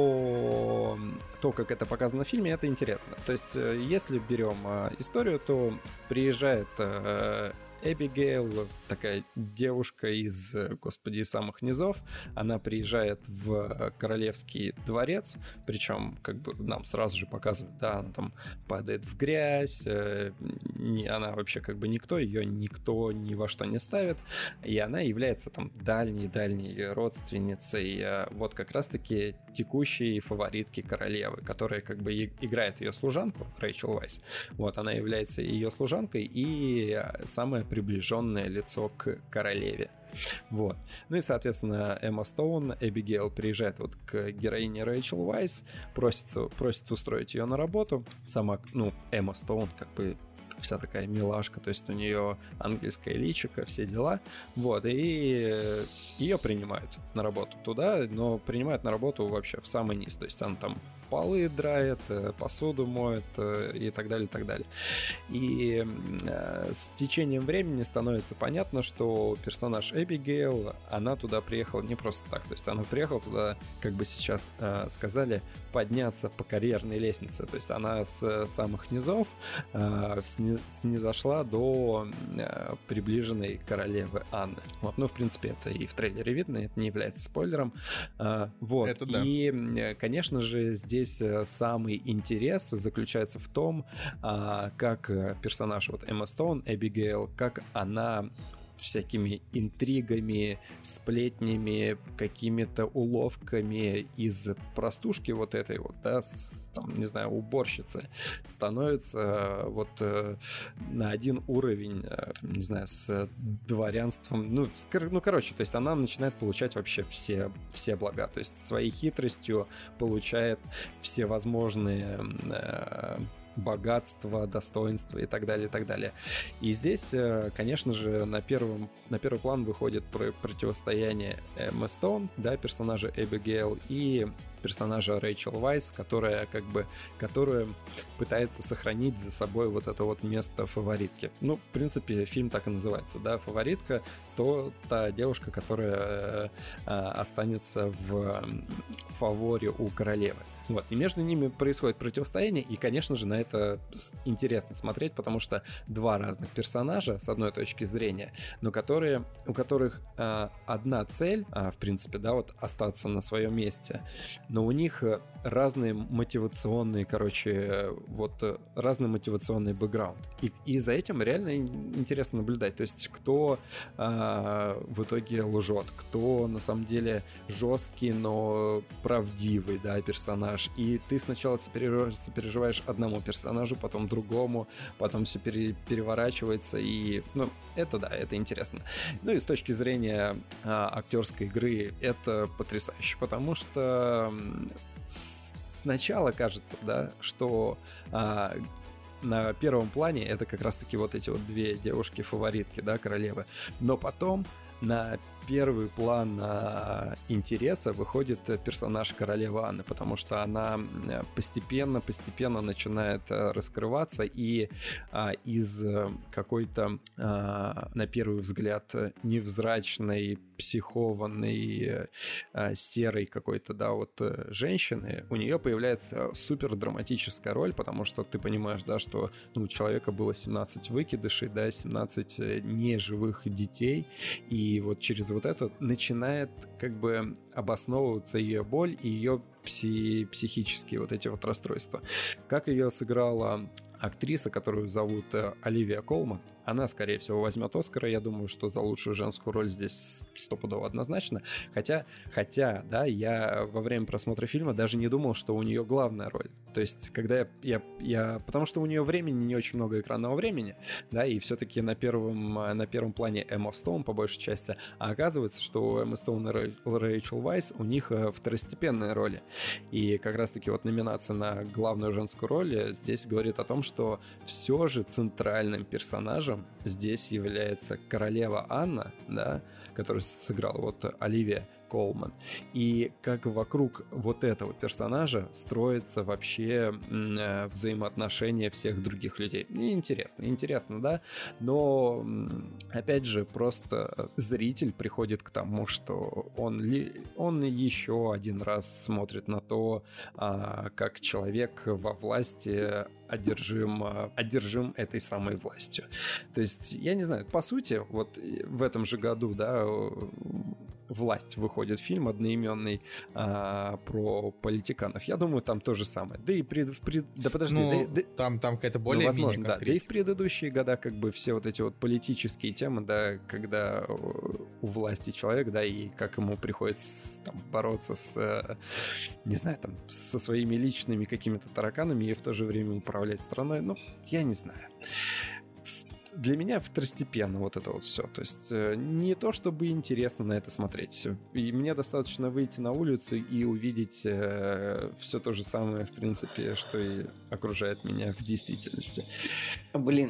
Но то, как это показано в фильме, это интересно. То есть, э, если берем э, историю, то приезжает э, Эбигейл, такая девушка из, э, господи, из самых низов. Она приезжает в королевский дворец, причем, как бы, нам сразу же показывают, да, она там падает в грязь, э, не, она вообще как бы никто, ее никто ни во что не ставит, и она является там дальней-дальней родственницей э, вот как раз-таки текущей фаворитки королевы, которая как бы и- играет ее служанку, Рэйчел Вайс. Вот, она является ее служанкой и э, самое приближенное лицо к королеве. Вот. Ну и, соответственно, Эмма Стоун, Эбигейл приезжает вот к героине Рэйчел Вайс, просится, просит устроить ее на работу. Сама, ну, Эмма Стоун как бы вся такая милашка, то есть у нее ангельское личико, все дела, вот, и ее принимают на работу туда, но принимают на работу вообще в самый низ, то есть она там полы драит, посуду моет и так далее, и так далее. И с течением времени становится понятно, что персонаж Эбигейл, она туда приехала не просто так. То есть она приехала туда, как бы сейчас сказали, подняться по карьерной лестнице. То есть она с самых низов снизошла до приближенной королевы Анны. Вот. Ну, в принципе, это и в трейлере видно, это не является спойлером. Вот.
Это да.
И, конечно же, здесь самый интерес заключается в том, как персонаж вот Эмма Стоун, Эбигейл, как она всякими интригами, сплетнями, какими-то уловками из простушки вот этой вот, да, с, там, не знаю, уборщицы, становится вот э, на один уровень, э, не знаю, с дворянством, ну, с, ну, короче, то есть она начинает получать вообще все, все блага, то есть своей хитростью получает все возможные э, богатство, достоинство и так далее, и так далее. И здесь, конечно же, на, первом, на первый план выходит противостояние Эммы Стоун, да, персонажа Эбигейл, и персонажа Рэйчел Вайс, которая как бы, которая пытается сохранить за собой вот это вот место фаворитки. Ну, в принципе, фильм так и называется, да, фаворитка, то та девушка, которая э, останется в фаворе у королевы. Вот, и между ними происходит противостояние, и, конечно же, на это интересно смотреть, потому что два разных персонажа, с одной точки зрения, но которые, у которых э, одна цель, а, в принципе, да, вот остаться на своем месте, но у них разные мотивационные, короче, вот разный мотивационный бэкграунд. И, и за этим реально интересно наблюдать, то есть кто э, в итоге лжет, кто на самом деле жесткий, но правдивый, да, персонаж. И ты сначала сопереживаешь, сопереживаешь одному персонажу, потом другому, потом все пере, переворачивается, и, ну, это да, это интересно. Ну и с точки зрения а, актерской игры это потрясающе, потому что сначала кажется, да, что а, на первом плане это как раз-таки вот эти вот две девушки-фаворитки, да, королевы, но потом на первый план а, интереса выходит персонаж королевы Анны, потому что она постепенно-постепенно начинает а, раскрываться, и а, из какой-то, а, на первый взгляд, невзрачной, психованной, а, серой какой-то, да, вот женщины, у нее появляется супер драматическая роль, потому что ты понимаешь, да, что, ну, у человека было семнадцать выкидышей, да, семнадцать неживых детей, и вот через вот это начинает как бы обосновываться ее боль и ее пси- психические вот эти вот расстройства. Как ее сыграла актриса, которую зовут Оливия Колман, она, скорее всего, возьмет Оскара. Я думаю, что за лучшую женскую роль здесь стопудово однозначно. Хотя, хотя, да, я во время просмотра фильма даже не думал, что у нее главная роль. То есть, когда я... я, я потому что у нее времени не очень много экранного времени, да, и все-таки на первом, на первом плане Эмма Стоун, по большей части. А оказывается, что у Эммы Стоун и Рэй, Рэйчел Вайс у них второстепенные роли. И как раз-таки вот номинация на главную женскую роль здесь говорит о том, что все же центральным персонажем здесь является королева Анна, да, которую сыграла вот Оливия Колман. И как вокруг вот этого персонажа строятся вообще э, взаимоотношения всех других людей. И интересно, интересно, да? Но, опять же, просто зритель приходит к тому, что он, ли, он еще один раз смотрит на то, а, как человек во власти одержим, одержим этой самой властью. То есть, я не знаю, по сути, вот в этом же году, да, «Власть» выходит фильм одноименный а, про политиканов. Я думаю, там то же самое. Да и пред, в пред... да подожди,
ну,
да,
там, там какая-то более-менее
ну, возможно, да. Да и в предыдущие года как бы все вот эти вот политические темы, да, когда у власти человек, да, и как ему приходится там бороться с, не знаю, там, со своими личными какими-то тараканами и в то же время управлять страной, ну, я не знаю. Для меня второстепенно вот это вот все. То есть не то, чтобы интересно на это смотреть. И мне достаточно выйти на улицу и увидеть э, все то же самое, в принципе, что и окружает меня в действительности.
Блин,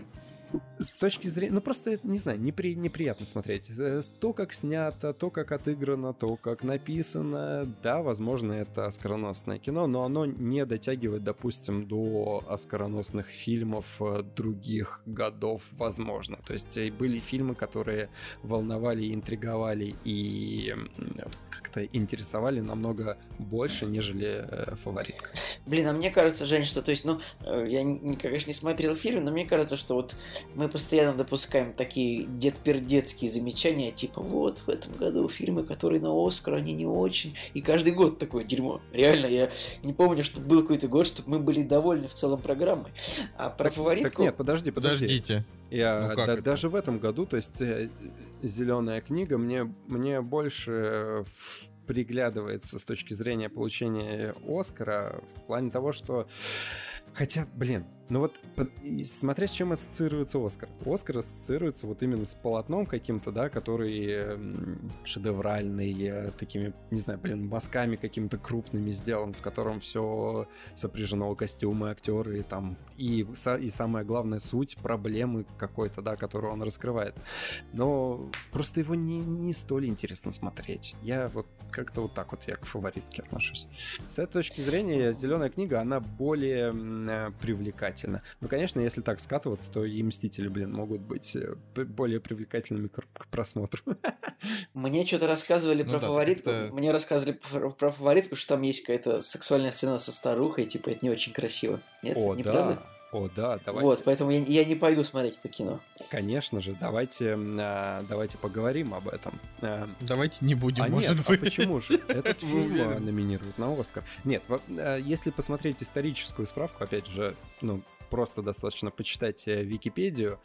с точки зрения, ну просто, не знаю, непри, неприятно смотреть. То, как снято, то, как отыграно, то, как написано, да, возможно, это оскароносное кино, но оно не дотягивает, допустим, до оскароносных фильмов других годов, возможно. То есть были фильмы, которые волновали, интриговали и как-то интересовали намного больше, нежели «Фаворитка».
Блин, а мне кажется, Жень, что, то есть, ну, я, конечно, не смотрел фильм, но мне кажется, что вот мы постоянно допускаем такие дед-пердецкие замечания, типа, вот, в этом году фильмы, которые на Оскар, они не очень, и каждый год такое дерьмо. Реально, я не помню, что был какой-то год, чтобы мы были довольны в целом программой. А про «Фаворитку»...
Так нет, подожди, подожди.
Подождите.
Я,
ну,
да, даже в этом году, то есть «Зеленая книга» мне, мне больше приглядывается с точки зрения получения Оскара в плане того, что... Хотя, блин, ну вот смотря с чем ассоциируется Оскар. Оскар ассоциируется вот именно с полотном каким-то, да, который шедевральный, такими, не знаю, блин, мазками какими-то крупными сделан, в котором все сопряжено, костюмы, актеры, там, и, и самое главное, суть проблемы какой-то, да, которую он раскрывает. Но просто его не, не столь интересно смотреть. Я вот как-то вот так вот я к «Фаворитке» отношусь. С этой точки зрения «Зеленая книга», она более привлекательна. Ну, конечно, если так скатываться, то и «Мстители», блин, могут быть более привлекательными к, к просмотру.
Мне что-то рассказывали ну, про да, «Фаворитку». Это... Мне рассказывали про, про «Фаворитку», что там есть какая-то сексуальная сцена со старухой, типа, это не очень красиво. Нет,
О,
не
да.
правда?
О, да, давайте.
Вот, поэтому я, я не пойду смотреть это кино.
Конечно же, давайте, а, давайте поговорим об этом.
А, давайте не будем,
а
может
нет,
быть.
А почему же? Этот фильм номинируют на Оскар. Нет, если посмотреть историческую справку, опять же, ну, просто достаточно почитать Википедию,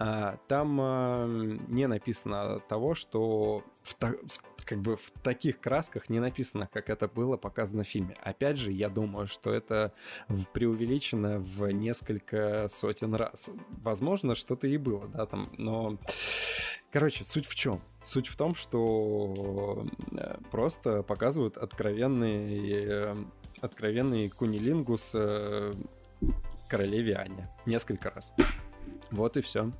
там не написано того, что в, в, как бы в таких красках не написано, как это было показано в фильме. Опять же, я думаю, что это преувеличено в несколько сотен раз. Возможно, что-то и было, да, там, но... Короче, суть в чем? Суть в том, что просто показывают откровенный, откровенный кунилингус королеве Анне. Несколько раз. Вот и все.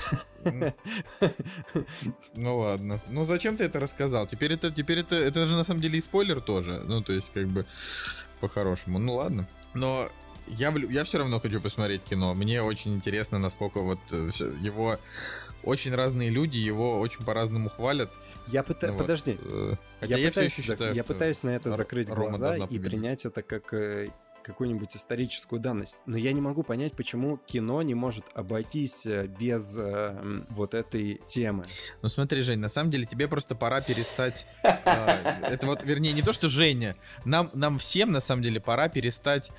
Ну ладно. Ну зачем ты это рассказал? Теперь это, теперь это, это же на самом деле и спойлер тоже. Ну то есть как бы по-хорошему. Ну ладно. Но я, я все равно хочу посмотреть кино. Мне очень интересно, насколько вот его очень разные люди его очень по-разному хвалят.
Я пытаюсь...
Ну,
Подожди.
Вот. Хотя я, я все еще считаю,
я пытаюсь на это закрыть
Рома
глаза и принять это как какую-нибудь историческую данность. Но я не могу понять, почему кино не может обойтись без э, вот этой темы.
Ну смотри, Жень, на самом деле тебе просто пора перестать... Это вот, вернее, не то, что Женя. Нам всем, на самом деле, пора перестать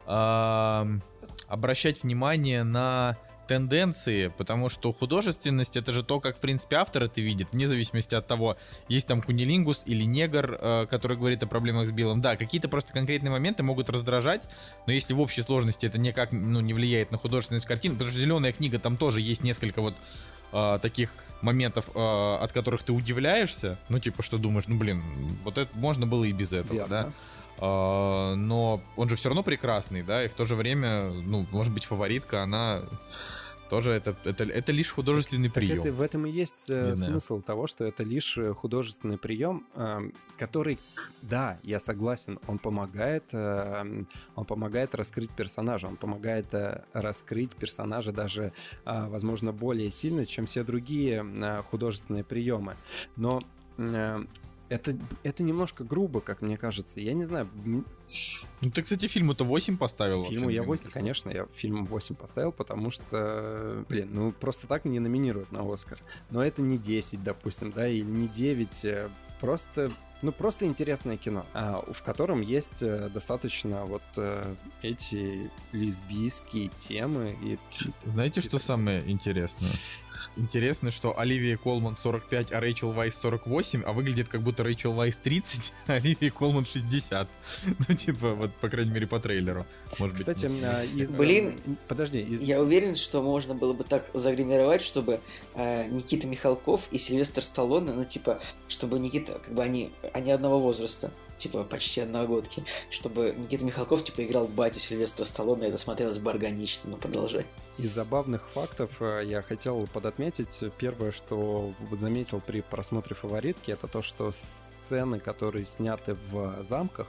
обращать внимание на тенденции, потому что художественность — это же то, как, в принципе, автор это видит, вне зависимости от того, есть там кунилингус или негр, э, который говорит о проблемах с Биллом. Да, какие-то просто конкретные моменты могут раздражать, но если в общей сложности это никак, ну, не влияет на художественность картины, потому что «Зеленая книга», там тоже есть несколько вот э, таких моментов, э, от которых ты удивляешься, ну, типа, что думаешь, ну, блин, вот это можно было и без этого, Верно. да? Uh, но он же все равно прекрасный, да, и в то же время, ну, может быть, «Фаворитка», она тоже это, это, это лишь художественный так прием.
Это, в этом и есть Не смысл знаю. того, что это лишь художественный прием, который, да, я согласен, он помогает, он помогает раскрыть персонажа, он помогает раскрыть персонажа даже, возможно, более сильно, чем все другие художественные приемы. Но Это, это немножко грубо, как мне кажется. Я не знаю.
Ну, ты, кстати, фильму-то восемь поставил.
Фильму я восемь, конечно, я фильму восемь поставил, потому что, блин, ну просто так не номинируют на Оскар. Но это не десять, допустим, да, или не девять. Просто, ну, просто интересное кино, в котором есть достаточно вот эти лесбийские темы. И,
Знаете,
и
что самое интересное? Интересно, что Оливия Колман сорок пять, а Рэйчел Вайс сорок восемь, а выглядит как будто Рэйчел Вайс тридцать, а Оливия Колман шестьдесят. Ну, типа, вот, по крайней мере, по трейлеру. Может
Кстати,
быть.
а, из...
Блин,
подожди. Из...
Я уверен, что можно было бы так загримировать, чтобы э, Никита Михалков и Сильвестр Сталлоне, ну, типа, чтобы Никита, как бы они, они одного возраста, типа, почти одногодки, чтобы Никита Михалков, типа, играл батю Сильвестра Сталлоне, и это смотрелось бы органично, но продолжай.
Из забавных фактов я хотел подотметить. Первое, что заметил при просмотре «Фаворитки», это то, что сцены, которые сняты в замках,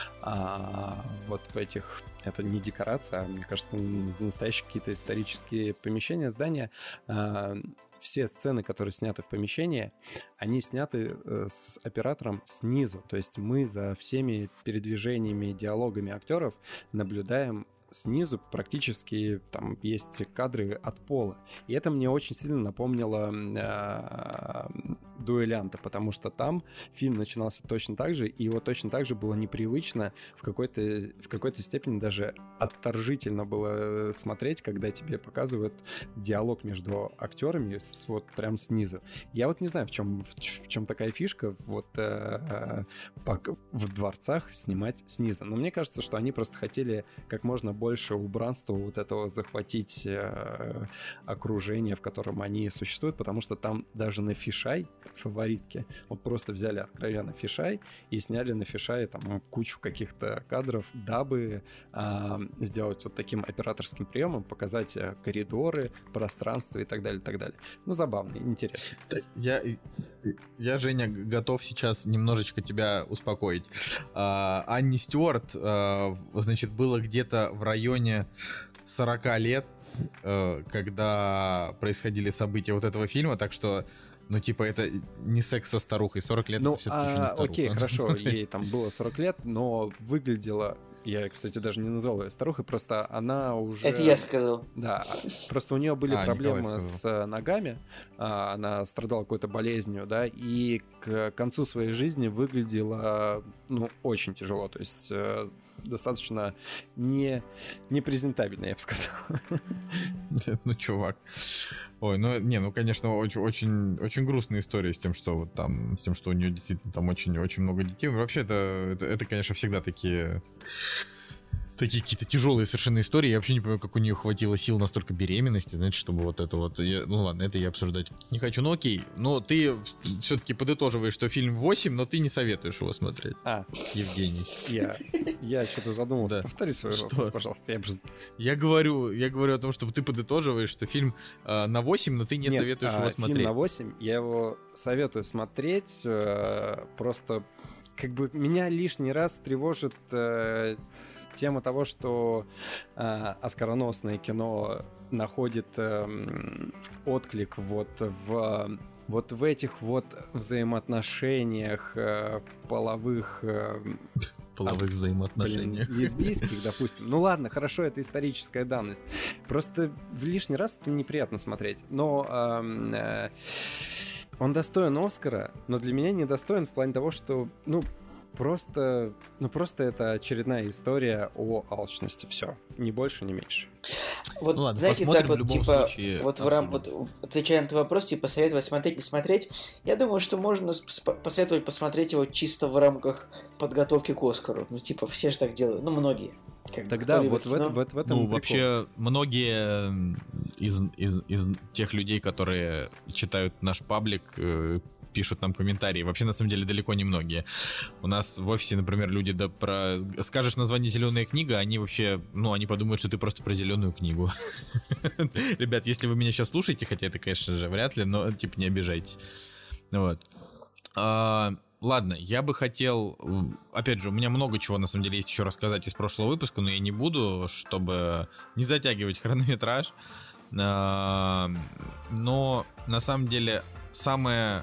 а, вот в этих, это не декорация, а, мне кажется, настоящие какие-то исторические помещения, здания, а, все сцены, которые сняты в помещении, они сняты э, с оператором снизу. То есть мы за всеми передвижениями, диалогами актеров наблюдаем снизу, практически там есть кадры от пола. И это мне очень сильно напомнило э, «Дуэлянта», потому что там фильм начинался точно так же, и его точно так же было непривычно, в какой-то, в какой-то степени даже отторжительно было смотреть, когда тебе показывают диалог между актерами с, вот прям снизу. Я вот не знаю, в чем, в, в чем такая фишка вот э, э, в дворцах снимать снизу. Но мне кажется, что они просто хотели как можно больше убранства вот этого захватить э, окружение, в котором они существуют, потому что там даже на фишай, «Фаворитке», вот просто взяли откровенно фишай и сняли на фишае там кучу каких-то кадров, дабы э, сделать вот таким операторским приемом, показать коридоры, пространство и так далее, и так далее. Ну, забавно, интересно.
Я, я, Женя, готов сейчас немножечко тебя успокоить. А, Анни Стюарт, а, значит, было где-то в районе сорок лет, а, когда происходили события вот этого фильма, так что, ну, типа, это не секс со старухой, сорок лет, ну, это все-таки а, еще не старуха.
Окей, хорошо, ей там было сорок лет, но выглядела... Я, кстати, даже не назвал ее старухой, просто она уже...
Это я сказал.
Да, просто у нее были
а,
проблемы с ногами, она страдала какой-то болезнью, да, и к концу своей жизни выглядела, ну, очень тяжело, то есть достаточно не, непрезентабельно, я бы сказал.
Ну, чувак. Ой, ну, не, ну, конечно, очень, очень, очень грустная история с тем, что вот там, с тем, что у нее действительно там очень, очень много детей. Вообще, это, это, это, конечно, всегда такие... Такие какие-то тяжелые совершенно истории. Я вообще не понимаю, как у нее хватило сил настолько беременности, знаете, чтобы вот это вот... Я, ну ладно, это я обсуждать не хочу. Ну окей, но ты все-таки подытоживаешь, что фильм восемь, но ты не советуешь его смотреть.
А,
Евгений.
Я, я что-то задумался. Да. Повтори свой
что?
вопрос, пожалуйста. Я, просто...
я, говорю, я говорю о том, что ты подытоживаешь, что фильм э, на восемь, но ты не
Нет,
советуешь
а,
его смотреть.
Фильм на восемь, я его советую смотреть. Э, просто как бы меня лишний раз тревожит... Э, тема того, что э, оскароносное кино находит э, отклик вот в, вот в этих вот взаимоотношениях э, половых... Э,
половых взаимоотношениях.
Блин, лесбийских, допустим. Ну ладно, хорошо, это историческая данность. Просто в лишний раз это неприятно смотреть. Но... Э, э, он достоин Оскара, но для меня недостоин в плане того, что, ну, Просто, ну просто это очередная история о алчности, все, ни больше, ни меньше.
Вот,
ну, ладно,
знаете, так вот, типа,
случае,
вот, в рам... вот отвечая на твой вопрос, типа, советовать смотреть, не смотреть, я думаю, что можно посоветовать посмотреть его чисто в рамках подготовки к Оскару. Ну, типа, все же так делают, ну, многие. Как
Тогда вот в, это, в, в этом
Ну,
прикол.
вообще, многие из, из, из тех людей, которые читают наш паблик, пишут нам комментарии. Вообще, на самом деле, далеко не многие. У нас в офисе, например, люди да про... Скажешь название «Зеленая книга», они вообще, ну, они подумают, что ты просто про зеленую книгу. Ребят, если вы меня сейчас слушаете, хотя это, конечно же, вряд ли, но, типа, не обижайтесь. Вот. А, ладно, я бы хотел... Опять же, у меня много чего, на самом деле, есть еще рассказать из прошлого выпуска, но я не буду, чтобы не затягивать хронометраж. А, но, на самом деле, самое...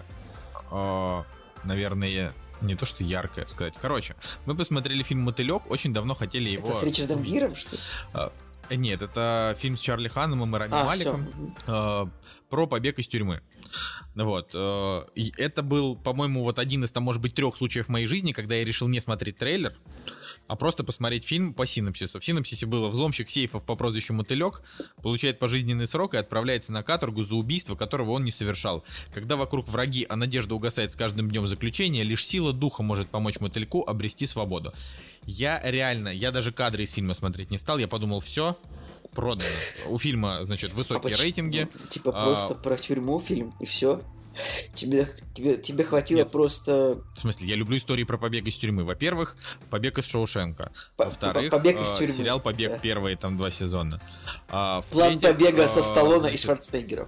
наверное, не то что яркое сказать. Короче, мы посмотрели фильм «Мотылек», очень давно хотели его...
Это с Ричардом
увидеть.
Гиром, что ли?
А, нет, это фильм с Чарли Ханнемом и Рами
а,
Маликом а, про побег из тюрьмы. Вот. А, и это был, по-моему, вот один из, там, может быть, трех случаев в моей жизни, когда я решил не смотреть трейлер а просто посмотреть фильм по синопсису. В синопсисе было: взломщик сейфов по прозвищу Мотылек получает пожизненный срок и отправляется на каторгу за убийство, которого он не совершал. Когда вокруг враги, а надежда угасает с каждым днем заключения, лишь сила духа может помочь Мотыльку обрести свободу. Я реально, я даже кадры из фильма смотреть не стал, я подумал, все, продано. У фильма, значит, высокие а рейтинги.
Ну, типа
а...
просто про тюрьму фильм, и все. Тебе, тебе, тебе хватило
Нет,
просто...
В смысле, я люблю истории про побег из тюрьмы. Во-первых, побег из Шоушенка. Во-вторых,
побег из тюрьмы.
Сериал «Побег», да. Первые там два сезона. А,
План побега а, со Сталлоне значит, и Шварценеггером.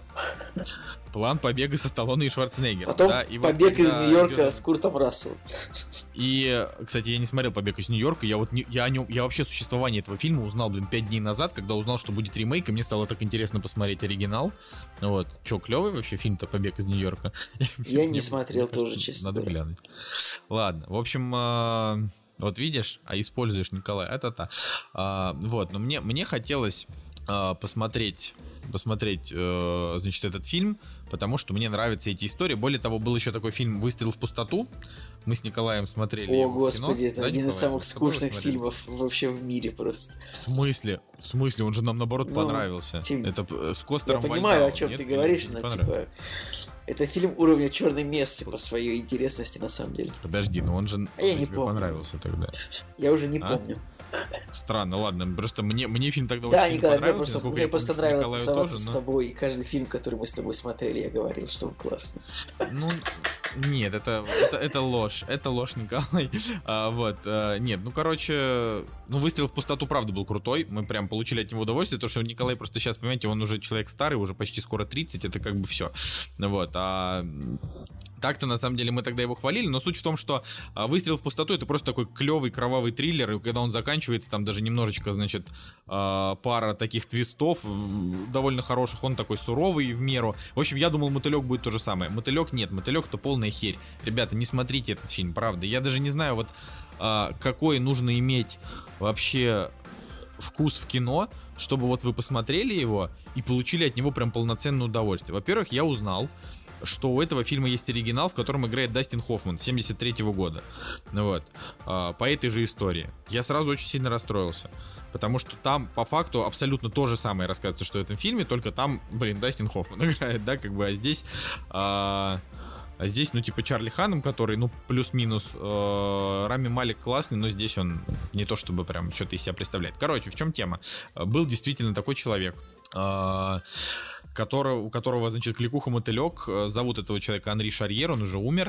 План побега со Сталлоне и Шварценеггером.
Потом
да, и
побег
вот,
из Нью-Йорка идет... с Куртом Расселом.
И, кстати, я не смотрел «Побег из Нью-Йорка». Я вот не, я о нем, я вообще существование этого фильма узнал, блин, пять дней назад, когда узнал, что будет ремейк, и мне стало так интересно посмотреть оригинал. Вот. Че, клевый вообще фильм-то «Побег из Нью-Йорка»?
Я не смотрел тоже, честно.
Надо глянуть. Ладно, в общем... Вот видишь, а используешь, Николай, это-то. А, вот, но мне, мне хотелось а, посмотреть, посмотреть, а, значит, этот фильм, потому что мне нравятся эти истории. Более того, был еще такой фильм «Выстрел в пустоту». Мы с Николаем смотрели
О,
его
господи,
в кино.
это
да,
один
Николай?
из самых скучных фильмов вообще в мире просто.
В смысле? В смысле? Он же нам, наоборот,
ну,
понравился.
Тим,
это с Костером
Я понимаю,
Вальдау.
о чем
Нет,
ты говоришь,
но
типа... Это фильм уровня «Черной мессы» по своей интересности, на самом деле.
Подожди, но он же
а я не помню.
понравился тогда.
Я уже не
а?
помню.
Странно, ладно, просто мне, мне фильм тогда
да,
очень
Николай,
понравился.
Мне просто, мне просто нравилось тусоваться с тобой, и каждый фильм, который мы с тобой смотрели, я говорил, что он классный.
Ну, нет, это, это, это ложь, это ложь, Николай. А, вот, а, нет, ну, короче, ну, «Выстрел в пустоту» правда был крутой, мы прям получили от него удовольствие, то, что Николай просто сейчас, понимаете, он уже человек старый, уже почти скоро тридцать, это как бы все. Вот, а... Так-то, на самом деле, мы тогда его хвалили, но суть в том, что а, «Выстрел в пустоту» — это просто такой клевый кровавый триллер, и когда он заканчивается, там даже немножечко, значит, а, пара таких твистов довольно хороших, он такой суровый в меру. В общем, я думал, «Мотылек» будет то же самое. «Мотылек» нет, «Мотылек» — это полная херь. Ребята, не смотрите этот фильм, правда. Я даже не знаю, вот а, какой нужно иметь вообще вкус в кино, чтобы вот вы посмотрели его и получили от него прям полноценное удовольствие. Во-первых, я узнал, что у этого фильма есть оригинал, в котором играет Дастин Хоффман семьдесят третьего года. Вот. По этой же истории. Я сразу очень сильно расстроился. Потому что там, по факту, абсолютно то же самое рассказывается, что в этом фильме, только там, блин, Дастин Хоффман играет, да, как бы, а здесь... А... А здесь, ну, типа, Чарли Ханом, который, ну, плюс-минус, э, Рами Малик классный, но здесь он не то чтобы прям что-то из себя представляет. Короче, в чем тема? Был действительно такой человек, э, который, у которого, значит, кликуха Мотылек, зовут этого человека Анри Шарьер, он уже умер.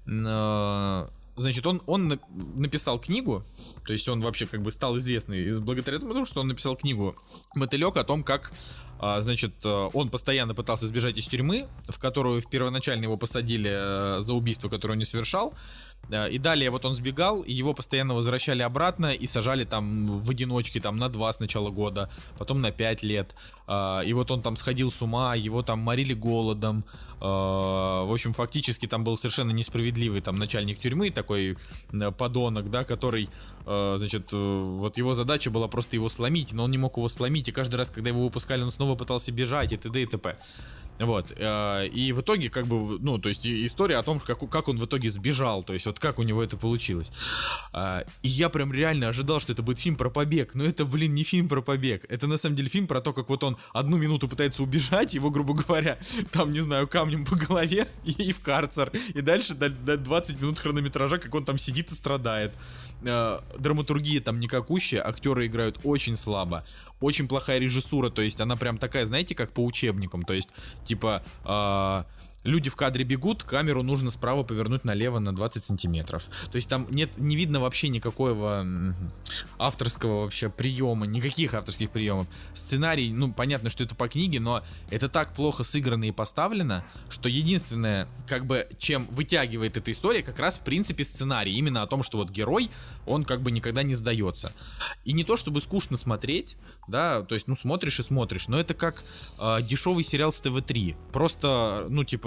Э, значит, он, он написал книгу, то есть он вообще как бы стал известный благодаря тому, что он написал книгу «Мотылек» о том, как... Значит, он постоянно пытался сбежать из тюрьмы, в которую первоначально его посадили за убийство, которое он не совершал. И далее вот он сбегал, и его постоянно возвращали обратно и сажали там в одиночке там на два сначала года, потом на пять лет. И вот он там сходил с ума, его там морили голодом. В общем, фактически там был совершенно несправедливый там начальник тюрьмы, такой подонок, да, который, значит, вот его задача была просто его сломить, но он не мог его сломить, и каждый раз, когда его выпускали, он снова пытался бежать и т.д. и т.п. Вот, и в итоге, как бы, ну, то есть история о том, как, как он в итоге сбежал, то есть вот как у него это получилось. И я прям реально ожидал, что это будет фильм про побег, но это, блин, не фильм про побег, это на самом деле фильм про то, как вот он одну минуту пытается убежать, его, грубо говоря, там, не знаю, камнем по голове и, и в карцер, и дальше до, до двадцать минут хронометража, как он там сидит и страдает. Драматургия там никакущая, актеры играют очень слабо, очень плохая режиссура, то есть она прям такая, знаете, как по учебникам, то есть типа э, люди в кадре бегут, камеру нужно справа повернуть налево на двадцать сантиметров, то есть там нет, не видно вообще никакого авторского вообще приема, никаких авторских приемов. Сценарий, ну понятно, что это по книге, но это так плохо сыграно и поставлено, что единственное, как бы, чем вытягивает эта история, как раз в принципе сценарий, именно о том, что вот герой, он как бы никогда не сдается. И не то чтобы скучно смотреть, да, то есть, ну смотришь и смотришь, но это как э, дешевый сериал с тэ вэ три, просто, ну типа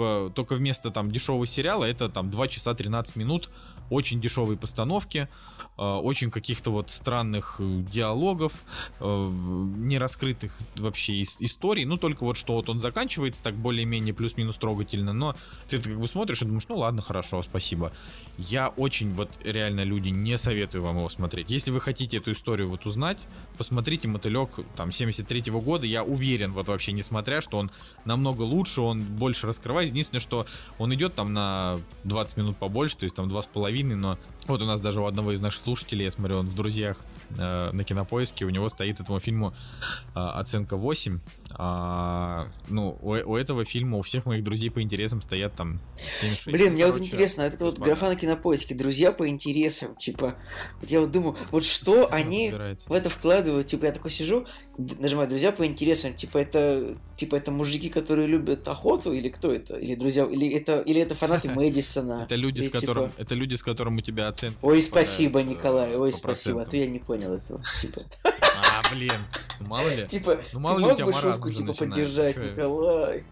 типа, только вместо там дешевого сериала это там два часа тринадцать минут очень дешевые постановки, очень каких-то вот странных диалогов, не раскрытых вообще историй, ну только вот что вот он заканчивается так более-менее плюс-минус трогательно, но ты как бы смотришь и думаешь, ну ладно, хорошо, спасибо. Я очень вот реально, люди, не советую вам его смотреть. Если вы хотите эту историю вот узнать, посмотрите «Мотылек» там семьдесят третьего года, я уверен, вот вообще несмотря, что он намного лучше, он больше раскрывает. Единственное, что он идет там на двадцать минут побольше, то есть там два с половиной, но вот у нас даже у одного из наших слушателей, я смотрю, он в «Друзьях» э, на Кинопоиске, у него стоит этому фильму э, оценка восемь. А, ну, у, у этого фильма у всех моих друзей по интересам стоят там семь шесть.
Блин, мне вот интересно, это вот графа на Кинопоиске, друзья по интересам, типа, вот я вот думаю, вот что они
разбирается.
в это вкладывают, типа, я такой сижу, нажимаю друзья по интересам, типа, это, типа, это мужики, которые любят охоту, или кто это, или друзья, или это, или это фанаты Мэдисона.
Это люди,
или,
с которым,
типа...
это люди, с которым у тебя оценка.
Ой, спасибо, Николай, ой,
по
спасибо, а
процентам.
то я не понял этого, типа.
А, блин, ну мало ли.
Типа,
Ну, мало
ты
ли у
мог
тебя
бы
маразм
шутку,
уже
типа,
начинается.
поддержать,
Чё я-
Николай?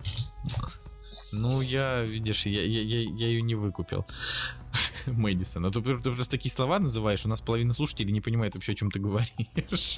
Ну, я, видишь, я, я, я, я ее не выкупил. Мэдисон. А ты, ты просто такие слова называешь, у нас половина слушателей не понимает вообще, о чем ты говоришь.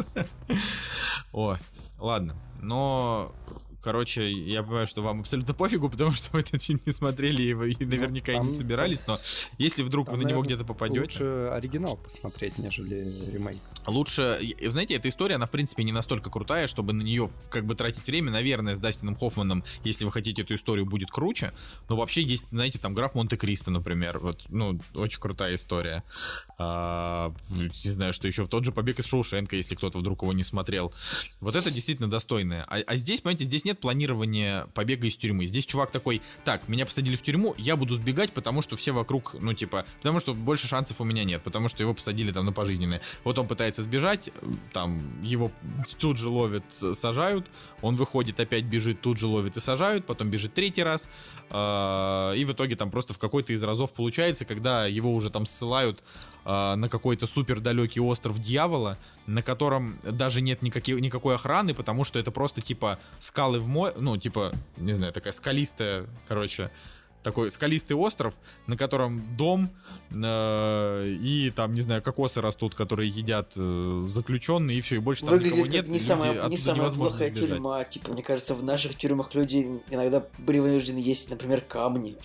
О, ладно. Но, короче, я понимаю, что вам абсолютно пофигу, потому что вы этот фильм не смотрели и, вы, и наверняка и
там-
не собирались, но если вдруг
Там,
вы на него
наверное,
где-то попадете...
Лучше оригинал посмотреть, нежели ремейк.
Лучше, и, знаете, эта история, она в принципе не настолько крутая, чтобы на нее как бы тратить время. Наверное, с Дастином Хоффманом, если вы хотите эту историю, будет круче. Но вообще есть, знаете, там граф Монте-Кристо, например. Вот, ну, очень крутая история. А, не знаю, что еще. Тот же «Побег из Шоушенка», если кто-то вдруг его не смотрел. Вот это действительно достойное. А, а здесь, понимаете, здесь нет планирования побега из тюрьмы. Здесь чувак такой: так, меня посадили в тюрьму, я буду сбегать, потому что все вокруг, ну, типа, потому что больше шансов у меня нет, потому что его посадили там на пожизненное. Вот он пытается сбежать, там его тут же ловят, сажают, он выходит, опять бежит, тут же ловят и сажают, потом бежит третий раз, э, и в итоге там просто в какой-то из разов получается, когда его уже там ссылают э, на какой-то супер далекий остров дьявола, на котором даже нет никакой, никакой охраны, потому что это просто типа скалы в море, ну типа, не знаю, такая скалистая, короче, такой скалистый остров, на котором дом э, и там, не знаю, кокосы растут, которые едят э, заключенные, и все, и больше там
Выглядит
никого
как
нет.
не
люди
самая,
оттуда
не самая
невозможно
плохая
сбежать.
тюрьма. Типа, мне кажется, в наших тюрьмах люди иногда были вынуждены есть, например, камни.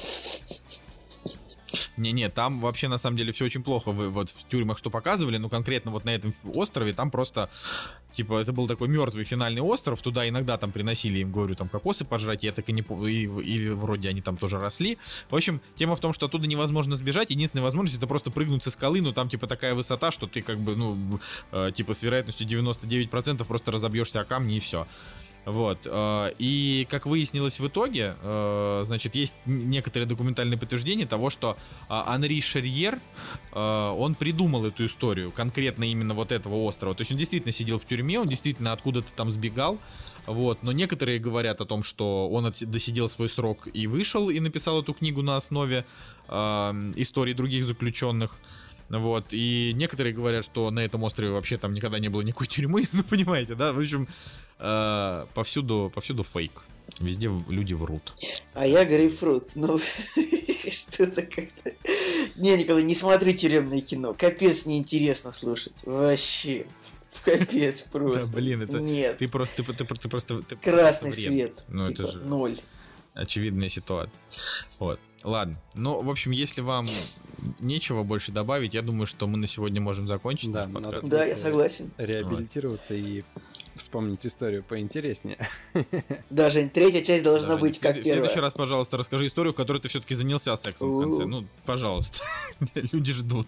Не-не, там вообще на самом деле все очень плохо. Вы, вот в тюрьмах, что показывали, ну конкретно вот на этом острове, там просто, типа, это был такой мертвый финальный остров, туда иногда там приносили, им говорю, там кокосы пожрать, я так и не помню, и, и вроде они там тоже росли. В общем, тема в том, что оттуда невозможно сбежать, единственная возможность это просто прыгнуть со скалы, но там типа такая высота, что ты как бы, ну, э, типа с вероятностью девяносто девять процентов просто разобьешься о камни и все. Вот, э, и как выяснилось в итоге, э, значит, есть некоторые документальные подтверждения того, что э, Анри Шарьер, э, он придумал эту историю, конкретно именно вот этого острова. То есть он действительно сидел в тюрьме, он действительно откуда-то там сбегал, вот, но некоторые говорят о том, что он отс- досидел свой срок и вышел, и написал эту книгу на основе э, историй других заключенных. Вот, и некоторые говорят, что на этом острове вообще там никогда не было никакой тюрьмы, ну, понимаете, да, в общем, э, повсюду, повсюду фейк, везде люди врут.
А я грейпфрут. Ну, что-то как-то... Не, Николай, не смотри тюремное кино. Капец, неинтересно слушать. Вообще. Капец просто.
Да, блин, это-
Нет.
Ты просто, ты, ты, ты просто... Ты
Красный
просто вредный.
свет.
Ну,
Типа,
это же
ноль.
очевидная ситуация. Вот, ладно. Ну, в общем, если вам нечего больше добавить, я думаю, что мы на сегодня можем закончить
Да,
наш
надо
подкаст.
Да, я согласен.
Реабилитироваться и вспомнить историю поинтереснее.
Да, Жень, третья часть должна
Давай,
быть
в
как
след- В следующий
первая.
раз, пожалуйста, расскажи историю, в которой ты все-таки занялся сексом в конце.
У.
Ну, пожалуйста. Люди ждут.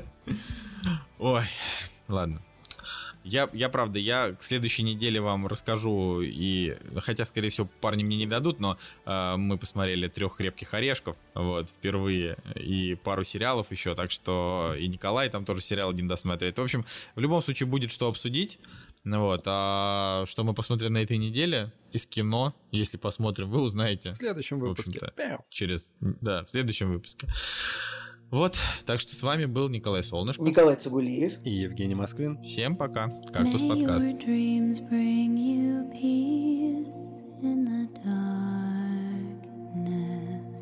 Ой, ладно. Я, я, правда, я к следующей неделе вам расскажу, и, хотя, скорее всего, парни мне не дадут, но э, мы посмотрели «Трех крепких орешков», вот, впервые, и пару сериалов еще, так что и Николай там тоже сериал один досматривает. В общем, в любом случае будет что обсудить, вот, а что мы посмотрим на этой неделе из кино, если посмотрим, вы узнаете
В следующем
В
выпуске.
общем-то.
Пяу.
через, да, в следующем выпуске. Вот, так что с вами был Николай Солнышко.
Николай Цугулиев.
И Евгений Москвин.
Всем пока. Кактус
May
подкаст.
your dreams bring you peace in the darkness.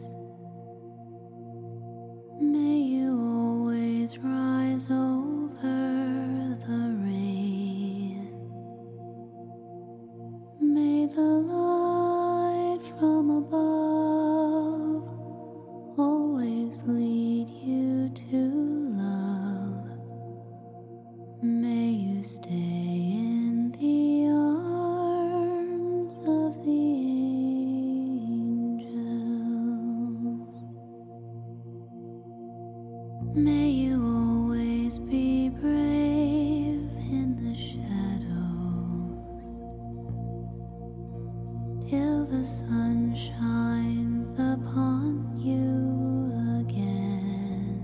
sun shines upon you again.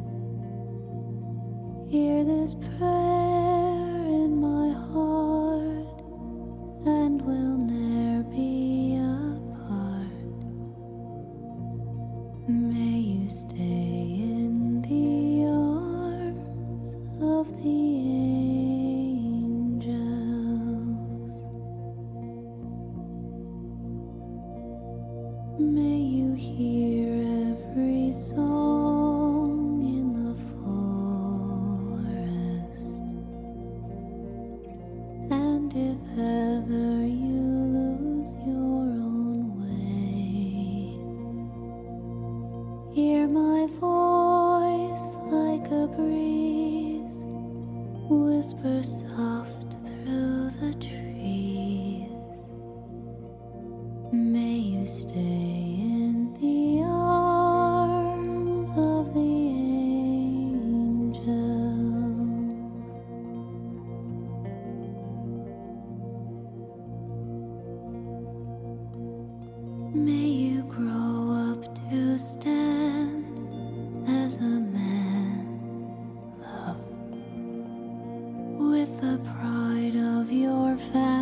Hear this prayer in my heart, and we'll ne'er be apart. May you stay in the arms of the angels. May you hear every song in the forest. And if ever you lose your own way, hear my voice like a breeze, whisper soft through the trees. May you stay in the arms of the angels. May you grow up to stand as a man, love, with the pride of your family.